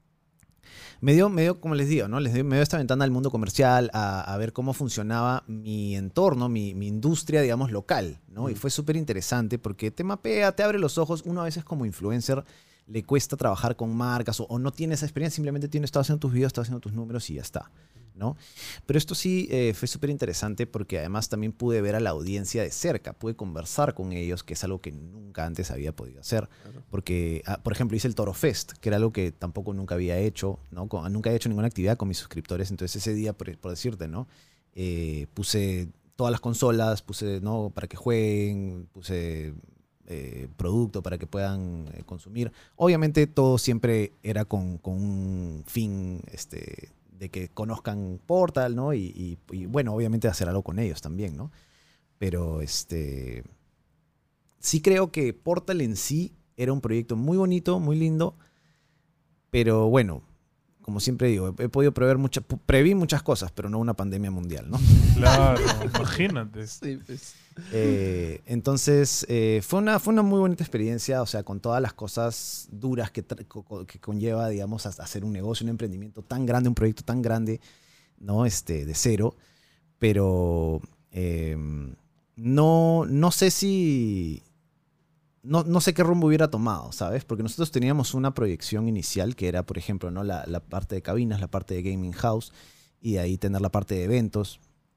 [SPEAKER 4] me dio, me dio, como les digo, ¿no? Les dio, me dio esta ventana al mundo comercial, a, a ver cómo funcionaba mi entorno, mi, mi industria, digamos, local, ¿no? Y fue súper interesante porque te mapea, te abre los ojos. Uno a veces como influencer le cuesta trabajar con marcas o, o no tiene esa experiencia, simplemente tiene, estado haciendo tus videos, estado haciendo tus números y ya está, ¿no? Pero esto sí eh, fue súper interesante porque además también pude ver a la audiencia de cerca, pude conversar con ellos, que es algo que nunca antes había podido hacer. Porque, ah, por ejemplo, hice el Toro Fest, que era algo que tampoco nunca había hecho, ¿no? Con- nunca he hecho ninguna actividad con mis suscriptores. Entonces ese día, por, por decirte, ¿no? Eh, puse todas las consolas, puse, ¿no? Para que jueguen, puse eh, producto para que puedan eh, consumir. Obviamente todo siempre era con, con un fin este, de que conozcan Portal, ¿no? Y, y- y, bueno, obviamente hacer algo con ellos también, ¿no? Pero este... sí creo que Portal en sí era un proyecto muy bonito, muy lindo, pero bueno, como siempre digo, he, he podido prever muchas, preví muchas cosas, pero no una pandemia mundial, ¿no?
[SPEAKER 1] Claro, imagínate.
[SPEAKER 5] Sí, pues.
[SPEAKER 4] Eh, entonces, eh, fue, una, fue una muy bonita experiencia, o sea, con todas las cosas duras que, tra- co- co- que conlleva, digamos, a- hacer un negocio, un emprendimiento tan grande, un proyecto tan grande, ¿no? Este, de cero, pero eh, no, no sé si... No, no sé qué rumbo hubiera tomado, ¿sabes? Porque nosotros teníamos una proyección inicial que era, por ejemplo, ¿no? la, la parte de cabinas, la parte de gaming house y de ahí tener la parte de eventos.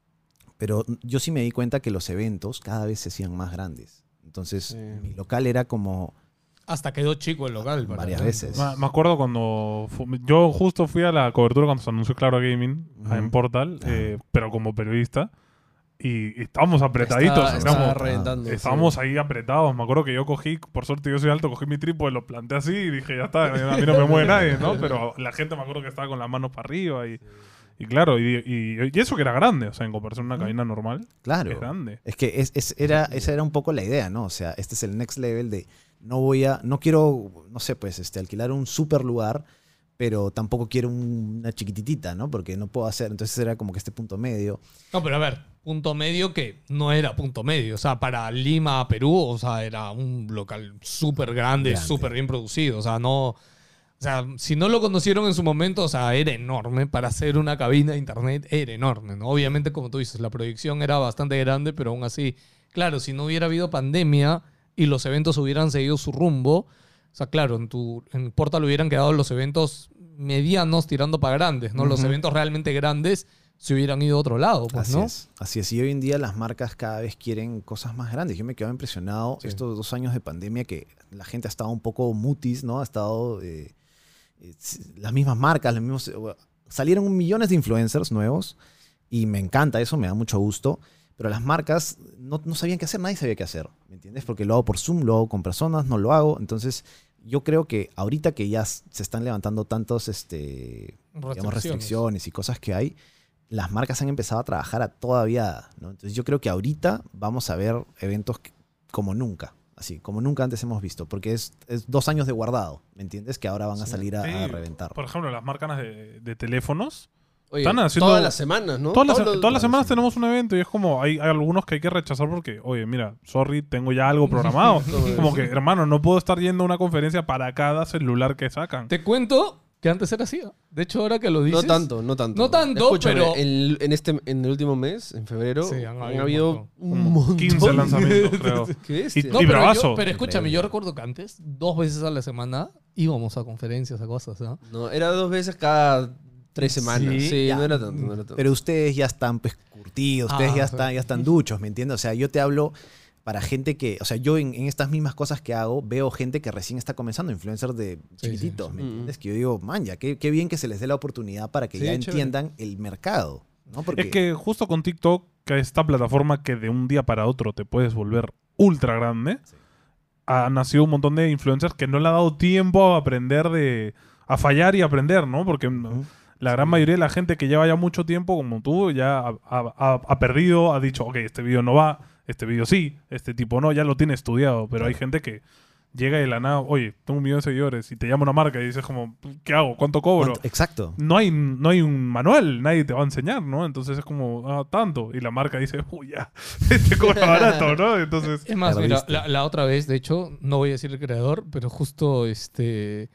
[SPEAKER 4] Pero yo sí me di cuenta que los eventos cada vez se hacían más grandes. Entonces,
[SPEAKER 5] Sí.
[SPEAKER 4] mi local era como
[SPEAKER 2] Hasta quedó chico el local. para
[SPEAKER 4] varias
[SPEAKER 2] tanto.
[SPEAKER 4] veces.
[SPEAKER 1] Me, me acuerdo cuando fu- yo justo fui a la cobertura cuando se anunció Claro Gaming
[SPEAKER 4] Ujú.
[SPEAKER 1] en Portal,
[SPEAKER 4] Ajá.
[SPEAKER 1] eh, pero como periodista. Y, y estábamos apretaditos.
[SPEAKER 5] Estaba- estaba
[SPEAKER 1] éramos-
[SPEAKER 5] reventando.
[SPEAKER 1] estábamos
[SPEAKER 5] sí.
[SPEAKER 1] ahí apretados. Me acuerdo que yo cogí, por suerte yo soy alto, cogí mi trípode, lo planté así y dije, ya está, a mí no me mueve nadie, ¿no? Pero la gente me acuerdo que estaba con las manos para arriba y, y claro, y, y- y eso que era grande, o sea, en comparación a una cabina normal,
[SPEAKER 4] Claro.
[SPEAKER 1] es grande.
[SPEAKER 4] Es que es, es- era, esa era un poco la idea, ¿no? O sea, este es el next level de no voy a, no quiero, no sé, pues, este, alquilar un super lugar, pero tampoco quiero un- una chiquititita, ¿no? Porque no puedo hacer, entonces era como que este punto medio.
[SPEAKER 2] No, pero a ver, punto medio que no era punto medio. O sea, para Lima, Perú, o sea, era un local súper grande,
[SPEAKER 4] Grande.
[SPEAKER 2] súper bien producido. O sea, no. O sea, si no lo conocieron en su momento, o sea, era enorme. Para hacer una cabina de internet era enorme, ¿no? Obviamente, como tú dices, la proyección era bastante grande, pero aún así, claro, si no hubiera habido pandemia y los eventos hubieran seguido su rumbo, o sea, claro, en tu en Portal hubieran quedado los eventos medianos tirando para grandes, ¿no? Los
[SPEAKER 4] Ujú.
[SPEAKER 2] eventos realmente grandes se hubieran ido a otro lado, pues,
[SPEAKER 4] Así
[SPEAKER 2] ¿no?
[SPEAKER 4] es. Así es. Y hoy en día las marcas cada vez quieren cosas más grandes. Yo me quedo impresionado
[SPEAKER 2] Sí.
[SPEAKER 4] estos dos años de pandemia que la gente ha estado un poco mutis, ¿no? Ha estado eh, eh, las mismas marcas, los mismos, eh, salieron millones de influencers nuevos y me encanta eso, me da mucho gusto. Pero las marcas no, no sabían qué hacer, nadie sabía qué hacer, ¿me entiendes? Porque lo hago por Zoom, lo hago con personas, no lo hago. Entonces, yo creo que ahorita que ya s- se están levantando tantos, este, digamos, restricciones y cosas que hay, las marcas han empezado a trabajar a toda viada, ¿no? Entonces, yo creo que ahorita vamos a ver eventos que- como nunca. así, como nunca antes hemos visto, porque es, es dos años de guardado, ¿me entiendes? Que ahora van a salir a,
[SPEAKER 1] Sí,
[SPEAKER 4] a reventar.
[SPEAKER 1] Por ejemplo, las marcas de, de teléfonos.
[SPEAKER 5] Oye,
[SPEAKER 1] Están haciendo-
[SPEAKER 5] todas las semanas, ¿no?
[SPEAKER 1] Todas las,
[SPEAKER 5] Todos los-
[SPEAKER 1] todas las semanas
[SPEAKER 4] sí.
[SPEAKER 1] tenemos un evento y es como, hay, hay algunos que hay que rechazar porque, oye, mira, sorry, tengo ya algo programado. Como que, hermano, no puedo estar yendo a una conferencia para cada celular que sacan.
[SPEAKER 2] Te cuento que antes era así. ¿eh? De hecho, ahora que lo dices...
[SPEAKER 5] No tanto, no tanto.
[SPEAKER 2] No tanto,
[SPEAKER 5] Escúchame,
[SPEAKER 2] pero-
[SPEAKER 5] En, en este, en el último mes, en febrero,
[SPEAKER 2] Sí,
[SPEAKER 5] han,
[SPEAKER 2] han habido
[SPEAKER 5] habido
[SPEAKER 2] un
[SPEAKER 5] un
[SPEAKER 1] Como
[SPEAKER 5] montón.
[SPEAKER 1] quince lanzamientos, creo.
[SPEAKER 5] Qué bestia.
[SPEAKER 1] Y-
[SPEAKER 2] No,
[SPEAKER 1] y
[SPEAKER 2] pero,
[SPEAKER 1] bravazo.
[SPEAKER 2] yo- pero escúchame,
[SPEAKER 4] Increíble.
[SPEAKER 2] yo recuerdo que antes, dos veces a la semana, íbamos a conferencias, a cosas, ¿no?
[SPEAKER 5] No, era dos veces cada tres semanas.
[SPEAKER 2] Sí,
[SPEAKER 5] Sí,
[SPEAKER 4] ya.
[SPEAKER 5] no era tanto, no era tanto.
[SPEAKER 4] Pero ustedes ya están pues, curtidos, ustedes
[SPEAKER 2] Ah,
[SPEAKER 4] ya,
[SPEAKER 2] sí.
[SPEAKER 4] están, ya están duchos, ¿me entiendes? O sea, yo te hablo para gente que, o sea, yo en, en estas mismas cosas que hago, veo gente que recién está comenzando, influencers de
[SPEAKER 2] Sí,
[SPEAKER 4] chiquititos,
[SPEAKER 2] sí,
[SPEAKER 4] ¿me
[SPEAKER 5] sí.
[SPEAKER 4] entiendes? Que yo digo, man, ya, qué, qué bien que se les dé la oportunidad para que
[SPEAKER 5] Sí,
[SPEAKER 4] ya
[SPEAKER 5] chévere.
[SPEAKER 4] entiendan el mercado, ¿no? Porque
[SPEAKER 1] Es que justo con TikTok, que es esta plataforma que de un día para otro te puedes volver ultra grande,
[SPEAKER 4] Sí.
[SPEAKER 1] ha nacido un montón de influencers que no le ha dado tiempo a aprender de... a fallar y aprender, ¿no? Porque
[SPEAKER 4] Ujú.
[SPEAKER 1] la gran mayoría de la gente que lleva ya mucho tiempo, como tú, ya ha, ha- ha- ha perdido, ha dicho, ok, este vídeo no va, este vídeo sí, este tipo no, ya lo tiene estudiado. Pero hay gente que llega de la nada, oye, tengo un millón de seguidores y te llama una marca y dices como, ¿qué hago? ¿Cuánto cobro?
[SPEAKER 4] ¿Cuánto? Exacto.
[SPEAKER 1] No hay, no hay un manual, nadie te va a enseñar, ¿no? Entonces es como, ah, tanto. Y la marca dice, uy, ya, este cobra barato, ¿no? Entonces,
[SPEAKER 2] Es más, mira,
[SPEAKER 4] Perdiste.
[SPEAKER 2] la, la otra vez, de hecho, no voy a decir el creador, pero justo este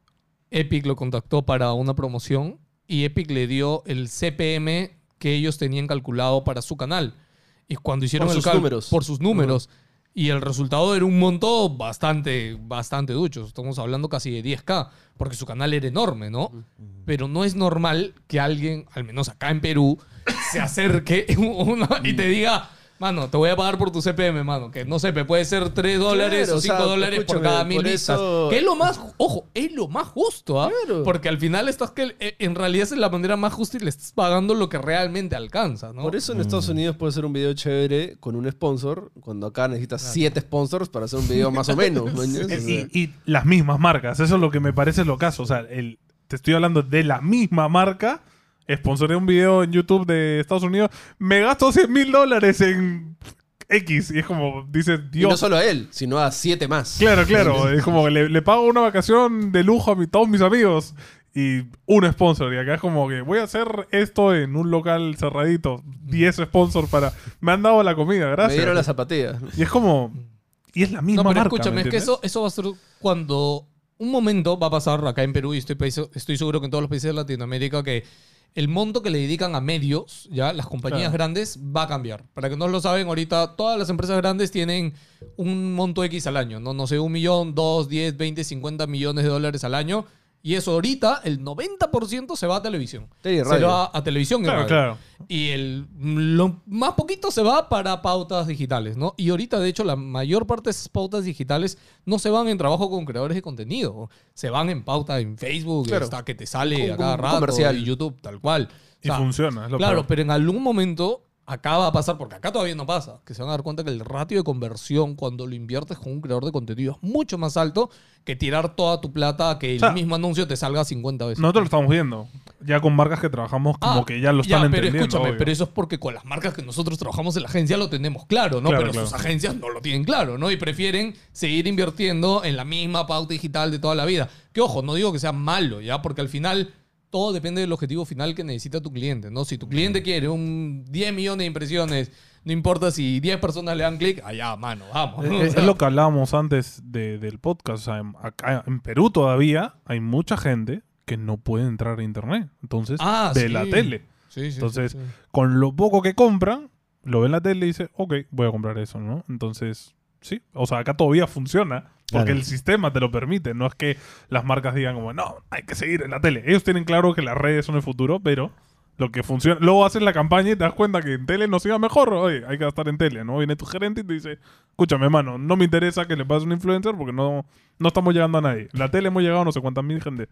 [SPEAKER 2] Epic lo contactó para una promoción y Epic le dio el C P M que ellos tenían calculado para su canal. Y cuando hicieron
[SPEAKER 5] Por
[SPEAKER 2] el
[SPEAKER 5] sus
[SPEAKER 2] cal-
[SPEAKER 5] números.
[SPEAKER 2] por sus números. Y el resultado era un monto bastante, bastante ducho. Estamos hablando casi de diez K, porque su canal era enorme, ¿no? Pero no es normal que alguien, al menos acá en Perú, se acerque uno y te diga, mano, te voy a pagar por tu C P M, mano. Que no sé, me puede ser tres dólares
[SPEAKER 5] Claro,
[SPEAKER 2] o
[SPEAKER 5] o
[SPEAKER 2] cinco
[SPEAKER 5] sea,
[SPEAKER 2] dólares por
[SPEAKER 5] escúchame,
[SPEAKER 2] cada mil
[SPEAKER 5] por
[SPEAKER 2] vistas.
[SPEAKER 5] eso-
[SPEAKER 2] Que es lo más, ojo, es lo más justo, ¿ah?
[SPEAKER 5] Claro.
[SPEAKER 2] Porque al final estás que eh, en realidad es la manera más justa y le estás pagando lo que realmente alcanza, ¿no?
[SPEAKER 5] Por eso en Estados Unidos puede ser un video chévere con un sponsor, cuando acá necesitas siete sponsors para hacer un video más o menos. ¿no? O sea,
[SPEAKER 1] y, y las mismas marcas, eso es lo que me parece lo caso. O sea, el, te estoy hablando de la misma marca. Sponsoré un video en YouTube de Estados Unidos. Me gasto cien mil dólares en X. Y es como, dices,
[SPEAKER 5] y
[SPEAKER 1] Dios.
[SPEAKER 5] no solo a él, sino a siete más.
[SPEAKER 1] Claro, claro. Es como que le, le pago una vacación de lujo a mi- todos mis amigos. Y un sponsor. Y acá es como que voy a hacer esto en un local cerradito. diez sponsors para... Me han dado la comida,
[SPEAKER 5] Me
[SPEAKER 1] gracias.
[SPEAKER 5] dieron la zapatilla.
[SPEAKER 1] Y es como... Y es la misma
[SPEAKER 2] No, pero
[SPEAKER 1] marca,
[SPEAKER 2] escúchame,
[SPEAKER 1] ¿me
[SPEAKER 2] es que
[SPEAKER 1] entiendes?
[SPEAKER 2] eso, eso va a ser cuando un momento va a pasar acá en Perú y estoy, país- estoy seguro que en todos los países de Latinoamérica que el monto que le dedican a medios, ya las compañías
[SPEAKER 1] Claro.
[SPEAKER 2] grandes, va a cambiar. Para que no lo saben, ahorita todas las empresas grandes tienen un monto X al año, ¿no? No sé, un millón, dos, diez, veinte, cincuenta millones de dólares al año. Y eso ahorita, el noventa por ciento se va a televisión.
[SPEAKER 5] Tele y
[SPEAKER 2] Se
[SPEAKER 5] radio.
[SPEAKER 2] va a televisión y
[SPEAKER 1] Claro,
[SPEAKER 2] radio.
[SPEAKER 1] claro.
[SPEAKER 2] Y el, lo más poquito se va para pautas digitales, ¿no? Y ahorita, de hecho, la mayor parte de esas pautas digitales no se van en trabajo con creadores de contenido. Se van en pauta en Facebook,
[SPEAKER 5] Claro.
[SPEAKER 2] hasta que te sale
[SPEAKER 5] Con-
[SPEAKER 2] a cada
[SPEAKER 5] con
[SPEAKER 2] rato,
[SPEAKER 5] comercial.
[SPEAKER 2] y YouTube, tal cual.
[SPEAKER 1] Y funciona, es lo
[SPEAKER 2] Claro,
[SPEAKER 1] peor.
[SPEAKER 2] pero en algún momento acá va a pasar, porque acá todavía no pasa, que se van a dar cuenta que el ratio de conversión cuando lo inviertes con un creador de contenido es mucho más alto que tirar toda tu plata a que el
[SPEAKER 1] O sea,
[SPEAKER 2] mismo anuncio te salga cincuenta veces.
[SPEAKER 1] Nosotros lo estamos viendo. Ya con marcas que trabajamos como
[SPEAKER 2] Ah,
[SPEAKER 1] que ya lo están
[SPEAKER 2] pero
[SPEAKER 1] entendiendo.
[SPEAKER 2] escúchame,
[SPEAKER 1] obvio.
[SPEAKER 2] pero eso es porque con las marcas que nosotros trabajamos en la agencia lo tenemos claro, ¿no?
[SPEAKER 1] Claro,
[SPEAKER 2] pero
[SPEAKER 1] claro.
[SPEAKER 2] sus agencias no lo tienen claro, ¿no? Y prefieren seguir invirtiendo en la misma pauta digital de toda la vida. Que ojo, no digo que sea malo, ¿ya? Porque al final todo depende del objetivo final que necesita tu cliente, ¿no? Si tu cliente quiere un diez millones de impresiones, no importa si diez personas le dan clic, allá, mano, vamos.
[SPEAKER 1] Es,
[SPEAKER 2] ¿no? O
[SPEAKER 1] es
[SPEAKER 2] sea,
[SPEAKER 1] lo que hablábamos antes de- del podcast. O sea, en- acá en Perú todavía hay mucha gente que no puede entrar a internet. Entonces,
[SPEAKER 2] Ah,
[SPEAKER 1] de
[SPEAKER 2] sí.
[SPEAKER 1] la tele.
[SPEAKER 2] sí, sí,
[SPEAKER 1] Entonces,
[SPEAKER 2] sí, sí.
[SPEAKER 1] Con lo poco que compran, lo ve en la tele y dice, ok, voy a comprar eso, ¿no? Entonces, sí. O sea, acá todavía funciona. Porque
[SPEAKER 4] Claro.
[SPEAKER 1] el sistema te lo permite. No es que las marcas digan como, no, hay que seguir en la tele. Ellos tienen claro que las redes son el futuro, pero lo que funciona... Luego haces la campaña y te das cuenta que en tele nos iba mejor. Oye, hay que gastar en tele, ¿no? Viene tu gerente y te dice, escúchame, mano, no me interesa que le pases un influencer porque no, no estamos llegando a nadie. En la tele hemos llegado a no sé cuántas mil gente.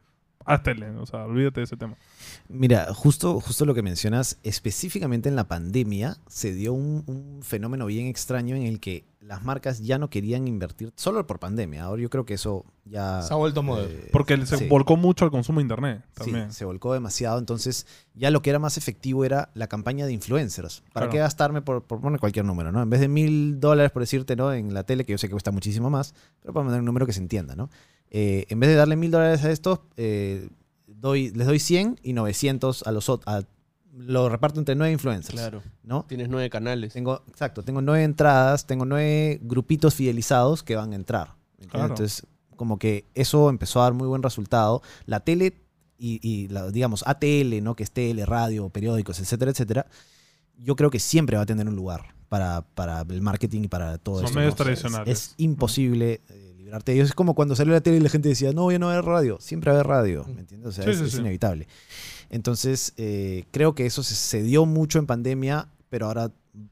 [SPEAKER 1] haz tele. O sea, olvídate de ese tema.
[SPEAKER 4] Mira, justo, justo lo que mencionas, específicamente en la pandemia se dio un, un fenómeno bien extraño en el que las marcas ya no querían invertir solo por pandemia. Ahora yo creo que eso ya...
[SPEAKER 2] Se ha vuelto moderno.
[SPEAKER 4] eh,
[SPEAKER 1] Porque se
[SPEAKER 4] sí.
[SPEAKER 1] volcó mucho al consumo de internet
[SPEAKER 4] Sí,
[SPEAKER 1] también.
[SPEAKER 4] se volcó demasiado. Entonces, ya lo que era más efectivo era la campaña de influencers. ¿Para
[SPEAKER 1] Claro.
[SPEAKER 4] qué gastarme por, por poner cualquier número, ¿no? En vez de mil dólares, por decirte, ¿no? En la tele, que yo sé que cuesta muchísimo más, pero para poner un número que se entienda, ¿no? Eh, en vez de darle mil dólares a estos, eh, doy, les doy cien y novecientos a los otros. Lo reparto entre nueve influencers,
[SPEAKER 5] Claro.
[SPEAKER 4] ¿no?
[SPEAKER 5] Tienes nueve canales.
[SPEAKER 4] Tengo, exacto, tengo nueve entradas, tengo nueve grupitos fidelizados que van a entrar. ¿entiendes?
[SPEAKER 1] Claro.
[SPEAKER 4] Entonces, como que eso empezó a dar muy buen resultado. La tele y, y la, digamos, A T L, ¿no? Que es tele, radio, periódicos, etcétera, etcétera, yo creo que siempre va a tener un lugar para, para el marketing y para todo
[SPEAKER 1] Son
[SPEAKER 4] eso.
[SPEAKER 1] medios
[SPEAKER 4] ¿no? O sea,
[SPEAKER 1] tradicionales.
[SPEAKER 4] Es, es imposible eh, librarte de ellos. Es como cuando salió la tele y la gente decía, no, ya no va a haber radio. Siempre va a haber radio, ¿me entiendes? O sea,
[SPEAKER 1] Sí,
[SPEAKER 4] es,
[SPEAKER 1] sí,
[SPEAKER 4] es
[SPEAKER 1] sí.
[SPEAKER 4] inevitable. Entonces, eh, creo que eso se, se dio mucho en pandemia, pero ahora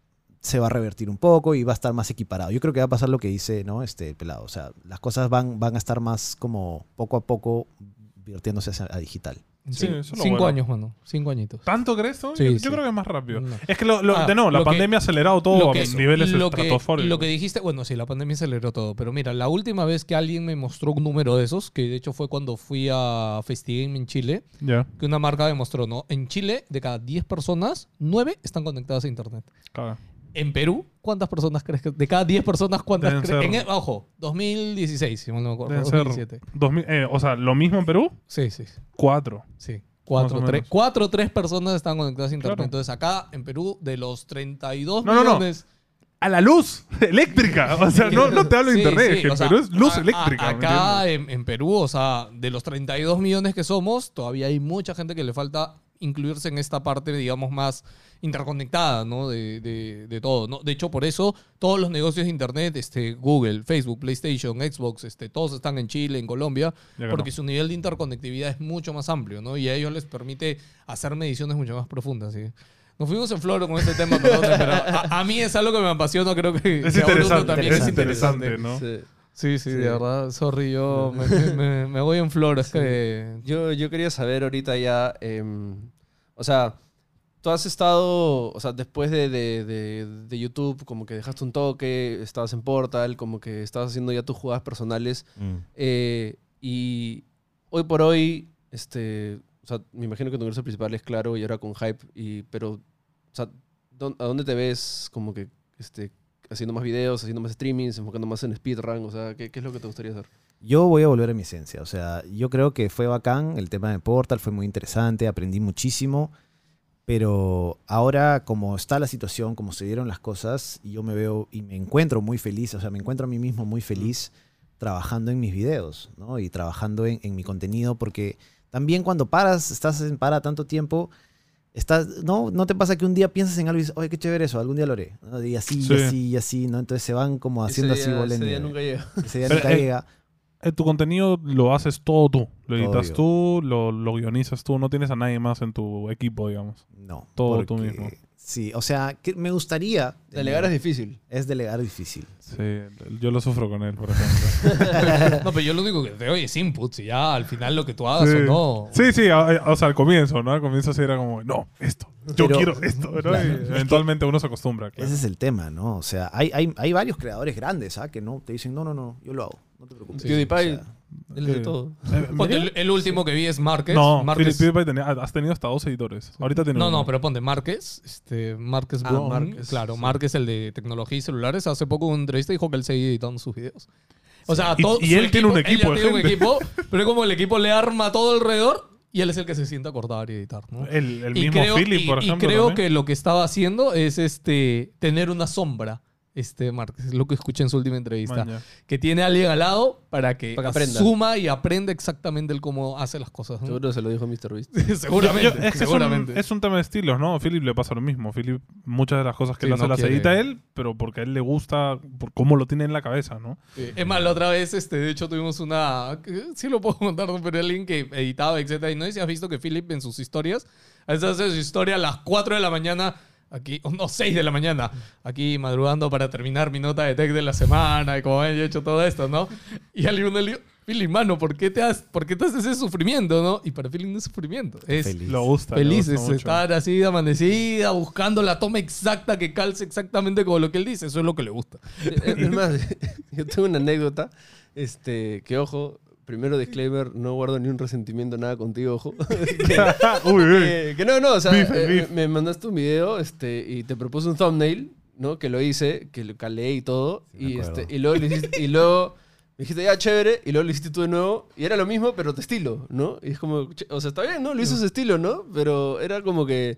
[SPEAKER 4] se va a revertir un poco y va a estar más equiparado. Yo creo que va a pasar lo que dice, ¿no? Este pelado. O sea, las cosas van, van a estar más como poco a poco virtiéndose hacia- a digital.
[SPEAKER 1] Sí,
[SPEAKER 2] Cin-
[SPEAKER 1] eso es lo
[SPEAKER 2] cinco
[SPEAKER 1] bueno.
[SPEAKER 2] años, mano. Cinco añitos.
[SPEAKER 1] ¿Tanto crees tú?
[SPEAKER 2] Sí,
[SPEAKER 1] yo,
[SPEAKER 2] sí.
[SPEAKER 1] yo creo que es más rápido.
[SPEAKER 2] No.
[SPEAKER 1] Es que, lo, lo-
[SPEAKER 2] Ah,
[SPEAKER 1] de nuevo, la
[SPEAKER 2] lo que-
[SPEAKER 1] pandemia ha acelerado todo
[SPEAKER 2] Lo
[SPEAKER 1] a
[SPEAKER 2] que-
[SPEAKER 1] niveles
[SPEAKER 2] lo que,
[SPEAKER 1] estratosféricos.
[SPEAKER 2] lo que dijiste, bueno, sí, la pandemia aceleró todo, pero mira, la última vez que alguien me mostró un número de esos, que de hecho fue cuando fui a Festigame en Chile,
[SPEAKER 1] Ya,
[SPEAKER 2] que una marca demostró, ¿no? En Chile, de cada diez personas, nueve están conectadas a internet.
[SPEAKER 1] claro.
[SPEAKER 2] En Perú, ¿cuántas personas crees que? De cada diez personas, ¿cuántas
[SPEAKER 1] Deben
[SPEAKER 2] crees?
[SPEAKER 1] ser-
[SPEAKER 2] En, ojo, dos mil dieciséis, si mal no me acuerdo.
[SPEAKER 1] Deben
[SPEAKER 2] dos
[SPEAKER 1] ser
[SPEAKER 2] mil diecisiete.
[SPEAKER 1] dos mil, eh, o sea, lo mismo en Perú,
[SPEAKER 2] Sí, sí,
[SPEAKER 1] cuatro.
[SPEAKER 2] sí. Cuatro,
[SPEAKER 1] Más o
[SPEAKER 2] tres,
[SPEAKER 1] menos.
[SPEAKER 2] cuatro o tres personas están conectadas a internet.
[SPEAKER 1] Claro.
[SPEAKER 2] Entonces acá, en Perú, de los treinta y dos
[SPEAKER 1] No, no, no.
[SPEAKER 2] millones...
[SPEAKER 1] A la luz eléctrica. O sea, no, no te hablo de
[SPEAKER 2] Sí,
[SPEAKER 1] internet.
[SPEAKER 2] sí,
[SPEAKER 1] que en
[SPEAKER 2] o sea,
[SPEAKER 1] Perú es luz
[SPEAKER 2] a-
[SPEAKER 1] eléctrica.
[SPEAKER 2] a-
[SPEAKER 1] ¿me
[SPEAKER 2] acá
[SPEAKER 1] entiendes?
[SPEAKER 2] en, en Perú, o sea, de los treinta y dos millones que somos, todavía hay mucha gente que le falta incluirse en esta parte, digamos, más interconectada, ¿no? De, de, de todo, ¿no? De hecho, por eso todos los negocios de internet, este, Google, Facebook, PlayStation, Xbox, este, todos están en Chile, en Colombia,
[SPEAKER 1] Ya que
[SPEAKER 2] porque
[SPEAKER 1] no.
[SPEAKER 2] su nivel de interconectividad es mucho más amplio, ¿no? Y a ellos les permite hacer mediciones mucho más profundas, ¿sí? Nos fuimos en floro con este tema, perdón, pero a, a mí es algo que me apasiona, creo que
[SPEAKER 1] Es
[SPEAKER 2] que a Bruno
[SPEAKER 1] interesante,
[SPEAKER 2] también
[SPEAKER 1] es
[SPEAKER 2] es
[SPEAKER 1] interesante,
[SPEAKER 2] interesante.
[SPEAKER 1] ¿no?
[SPEAKER 5] Sí.
[SPEAKER 2] Sí, sí,
[SPEAKER 5] Sí.
[SPEAKER 2] de verdad, sorry, yo me, me- me voy en flor, es que...
[SPEAKER 5] Yo, yo quería saber ahorita ya, em, o sea, tú has estado, o sea, después de, de, de, de YouTube, como que dejaste un toque, estabas en Portal, como que estabas haciendo ya tus jugadas personales,
[SPEAKER 4] Mm.
[SPEAKER 5] eh, y hoy por hoy, este, o sea, me imagino que tu ingreso principal es Claro y ahora con Hype, y, pero, o sea, ¿dó- ¿a dónde te ves como que, este, haciendo más videos, haciendo más streamings, enfocando más en speedrun? O sea, ¿qué, qué es lo que te gustaría hacer?
[SPEAKER 4] Yo voy a volver a mi esencia. O sea, yo creo que fue bacán el tema de Portal, fue muy interesante, aprendí muchísimo. Pero ahora, como está la situación, como se dieron las cosas, yo me veo y me encuentro muy feliz, o sea, me encuentro a mí mismo muy feliz trabajando en mis videos, ¿no? Y trabajando en, en mi contenido, porque también cuando paras, estás en para tanto tiempo, estás, ¿no? ¿No te pasa que un día piensas en algo y dices, oye, qué chévere eso, algún día lo haré? ¿no? Y así,
[SPEAKER 1] Sí.
[SPEAKER 4] y así, y así, ¿no? Entonces se van como haciendo
[SPEAKER 5] Ese
[SPEAKER 4] así
[SPEAKER 5] día-
[SPEAKER 4] bola de
[SPEAKER 5] ese día
[SPEAKER 4] nieve.
[SPEAKER 5] nunca llega.
[SPEAKER 4] Ese día
[SPEAKER 1] Pero,
[SPEAKER 4] nunca
[SPEAKER 1] eh,
[SPEAKER 4] llega.
[SPEAKER 1] Eh, tu contenido lo haces todo tú. Lo
[SPEAKER 4] Todo
[SPEAKER 1] editas
[SPEAKER 4] yo.
[SPEAKER 1] tú, lo, lo guionizas tú. No tienes a nadie más en tu equipo, digamos.
[SPEAKER 4] No.
[SPEAKER 1] todo tú
[SPEAKER 4] porque-
[SPEAKER 1] mismo.
[SPEAKER 4] Sí, o sea, que me gustaría...
[SPEAKER 5] Delegar es difícil.
[SPEAKER 4] Es delegar difícil.
[SPEAKER 1] Sí, yo lo sufro con él, por ejemplo.
[SPEAKER 2] No, pero yo lo único que te doy es inputs y ya al final lo que tú hagas
[SPEAKER 1] sí.
[SPEAKER 2] o no...
[SPEAKER 1] Sí, sí, a- o sea, al comienzo, ¿no? Al comienzo sí era como, no, esto, yo
[SPEAKER 4] Pero-
[SPEAKER 1] quiero esto, ¿no?
[SPEAKER 4] Claro,
[SPEAKER 1] Y
[SPEAKER 4] es que-
[SPEAKER 1] eventualmente uno se acostumbra, claro.
[SPEAKER 4] Ese es el tema, ¿no? O sea, hay, hay, hay varios creadores grandes, ¿ah? Que no te dicen, no, no, no, yo lo hago, no te preocupes.
[SPEAKER 5] PewDiePie,
[SPEAKER 4] O sea,
[SPEAKER 5] él es de
[SPEAKER 1] Sí.
[SPEAKER 5] todo.
[SPEAKER 1] Eh,
[SPEAKER 2] Ponte,
[SPEAKER 1] ¿Mira?
[SPEAKER 2] el, el último que vi es Márquez.
[SPEAKER 1] No,
[SPEAKER 2] Márquez-
[SPEAKER 1] Philip PewDiePie tenía- has tenido hasta dos editores. Ahorita tiene
[SPEAKER 2] No,
[SPEAKER 1] uno.
[SPEAKER 2] no, pero ponte Márquez, este, Márquez
[SPEAKER 5] Ah,
[SPEAKER 2] Brown,
[SPEAKER 5] Márquez,
[SPEAKER 2] claro,
[SPEAKER 5] sí.
[SPEAKER 2] Márquez, el de tecnología y celulares, hace poco en una entrevista dijo que él seguía editando sus videos. O sea,
[SPEAKER 1] Y-
[SPEAKER 2] todo,
[SPEAKER 1] y
[SPEAKER 2] su
[SPEAKER 1] él tiene un
[SPEAKER 2] él ya
[SPEAKER 1] equipo de
[SPEAKER 2] tiene un
[SPEAKER 1] gente.
[SPEAKER 2] equipo, pero es como el equipo le arma todo alrededor y él es el que se sienta a cortar y editar, ¿no?
[SPEAKER 1] El, el
[SPEAKER 2] Y
[SPEAKER 1] mismo
[SPEAKER 2] creo-
[SPEAKER 1] Philip,
[SPEAKER 2] y-
[SPEAKER 1] por
[SPEAKER 2] y
[SPEAKER 1] ejemplo.
[SPEAKER 2] creo
[SPEAKER 1] también.
[SPEAKER 2] que lo que estaba haciendo es este tener una sombra. Este Márquez, es lo que escuché en su última entrevista.
[SPEAKER 1] Man, ya.
[SPEAKER 2] Que tiene a alguien al lado para que,
[SPEAKER 5] Para que aprenda.
[SPEAKER 2] asuma y aprenda exactamente el cómo hace las cosas. ¿no?
[SPEAKER 5] Seguro se lo dijo mister Beast.
[SPEAKER 2] seguramente.
[SPEAKER 1] Yo- yo- es, que
[SPEAKER 2] seguramente.
[SPEAKER 1] Es, un, es un tema de estilos, ¿no? A Philip le pasa lo mismo. Philip, muchas de las cosas que
[SPEAKER 2] Sí,
[SPEAKER 1] él hace
[SPEAKER 2] no
[SPEAKER 1] las
[SPEAKER 2] quiere-
[SPEAKER 1] edita él, pero porque a él le gusta por cómo lo tiene en la cabeza, ¿no?
[SPEAKER 2] Sí. Es más, la otra vez, este, de hecho, tuvimos una... Sí lo puedo contar, ¿no? Pero alguien que editaba, etcétera. Y no sé si has visto que Philip en sus historias, a veces hace su historia a las cuatro de la mañana, aquí, o no, seis de la mañana, aquí madrugando para terminar mi nota de tech de la semana y como he hecho todo esto, ¿no? Y alguien le dijo, Feeling, mano, ¿por qué te, has, ¿por qué te haces ese sufrimiento, no? Y para Feeling no es sufrimiento. Es
[SPEAKER 4] Feliz.
[SPEAKER 1] Lo gusta. le
[SPEAKER 2] feliz,
[SPEAKER 1] gusta
[SPEAKER 2] es
[SPEAKER 1] mucho.
[SPEAKER 2] estar así de amanecida, buscando la toma exacta que calce exactamente como lo que él dice. Eso es lo que le gusta.
[SPEAKER 5] Es más, yo tengo una anécdota, este, que ojo, primero disclaimer, no guardo ni un resentimiento, nada contigo, ojo. que,
[SPEAKER 1] Uy, uy.
[SPEAKER 5] que- que no, no, o sea,
[SPEAKER 1] Beef,
[SPEAKER 5] eh,
[SPEAKER 1] beef.
[SPEAKER 5] me mandaste un video este, y te propuse un thumbnail, ¿no? Que lo hice, que lo calé y todo,
[SPEAKER 4] Sí, me
[SPEAKER 5] y,
[SPEAKER 4] acuerdo.
[SPEAKER 5] este, y luego, lo hiciste- y luego me dijiste, ya, chévere, y luego lo hiciste tú de nuevo, y era lo mismo, pero tu estilo, ¿no? Y es como, ch- o sea, está bien, ¿no? Lo hizo su estilo, ¿no? Pero era como que...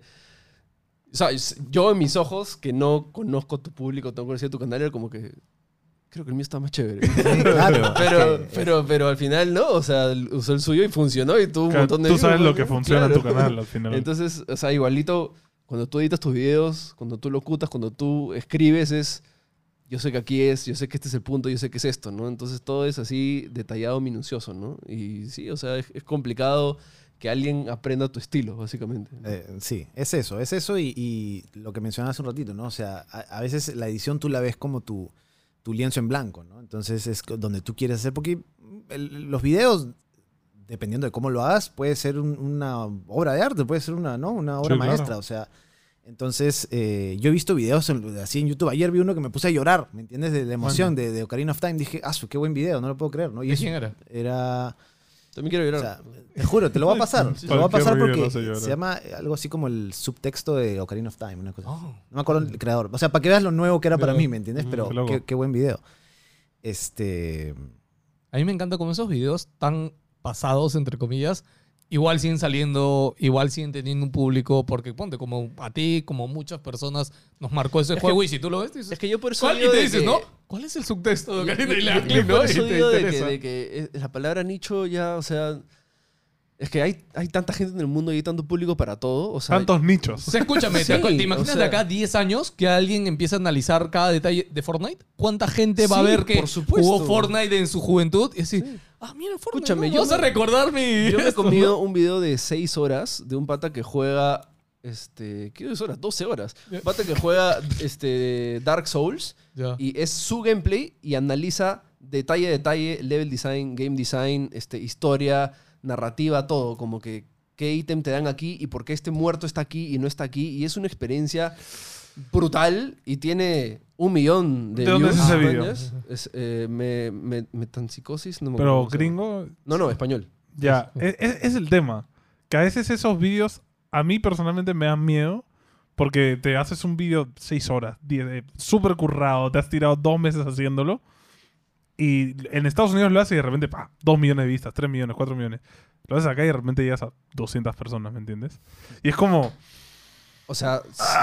[SPEAKER 5] O sea, yo en mis ojos, que no conozco tu público, no conocía tu canal, era como que... Creo que el mío está más chévere.
[SPEAKER 4] Sí, claro.
[SPEAKER 5] Pero,
[SPEAKER 4] es que-
[SPEAKER 5] pero, pero al final no, o sea, usó el suyo y funcionó y tuvo un
[SPEAKER 1] Claro,
[SPEAKER 5] montón de
[SPEAKER 1] tú
[SPEAKER 5] views,
[SPEAKER 1] sabes
[SPEAKER 5] ¿no?
[SPEAKER 1] lo que funciona en tu
[SPEAKER 5] Claro.
[SPEAKER 1] canal al final.
[SPEAKER 5] Entonces, o sea, igualito, cuando tú editas tus videos, cuando tú locutas, cuando tú escribes, es, yo sé que aquí es, yo sé que este es el punto, yo sé que es esto, ¿no? Entonces todo es así detallado, minucioso, ¿no? Y sí, o sea, es, es complicado que alguien aprenda tu estilo, básicamente.
[SPEAKER 4] Eh, sí, es eso, es eso y, y lo que mencionabas hace un ratito, ¿no? O sea, a, a veces la edición tú la ves como tu, tu lienzo en blanco, ¿no? Entonces es co- donde tú quieres hacer, porque el- los videos, dependiendo de cómo lo hagas, puede ser un- una obra de arte, puede ser una, ¿no? Una obra
[SPEAKER 1] Sí, claro.
[SPEAKER 4] maestra, o sea... Entonces, eh, yo he visto videos en- así en YouTube. Ayer vi uno que me puse a llorar, ¿me entiendes? De, de emoción, de, de Ocarina of Time. Dije, ah, su, qué buen video, no lo puedo creer, ¿no? Y
[SPEAKER 2] ¿De
[SPEAKER 4] eso
[SPEAKER 2] quién era?
[SPEAKER 4] era...
[SPEAKER 5] También quiero
[SPEAKER 4] O
[SPEAKER 5] llorar.
[SPEAKER 4] sea, te juro, te lo voy a pasar.
[SPEAKER 1] Sí,
[SPEAKER 4] te lo voy a
[SPEAKER 1] cualquier
[SPEAKER 4] pasar
[SPEAKER 1] video
[SPEAKER 4] porque
[SPEAKER 1] lo hace llorar.
[SPEAKER 4] se llama algo así como el subtexto de Ocarina of Time, una cosa así.
[SPEAKER 2] Oh.
[SPEAKER 4] No me acuerdo el creador. O sea, para que veas lo nuevo que era para
[SPEAKER 2] Claro.
[SPEAKER 4] mí, ¿me entiendes?
[SPEAKER 5] Mm,
[SPEAKER 4] Pero
[SPEAKER 1] qué loco.
[SPEAKER 4] qué, qué buen video. Este...
[SPEAKER 2] A mí me encanta cómo esos videos tan pasados, entre comillas, igual siguen saliendo, igual siguen teniendo un público, porque ponte, como a ti, como muchas personas, nos marcó ese
[SPEAKER 5] Es
[SPEAKER 2] juego
[SPEAKER 5] que-
[SPEAKER 2] y si tú lo ves, dices,
[SPEAKER 5] Es que yo por eso
[SPEAKER 2] ¿cuál? Y
[SPEAKER 5] digo
[SPEAKER 2] te
[SPEAKER 5] de
[SPEAKER 2] dices,
[SPEAKER 5] que-
[SPEAKER 2] ¿no? ¿Cuál es el subtexto de Ocarina? Y le das
[SPEAKER 5] Yo-
[SPEAKER 2] clic,
[SPEAKER 5] yo
[SPEAKER 2] ¿no?
[SPEAKER 5] por
[SPEAKER 2] Y
[SPEAKER 5] eso
[SPEAKER 2] te
[SPEAKER 5] digo de que,
[SPEAKER 2] interesa.
[SPEAKER 5] de que es- la palabra nicho ya, o sea, es que hay, hay tanta gente en el mundo y hay tanto público para todo. O sea,
[SPEAKER 1] Tantos nichos.
[SPEAKER 2] O sea, escúchame, ¿te,
[SPEAKER 5] Sí,
[SPEAKER 2] acu- ¿te imaginas
[SPEAKER 5] o sea-
[SPEAKER 2] de acá diez años que alguien empieza a analizar cada detalle de Fortnite? ¿Cuánta gente va a
[SPEAKER 5] Sí,
[SPEAKER 2] ver que
[SPEAKER 5] por supuesto.
[SPEAKER 2] jugó Fortnite en su juventud? Y así,
[SPEAKER 5] Sí.
[SPEAKER 2] ah, mira, Fortnite,
[SPEAKER 5] Escúchame,
[SPEAKER 2] ¿no?
[SPEAKER 5] yo
[SPEAKER 2] vas a
[SPEAKER 5] me-
[SPEAKER 2] recordar mi...
[SPEAKER 5] yo me he
[SPEAKER 2] esto,
[SPEAKER 5] comido un video de seis horas de un pata que juega, este, ¿qué dos horas? doce horas.
[SPEAKER 2] Ya.
[SPEAKER 5] Un pata que juega este, Dark Souls
[SPEAKER 2] ¿no? Ya.
[SPEAKER 5] y es su gameplay y analiza detalle a detalle, level design, game design, este, historia, narrativa, todo, como que qué ítem te dan aquí y por qué este muerto está aquí y no está aquí. Y es una experiencia brutal y tiene un millón de
[SPEAKER 1] ¿De dónde es
[SPEAKER 5] views,
[SPEAKER 1] ese
[SPEAKER 5] ¿no?
[SPEAKER 1] video?
[SPEAKER 5] Es, eh, me, me- metanpsicosis, no me acuerdo
[SPEAKER 1] Pero
[SPEAKER 5] cómo se llama.
[SPEAKER 1] gringo,
[SPEAKER 5] No, no, español.
[SPEAKER 1] ya, es, es- es el tema. Que a veces esos vídeos, a mí personalmente me dan miedo. Porque te haces un vídeo seis horas, diez, eh, súper currado, te has tirado dos meses haciéndolo. Y en Estados Unidos lo haces y de repente, pa, dos millones de vistas, tres millones, cuatro millones. Lo haces acá y de repente llegas a doscientas personas, ¿me entiendes? Y es como,
[SPEAKER 5] O sea,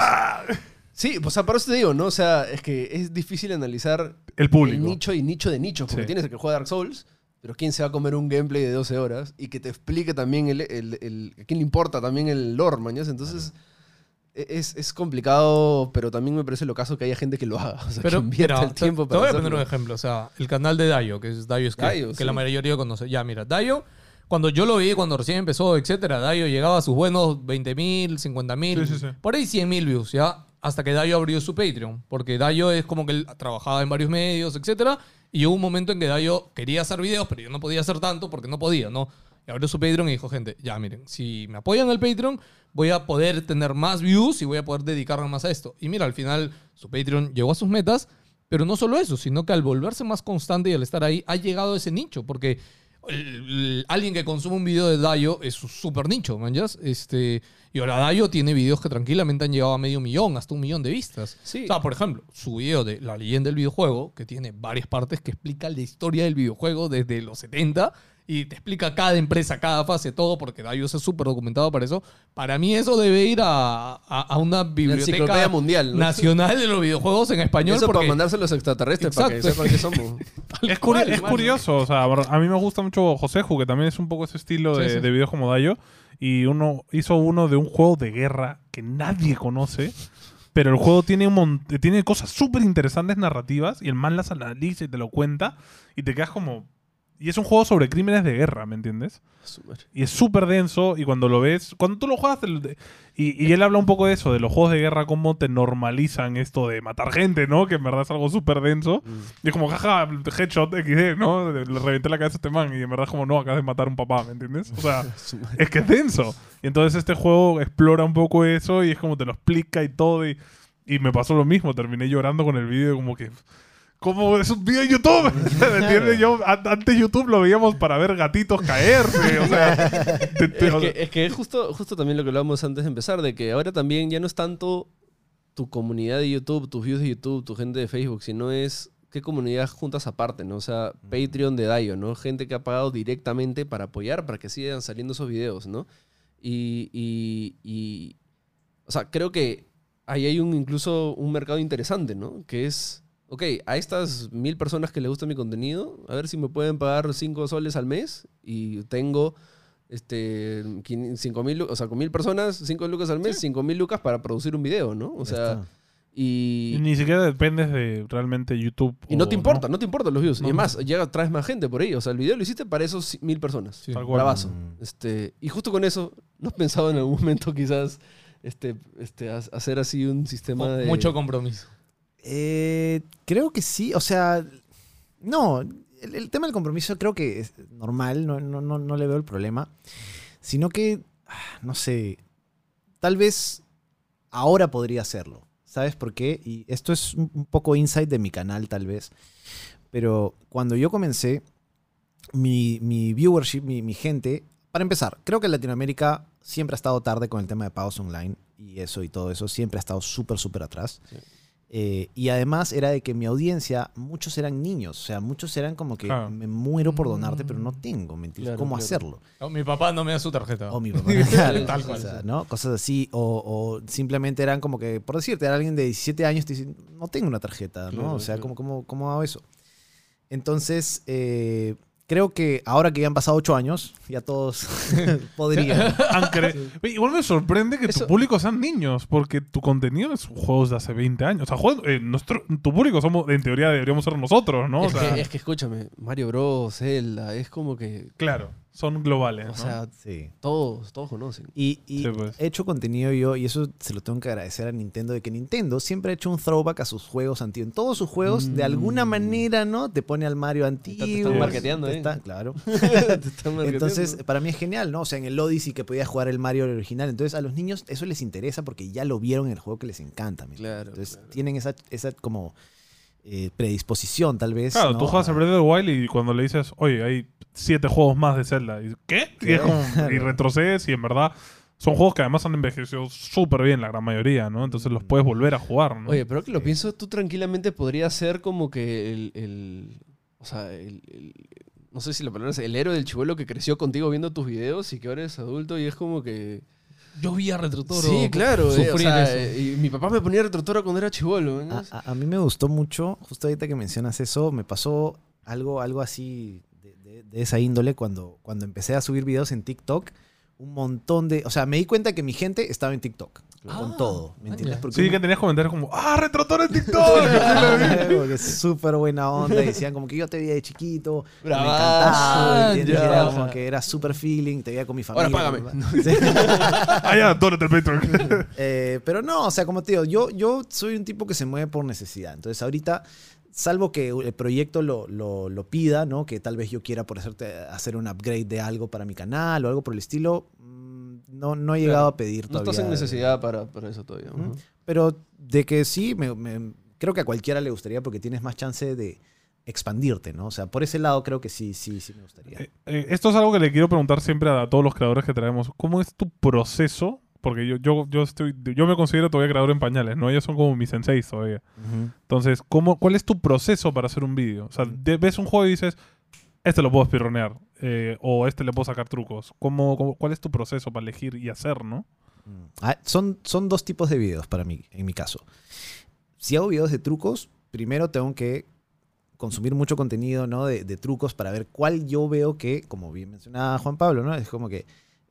[SPEAKER 5] sí, o sea, por eso te digo, ¿no? O sea, es que es difícil analizar
[SPEAKER 1] el público.
[SPEAKER 5] el nicho y nicho de nichos, porque
[SPEAKER 1] Sí.
[SPEAKER 5] tienes el que juega Dark Souls, pero ¿quién se va a comer un gameplay de doce horas? Y que te explique también el... el, el- ¿a quién le importa también el lore, mañas? Entonces, e- es, es complicado, pero también me parece lo caso que haya gente que lo haga. O sea,
[SPEAKER 2] Pero
[SPEAKER 5] que invierta
[SPEAKER 2] mira,
[SPEAKER 5] el tiempo
[SPEAKER 2] te, te
[SPEAKER 5] para
[SPEAKER 2] voy a
[SPEAKER 5] hacerlo.
[SPEAKER 2] poner un ejemplo. O sea, el canal de Dayo, que es Dayo Skate,
[SPEAKER 5] Dayo,
[SPEAKER 2] que
[SPEAKER 5] sí.
[SPEAKER 2] la mayoría conoce. Ya, mira, Dayo, cuando yo lo vi, cuando recién empezó, etcétera, Dayo llegaba a sus buenos veinte mil, cincuenta mil,
[SPEAKER 1] Sí, sí, sí.
[SPEAKER 2] por ahí cien mil views, ¿ya? Hasta que Dayo abrió su Patreon. Porque Dayo es como que él trabajaba en varios medios, etcétera. Y hubo un momento en que Dayo quería hacer videos, pero yo no podía hacer tanto porque no podía, ¿no? Y abrió su Patreon y dijo, gente, ya miren, si me apoyan en el Patreon, voy a poder tener más views y voy a poder dedicarme más a esto. Y mira, al final su Patreon llegó a sus metas, pero no solo eso, sino que al volverse más constante y al estar ahí, ha llegado a ese nicho, porque el- el- alguien que consume un video de Dayo es un súper nicho, manjas. Este, y ahora Dayo tiene videos que tranquilamente han llegado a medio millón, hasta un millón de vistas.
[SPEAKER 5] Sí.
[SPEAKER 2] O sea, por ejemplo, su video de La leyenda del videojuego, que tiene varias partes que explica la historia del videojuego desde los setenta y te explica cada empresa, cada fase, todo, porque Dayo es súper documentado para eso. Para mí eso debe ir a, a- a una
[SPEAKER 5] La
[SPEAKER 2] biblioteca
[SPEAKER 5] enciclopedia mundial, ¿no?
[SPEAKER 2] nacional de los videojuegos en español.
[SPEAKER 5] Eso
[SPEAKER 2] porque
[SPEAKER 5] para mandarse a los extraterrestres, para que
[SPEAKER 2] Exacto.
[SPEAKER 5] sepan qué somos.
[SPEAKER 1] Es, curi-
[SPEAKER 2] cual,
[SPEAKER 1] es
[SPEAKER 2] mano.
[SPEAKER 1] curioso, o sea, a mí me gusta mucho Joseju, que también es un poco ese estilo de,
[SPEAKER 2] Sí, sí.
[SPEAKER 1] de videos como Dayo. Y uno hizo uno de un juego de guerra que nadie conoce, pero el juego tiene un mont- tiene cosas súper interesantes narrativas y el man las analiza y te lo cuenta y te quedas como... y es un juego sobre crímenes de guerra, ¿me entiendes? Y es súper denso y cuando lo ves, cuando tú lo juegas, el- y, y él habla un poco de eso, de los juegos de guerra, cómo te normalizan esto de matar gente, ¿no? Que en verdad es algo súper denso. Y es como, jaja, headshot equis de, ¿no? Le reventé la cabeza a este man y en verdad es como, no, acabas de matar a un papá, ¿me entiendes? O sea, es que es denso. Y entonces este juego explora un poco eso y es como te lo explica y todo. Y, y me pasó lo mismo, terminé llorando con el vídeo como que... Como es un video de YouTube, ¿me entiendes? Yo, an- antes YouTube lo veíamos para ver gatitos caerse, o sea... te- te-
[SPEAKER 5] Es que, es que es justo, justo también lo que hablábamos antes de empezar, de que ahora también ya no es tanto tu comunidad de YouTube, tus views de YouTube, tu gente de Facebook, sino es qué comunidad juntas aparte, ¿no? O sea, Patreon de Dayo, ¿no? Gente que ha pagado directamente para apoyar, para que sigan saliendo esos videos, ¿no? Y, y, y o sea, creo que ahí hay un, incluso un mercado interesante, ¿no? Que es... Ok, a estas mil personas que les gusta mi contenido, a ver si me pueden pagar cinco soles al mes y tengo este, cinco mil, o sea, con mil personas, cinco lucas al mes, cinco mil lucas para producir un video, ¿no? O
[SPEAKER 4] Ya
[SPEAKER 5] sea,
[SPEAKER 4] está.
[SPEAKER 1] Y
[SPEAKER 5] y,
[SPEAKER 1] ni siquiera dependes de realmente YouTube.
[SPEAKER 5] y no
[SPEAKER 1] o-
[SPEAKER 5] te importa, no, te importan los views.
[SPEAKER 1] No,
[SPEAKER 5] y
[SPEAKER 1] no.
[SPEAKER 5] además, llega, traes más gente por ahí. O sea, el video lo hiciste para esos mil personas.
[SPEAKER 2] Sí.
[SPEAKER 1] Tal cual.
[SPEAKER 5] Bravazo.
[SPEAKER 4] Mm.
[SPEAKER 5] Este, y justo con eso, ¿no has pensado en algún momento quizás este, este, ha- hacer así un sistema de...
[SPEAKER 2] Mucho compromiso.
[SPEAKER 4] Eh, creo que sí, o sea, no, el, el tema del compromiso creo que es normal, no, no, no, no le veo el problema, sino que, ah, no sé, tal vez ahora podría hacerlo, ¿sabes por qué? Y esto es un, un poco insight de mi canal tal vez, pero cuando yo comencé, mi, mi viewership, mi, mi gente, para empezar, creo que Latinoamérica siempre ha estado tarde con el tema de pagos online y eso y todo eso, siempre ha estado súper, súper atrás.
[SPEAKER 5] Sí.
[SPEAKER 4] Eh, y además era de que mi audiencia, muchos eran niños. O sea, muchos eran como que
[SPEAKER 1] Claro.
[SPEAKER 4] me muero por donarte, pero no tengo, ¿me entiendes?
[SPEAKER 5] Claro,
[SPEAKER 4] ¿Cómo
[SPEAKER 5] claro.
[SPEAKER 4] hacerlo?
[SPEAKER 2] No, mi papá no me da su tarjeta.
[SPEAKER 4] O mi papá. Claro,
[SPEAKER 2] Tal
[SPEAKER 4] o
[SPEAKER 2] cual.
[SPEAKER 4] sea, ¿no? Cosas así. O, o simplemente eran como que, por decirte, era alguien de diecisiete años te dice, no tengo una tarjeta, ¿no?
[SPEAKER 5] Claro,
[SPEAKER 4] o sea,
[SPEAKER 5] claro.
[SPEAKER 4] ¿cómo, cómo, ¿cómo hago eso? Entonces, eh, creo que ahora que ya han pasado ocho años, ya todos podrían.
[SPEAKER 1] Han cre- Oye, igual me sorprende que
[SPEAKER 5] Eso-
[SPEAKER 1] tu público sean niños, porque tu contenido es juegos de hace veinte años. O sea, juegos- eh, nuestro, tu público somos, en teoría deberíamos ser nosotros, ¿no? O
[SPEAKER 5] Es,
[SPEAKER 1] sea,
[SPEAKER 5] que, es que escúchame, Mario Bros, Zelda, es como que,
[SPEAKER 1] claro, son globales.
[SPEAKER 5] o
[SPEAKER 1] ¿no?
[SPEAKER 5] sea,
[SPEAKER 4] Sí.
[SPEAKER 5] todos, todos conocen.
[SPEAKER 4] Y, y
[SPEAKER 1] Sí, pues.
[SPEAKER 4] he hecho contenido yo, y eso se lo tengo que agradecer a Nintendo, de que Nintendo siempre ha hecho un throwback a sus juegos antiguos. En todos sus juegos, de alguna manera, ¿no? Te pone al Mario antiguo.
[SPEAKER 5] te están marketeando,
[SPEAKER 4] te
[SPEAKER 5] ¿eh?
[SPEAKER 4] está- claro.
[SPEAKER 5] Te están marketeando.
[SPEAKER 4] Entonces, para mí es genial, ¿no? O sea, en el Odyssey que podías jugar el Mario original. Entonces, a los niños eso les interesa porque ya lo vieron en el juego que les encanta. ¿me entiendes?
[SPEAKER 5] Claro,
[SPEAKER 4] Entonces,
[SPEAKER 5] claro.
[SPEAKER 4] tienen esa, esa como eh, predisposición, tal vez.
[SPEAKER 1] Claro,
[SPEAKER 4] ¿no?
[SPEAKER 1] tú juegas
[SPEAKER 4] a-
[SPEAKER 1] el Breath of the Wild y cuando le dices, oye, hay siete juegos más de Zelda. Y, ¿qué? Y, es como, y retrocedes y en verdad son juegos que además han envejecido súper bien la gran mayoría, ¿no? Entonces los puedes volver a jugar, ¿no?
[SPEAKER 5] Oye, pero que lo
[SPEAKER 4] Sí.
[SPEAKER 5] pienso, tú tranquilamente podrías ser como que el, el- o sea, el, el- no sé si la palabra es el héroe del chibolo que creció contigo viendo tus videos y que ahora es adulto y es como que...
[SPEAKER 2] Yo vi a Retrotoro.
[SPEAKER 5] Sí, claro. eh, o
[SPEAKER 2] Sufrir
[SPEAKER 5] sea,
[SPEAKER 2] eso.
[SPEAKER 5] eh, y mi papá me ponía retrotora cuando era chibolo. ¿no?
[SPEAKER 4] A, a- a mí me gustó mucho, justo ahorita que mencionas eso, me pasó algo, algo así de, de- de esa índole cuando, cuando empecé a subir videos en TikTok. Un montón de... O sea, me di cuenta que mi gente estaba en TikTok. Con
[SPEAKER 2] Ah,
[SPEAKER 4] todo, ¿me entiendes?
[SPEAKER 2] vaya.
[SPEAKER 4] Porque
[SPEAKER 1] Sí,
[SPEAKER 4] un-
[SPEAKER 1] que tenías comentarios como, ¡ah, Retrotor en TikTok!
[SPEAKER 4] Porque es súper buena onda. Y decían como que yo te veía de chiquito. Me
[SPEAKER 5] Bravazo,
[SPEAKER 4] encantaba. ¿entiendes?
[SPEAKER 5] ya.
[SPEAKER 4] Era como que era súper feeling. Te veía con mi
[SPEAKER 5] Ahora
[SPEAKER 4] familia.
[SPEAKER 5] págame.
[SPEAKER 4] bla, bla, bla. Sí.
[SPEAKER 1] ah, ya, dónate el Patreon.
[SPEAKER 4] Eh, pero no, o sea, como te digo, yo, yo soy un tipo que se mueve por necesidad. Entonces, ahorita, salvo que el proyecto lo, lo, lo pida, ¿no? Que tal vez yo quiera por hacerte, hacer un upgrade de algo para mi canal o algo por el estilo, mm, no, no he llegado
[SPEAKER 5] Claro.
[SPEAKER 4] a pedir
[SPEAKER 5] No
[SPEAKER 4] todavía.
[SPEAKER 5] estás en necesidad para, para eso todavía.
[SPEAKER 4] Ujú.
[SPEAKER 5] Ujú.
[SPEAKER 4] Pero de que sí, me, me- creo que a cualquiera le gustaría porque tienes más chance de expandirte, ¿no? O sea, por ese lado creo que sí, sí, sí me gustaría.
[SPEAKER 1] Eh, eh, esto es algo que le quiero preguntar siempre a, a todos los creadores que traemos. ¿Cómo es tu proceso? Porque yo, yo, yo, estoy, yo me considero todavía creador en pañales, ¿no? Ellos son como mis senseis todavía.
[SPEAKER 4] Ujú.
[SPEAKER 1] Entonces, ¿cómo, ¿cuál es tu proceso para hacer un vídeo? O sea, de- ves un juego y dices, este lo puedo espirronear, eh, o este le puedo sacar trucos. ¿Cómo, cómo- ¿Cuál es tu proceso para elegir y hacer, no?
[SPEAKER 4] Mm. Ah, son, son dos tipos de videos para mí, en mi caso. Si hago videos de trucos, primero tengo que consumir mucho contenido, ¿no? de, de trucos para ver cuál yo veo que, como bien mencionaba Juan Pablo, ¿no? Es como que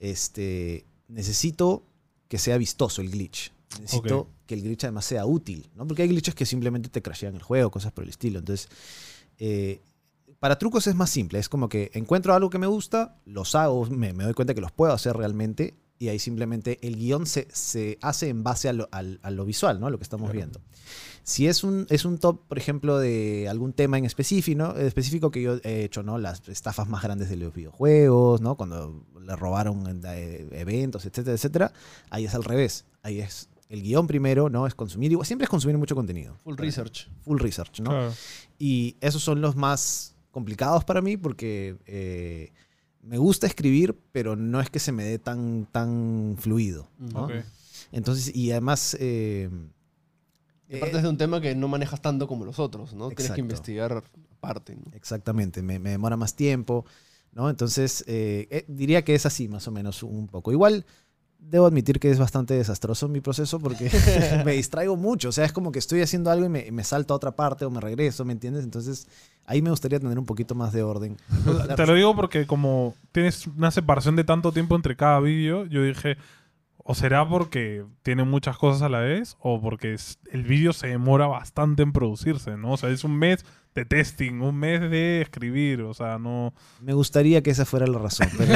[SPEAKER 4] este, necesito que sea vistoso el glitch. Necesito
[SPEAKER 1] Ok.
[SPEAKER 4] que el glitch además sea útil, ¿no? Porque hay glitches que simplemente te crashean el juego, cosas por el estilo. Entonces, eh, para trucos es más simple. Es como que encuentro algo que me gusta, los hago, me, me doy cuenta que los puedo hacer realmente y ahí simplemente el guión se, se hace en base a lo, a, a lo visual, ¿no? A lo que estamos claro. viendo. Si es un, es un top, por ejemplo, de algún tema en específico, ¿no? específico que yo he hecho, ¿no? Las estafas más grandes de los videojuegos, ¿no? Cuando le robaron eventos, etcétera, etcétera. Ahí es al revés. Ahí es el guión primero, ¿no? Es consumir. Siempre es consumir mucho contenido.
[SPEAKER 5] Full research.
[SPEAKER 4] Full research, ¿no? Claro. Y esos son los más complicados para mí porque eh, me gusta escribir, pero no es que se me dé tan, tan fluido, ¿no? Okay. Entonces, y además... Eh,
[SPEAKER 5] Aparte es de un tema que no manejas tanto como los otros, ¿no? Exacto. Tienes que investigar aparte, ¿no?
[SPEAKER 4] Exactamente, me, me demora más tiempo, ¿no? Entonces, eh, eh, diría que es así, más o menos, un poco. Igual, debo admitir que es bastante desastroso mi proceso porque me distraigo mucho. O sea, es como que estoy haciendo algo y me, me salto a otra parte o me regreso, ¿me entiendes? Entonces, ahí me gustaría tener un poquito más de orden.
[SPEAKER 1] Te lo digo porque como tienes una separación de tanto tiempo entre cada vídeo, yo dije... ¿O será porque tiene muchas cosas a la vez? ¿O porque es, el vídeo se demora bastante en producirse, ¿no? O sea, es un mes de testing, un mes de escribir, o sea, no...
[SPEAKER 4] Me gustaría que esa fuera la razón, pero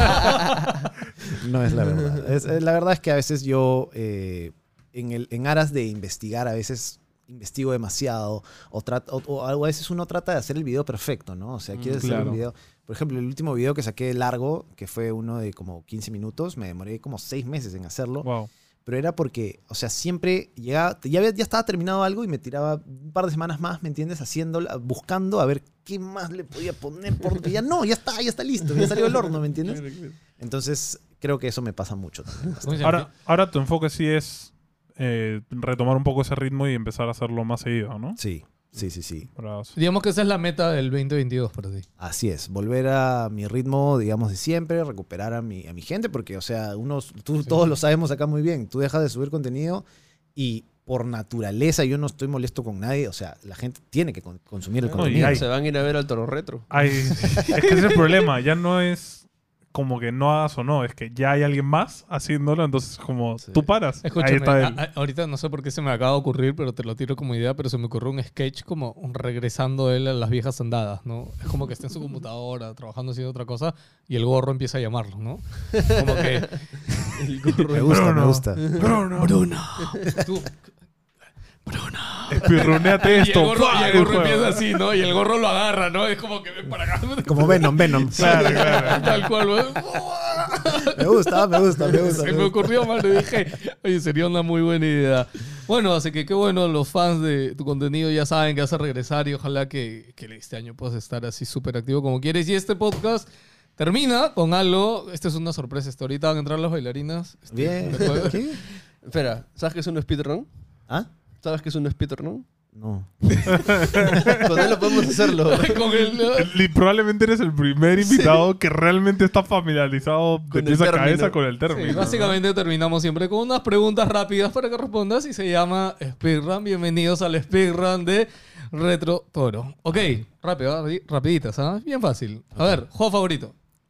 [SPEAKER 4] no es la verdad. Es, la verdad es que a veces yo, eh, en, el, en aras de investigar, a veces investigo demasiado, o, trato, o, o a veces uno trata de hacer el video perfecto, ¿no? O sea, quieres mm, claro. hacer un video... Por ejemplo, el último video que saqué largo, que fue uno de como quince minutos, me demoré como seis meses en hacerlo.
[SPEAKER 1] Wow.
[SPEAKER 4] Pero era porque, o sea, siempre llegaba, ya, había, ya estaba terminado algo y me tiraba un par de semanas más, ¿me entiendes? Haciéndolo, buscando a ver qué más le podía poner. Porque ya no, ya está, ya está listo, ya salió el horno, ¿me entiendes? Entonces, creo que eso me pasa mucho también.
[SPEAKER 1] Ahora, ahora tu enfoque sí es eh, retomar un poco ese ritmo y empezar a hacerlo más seguido, ¿no?
[SPEAKER 4] Sí. Sí, sí, sí.
[SPEAKER 2] Bravos. Digamos que esa es la meta del veinte veintidós para ti.
[SPEAKER 4] Así es. Volver a mi ritmo, digamos, de siempre. Recuperar a mi, a mi gente. Porque, o sea, unos, tú, sí. todos lo sabemos acá muy bien. Tú dejas de subir contenido y por naturaleza yo no estoy molesto con nadie. O sea, la gente tiene que con, consumir el no, contenido.
[SPEAKER 5] Hay, se van a ir a ver al Toro Retro.
[SPEAKER 1] Hay, es que ese es el problema. Ya no es como que no hagas o no. Es que ya hay alguien más haciéndolo. Entonces, como sí. tú paras.
[SPEAKER 2] Escúchame, ahí está él. A, a, ahorita no sé por qué se me acaba de ocurrir, pero te lo tiro como idea. Pero se me ocurrió un sketch como un regresando él a las viejas andadas, ¿no? Es como que está en su computadora trabajando haciendo otra cosa y el gorro empieza a llamarlo, ¿no? Como que...
[SPEAKER 4] el gorro me gusta, Bruno, me gusta.
[SPEAKER 2] Bruno. Bruno. Tú... Bruno.
[SPEAKER 1] Espirroneate esto.
[SPEAKER 2] Y el gorro, y el gorro empieza así, ¿no? Y el gorro lo agarra, ¿no? Es como que ven para acá.
[SPEAKER 4] Como Venom, Venom.
[SPEAKER 1] Claro, claro.
[SPEAKER 2] Tal cual, ¿no?
[SPEAKER 4] Me gusta, me gusta, me gusta.
[SPEAKER 2] Se me ocurrió, mano. Dije, oye, sería una muy buena idea. Bueno, así que qué bueno, los fans de tu contenido ya saben que vas a regresar y ojalá que, que este año puedas estar así súper activo como quieres. Y este podcast termina con algo. Esta es una sorpresa. Esta ahorita van a entrar las bailarinas. Este,
[SPEAKER 4] Bien. ¿Qué?
[SPEAKER 5] Espera, ¿sabes qué es un speedrun?
[SPEAKER 4] ¿Ah?
[SPEAKER 5] ¿Sabes qué es un speedrun?
[SPEAKER 4] No.
[SPEAKER 5] Con él lo podemos hacerlo.
[SPEAKER 1] Con el, probablemente eres el primer invitado sí. que realmente está familiarizado de pies a cabeza con el término.
[SPEAKER 2] Sí, básicamente ¿no? terminamos siempre con unas preguntas rápidas para que respondas y se llama Speedrun. Bienvenidos al Speedrun de Retro Toro. Ok, rápido, rapiditas, ¿ah? Bien fácil. A ver, juego favorito.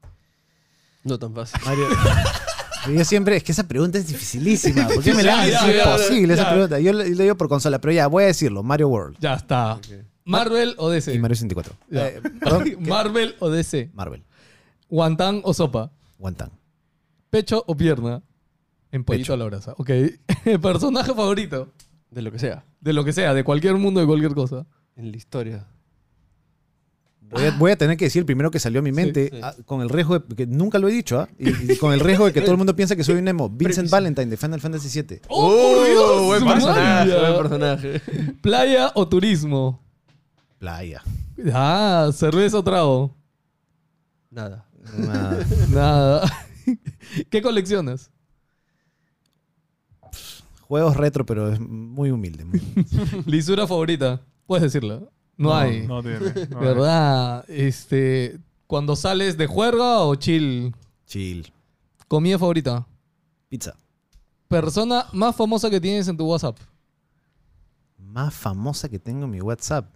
[SPEAKER 5] No tan fácil.
[SPEAKER 4] Mario. Yo siempre, es que esa pregunta es dificilísima. ¿Por qué me la haces? Es imposible esa pregunta. Yo le digo por consola, pero ya, voy a decirlo. Mario World.
[SPEAKER 2] Ya está. Okay. ¿Marvel o D C?
[SPEAKER 4] Y Mario sesenta y cuatro.
[SPEAKER 2] Eh, ¿Perdón? ¿Marvel o D C?
[SPEAKER 4] Marvel.
[SPEAKER 2] ¿Guantán o sopa?
[SPEAKER 4] Guantán.
[SPEAKER 2] ¿Pecho o pierna? En pollito a la brasa. Ok. ¿Personaje favorito?
[SPEAKER 5] De lo que sea.
[SPEAKER 2] De lo que sea, de cualquier mundo, de cualquier cosa.
[SPEAKER 5] En la historia.
[SPEAKER 4] Voy a, voy a tener que decir el primero que salió a mi mente, sí, sí. A, con el riesgo de que nunca lo he dicho, ¿ah? y, y con el riesgo de que todo el mundo piensa que soy un emo. Vincent Valentine de Final Fantasy siete.
[SPEAKER 2] ¡Oh, por Dios!
[SPEAKER 5] Buen personaje, buen personaje.
[SPEAKER 2] ¿Playa o turismo?
[SPEAKER 4] Playa.
[SPEAKER 2] Ah, ¿cerveza o trago?
[SPEAKER 5] Nada.
[SPEAKER 4] Nada.
[SPEAKER 2] Nada. ¿Qué coleccionas?
[SPEAKER 4] Juegos retro, pero es muy humilde. Muy humilde.
[SPEAKER 2] ¿Lisura favorita? Puedes decirlo. No, no hay.
[SPEAKER 1] No tiene. No
[SPEAKER 2] ¿verdad? Hay. Este, ¿cuando sales de juerga o chill?
[SPEAKER 4] Chill.
[SPEAKER 2] ¿Comida favorita?
[SPEAKER 4] Pizza.
[SPEAKER 2] ¿Persona más famosa que tienes en tu WhatsApp?
[SPEAKER 4] Más famosa que tengo en mi WhatsApp.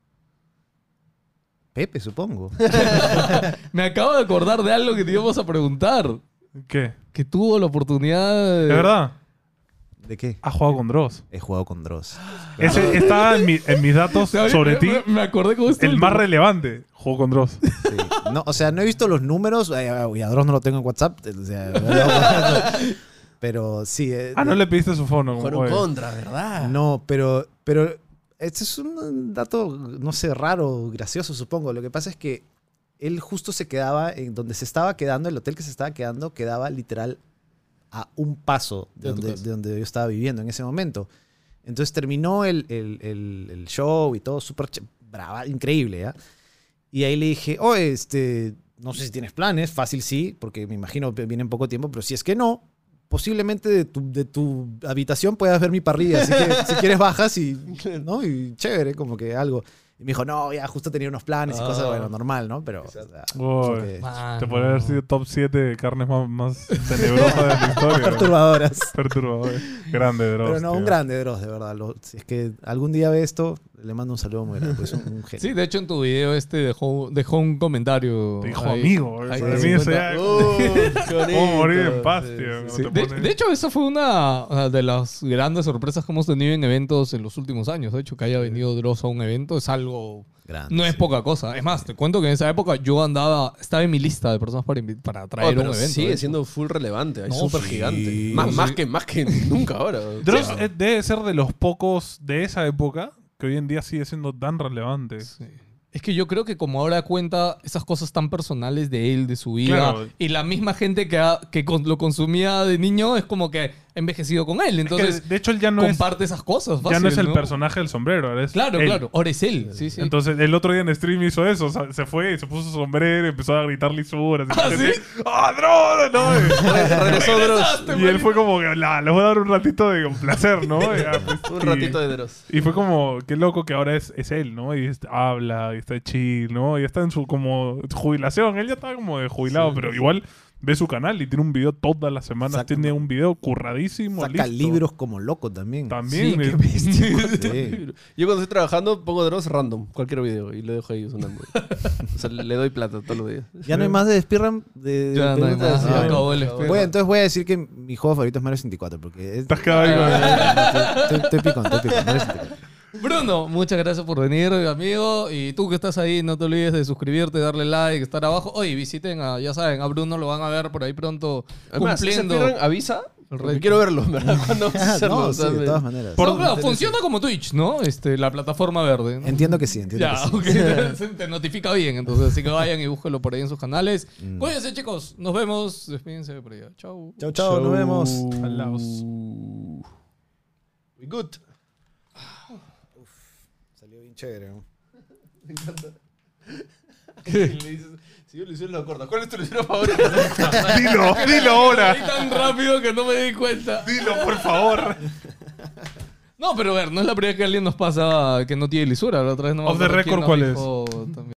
[SPEAKER 4] Pepe, supongo.
[SPEAKER 2] Me acabo de acordar de algo que te íbamos a preguntar.
[SPEAKER 1] ¿Qué?
[SPEAKER 2] Que tuvo la oportunidad de...
[SPEAKER 1] ¿De verdad?
[SPEAKER 4] ¿De qué?
[SPEAKER 1] ¿Has jugado con Dross?
[SPEAKER 4] He jugado con Dross.
[SPEAKER 1] Ese estaba en, mi- en mis datos sobre ti.
[SPEAKER 2] Me, me acordé con esto.
[SPEAKER 1] El más relevante. Juego con Dross.
[SPEAKER 4] Sí. No, o sea, no he visto los números. eh, Y a Dross no lo tengo en WhatsApp. O sea, pero sí. eh,
[SPEAKER 1] Ah, no le pediste su fono.
[SPEAKER 5] Fueron
[SPEAKER 1] Oye.
[SPEAKER 5] contra, ¿verdad?
[SPEAKER 4] No, pero, pero este es un dato, no sé, raro, gracioso, supongo. Lo que pasa es que él justo se quedaba en donde se estaba quedando, el hotel que se estaba quedando, quedaba literal a un paso de,
[SPEAKER 2] De tu
[SPEAKER 4] donde,
[SPEAKER 2] casa.
[SPEAKER 4] de donde yo estaba viviendo en ese momento. Entonces terminó el, el- el- el show y todo súper ch- brava, increíble, ¿ya? Y ahí le dije, oh, este, no sé si tienes planes, fácil sí, porque me imagino que viene en poco tiempo, pero si es que no, posiblemente de tu, de tu habitación puedas ver mi parrilla, así que si quieres bajas y, ¿no? Y chévere, como que algo. Y me dijo, no, ya justo tenía unos planes y
[SPEAKER 5] Ah.
[SPEAKER 4] cosas, bueno, normal, ¿no? Pero, o sea,
[SPEAKER 1] Uy.
[SPEAKER 4] como que
[SPEAKER 2] Mano.
[SPEAKER 1] Te podría haber sido top siete de carnes más, más tenebrosas de la historia.
[SPEAKER 4] perturbadoras.
[SPEAKER 1] Perturbador. Grande, Dross.
[SPEAKER 4] Pero no, un
[SPEAKER 1] tío.
[SPEAKER 4] grande Dross, de verdad. Lo- si es que algún día ve esto, le mando un saludo muy grande, pues es un, un genio.
[SPEAKER 2] Sí, de hecho en tu video este dejó, dejó un comentario.
[SPEAKER 1] Te dijo
[SPEAKER 2] ahí.
[SPEAKER 1] amigo.
[SPEAKER 2] ahí
[SPEAKER 1] Para
[SPEAKER 2] se
[SPEAKER 1] mí eso
[SPEAKER 2] cuenta.
[SPEAKER 1] ya...
[SPEAKER 5] Uh, qué
[SPEAKER 1] Puedo
[SPEAKER 5] bonito.
[SPEAKER 1] morir en paz,
[SPEAKER 5] Sí,
[SPEAKER 1] tío.
[SPEAKER 5] sí,
[SPEAKER 1] cuando
[SPEAKER 2] Sí,
[SPEAKER 1] te
[SPEAKER 2] de,
[SPEAKER 1] pones-
[SPEAKER 2] de hecho, esa fue una o sea, de las grandes sorpresas que hemos tenido en eventos en los últimos años. De hecho, que haya venido Dross a un evento es algo...
[SPEAKER 4] Grande,
[SPEAKER 2] No es
[SPEAKER 4] sí.
[SPEAKER 2] poca cosa. Es más, te cuento que en esa época yo andaba... Estaba en mi lista de personas para, invi- para
[SPEAKER 5] Oh,
[SPEAKER 2] traer
[SPEAKER 5] pero
[SPEAKER 2] un evento. de
[SPEAKER 5] sigue
[SPEAKER 2] hecho.
[SPEAKER 5] siendo full relevante, es
[SPEAKER 2] No,
[SPEAKER 5] súper
[SPEAKER 4] sí.
[SPEAKER 5] gigante. Más,
[SPEAKER 2] Sí.
[SPEAKER 5] más, que, más que nunca ahora.
[SPEAKER 1] Dross
[SPEAKER 5] Sí.
[SPEAKER 1] eh, debe ser de los pocos de esa época que hoy en día sigue siendo tan relevante.
[SPEAKER 2] Sí. Es que yo creo que como ahora cuenta esas cosas tan personales de él, de su vida,
[SPEAKER 1] Claro.
[SPEAKER 2] y la misma gente que, ha- que con- lo consumía de niño es como que ha envejecido con él.
[SPEAKER 1] Es que,
[SPEAKER 2] Entonces
[SPEAKER 1] de hecho, él ya no es,
[SPEAKER 2] comparte esas cosas.
[SPEAKER 1] ya no es
[SPEAKER 2] fácil,
[SPEAKER 1] el personaje del sombrero. Ahora es
[SPEAKER 2] Claro,
[SPEAKER 1] él.
[SPEAKER 2] claro. Ahora es él. Sí, sí.
[SPEAKER 1] Entonces, el otro día en stream hizo eso. O sea, se fue y se puso su sombrero y empezó a gritar lisuras. Y
[SPEAKER 2] ¿Ah,
[SPEAKER 1] la
[SPEAKER 2] sí?
[SPEAKER 1] gente, ¡ah, Dross! ¿no?
[SPEAKER 5] Re- Regresó Dross.
[SPEAKER 1] Y él fue como que, "La, les voy a dar un ratito de placer, ¿no? Y ya, pues,
[SPEAKER 5] Un
[SPEAKER 1] y-
[SPEAKER 5] ratito de Dross.
[SPEAKER 1] Y fue como, qué loco que ahora es, es él, ¿no? Y este, habla, y está chill, ¿no? Y está en su como jubilación. Él ya estaba como de jubilado,
[SPEAKER 5] Sí,
[SPEAKER 1] pero
[SPEAKER 5] sí.
[SPEAKER 1] igual ve su canal y tiene un video todas las semanas.
[SPEAKER 4] Saca-
[SPEAKER 1] tiene un video curradísimo,
[SPEAKER 4] Saca
[SPEAKER 1] listo.
[SPEAKER 4] libros como loco también.
[SPEAKER 1] También.
[SPEAKER 2] Sí,
[SPEAKER 1] eh,
[SPEAKER 2] qué bestia.
[SPEAKER 4] Sí.
[SPEAKER 5] Yo cuando estoy trabajando pongo Dross random, cualquier video, y lo dejo ahí sonando. O sea, le doy plata todos los días.
[SPEAKER 4] Ya no hay más de Speedrun. De,
[SPEAKER 2] Ya
[SPEAKER 4] de
[SPEAKER 2] no hay
[SPEAKER 4] preguntas?
[SPEAKER 2] más,
[SPEAKER 5] ya
[SPEAKER 4] Ah,
[SPEAKER 2] acabó el
[SPEAKER 5] acabó.
[SPEAKER 2] speedrun.
[SPEAKER 4] Voy, entonces voy a decir que mi juego favorito es Mario sesenta y cuatro. Porque es,
[SPEAKER 1] Estás quedado ahí con-
[SPEAKER 4] estoy, estoy, estoy picón, estoy picón. Mario sesenta y cuatro.
[SPEAKER 2] Bruno, muchas gracias por venir, amigo. Y tú que estás ahí, no te olvides de suscribirte, darle like, estar abajo. Oye, visiten a, ya saben, a Bruno lo van a ver por ahí pronto
[SPEAKER 5] Además, ese
[SPEAKER 2] cumpliendo.
[SPEAKER 5] speedrun avisa, porque
[SPEAKER 2] Correcto.
[SPEAKER 5] quiero verlo, ¿verdad? ¿Cuándo vas a
[SPEAKER 4] Ah,
[SPEAKER 5] hacerlo?
[SPEAKER 4] no,
[SPEAKER 5] O sea,
[SPEAKER 4] sí, de
[SPEAKER 5] me-
[SPEAKER 4] todas maneras.
[SPEAKER 2] No, claro, funciona como Twitch, ¿no? Este, la plataforma verde. ¿no?
[SPEAKER 4] Entiendo que sí, entiendo
[SPEAKER 2] Ya,
[SPEAKER 4] que sí.
[SPEAKER 2] ok. Se te notifica bien, entonces así que vayan y búsquenlo por ahí en sus canales.
[SPEAKER 4] Mm.
[SPEAKER 2] Cuídense, chicos. Nos vemos. Despídense por allá. Chau.
[SPEAKER 4] Chau, chau, nos vemos.
[SPEAKER 1] Al lado.
[SPEAKER 5] We good.
[SPEAKER 4] Salió bien chévere, ¿no?
[SPEAKER 5] Me encanta. Le dices, si yo Luciano lo corta, ¿cuál es tu Luciano favorito?
[SPEAKER 1] Dilo, dilo ahora.
[SPEAKER 2] Ahí tan rápido que no me di cuenta.
[SPEAKER 1] Dilo, por favor.
[SPEAKER 2] No, pero a ver, no es la primera vez que alguien nos pasa que no tiene lisura. La otra vez no me
[SPEAKER 1] Off the
[SPEAKER 2] acuerdo quién
[SPEAKER 1] record,
[SPEAKER 2] nos
[SPEAKER 1] ¿cuál es?
[SPEAKER 2] dijo también.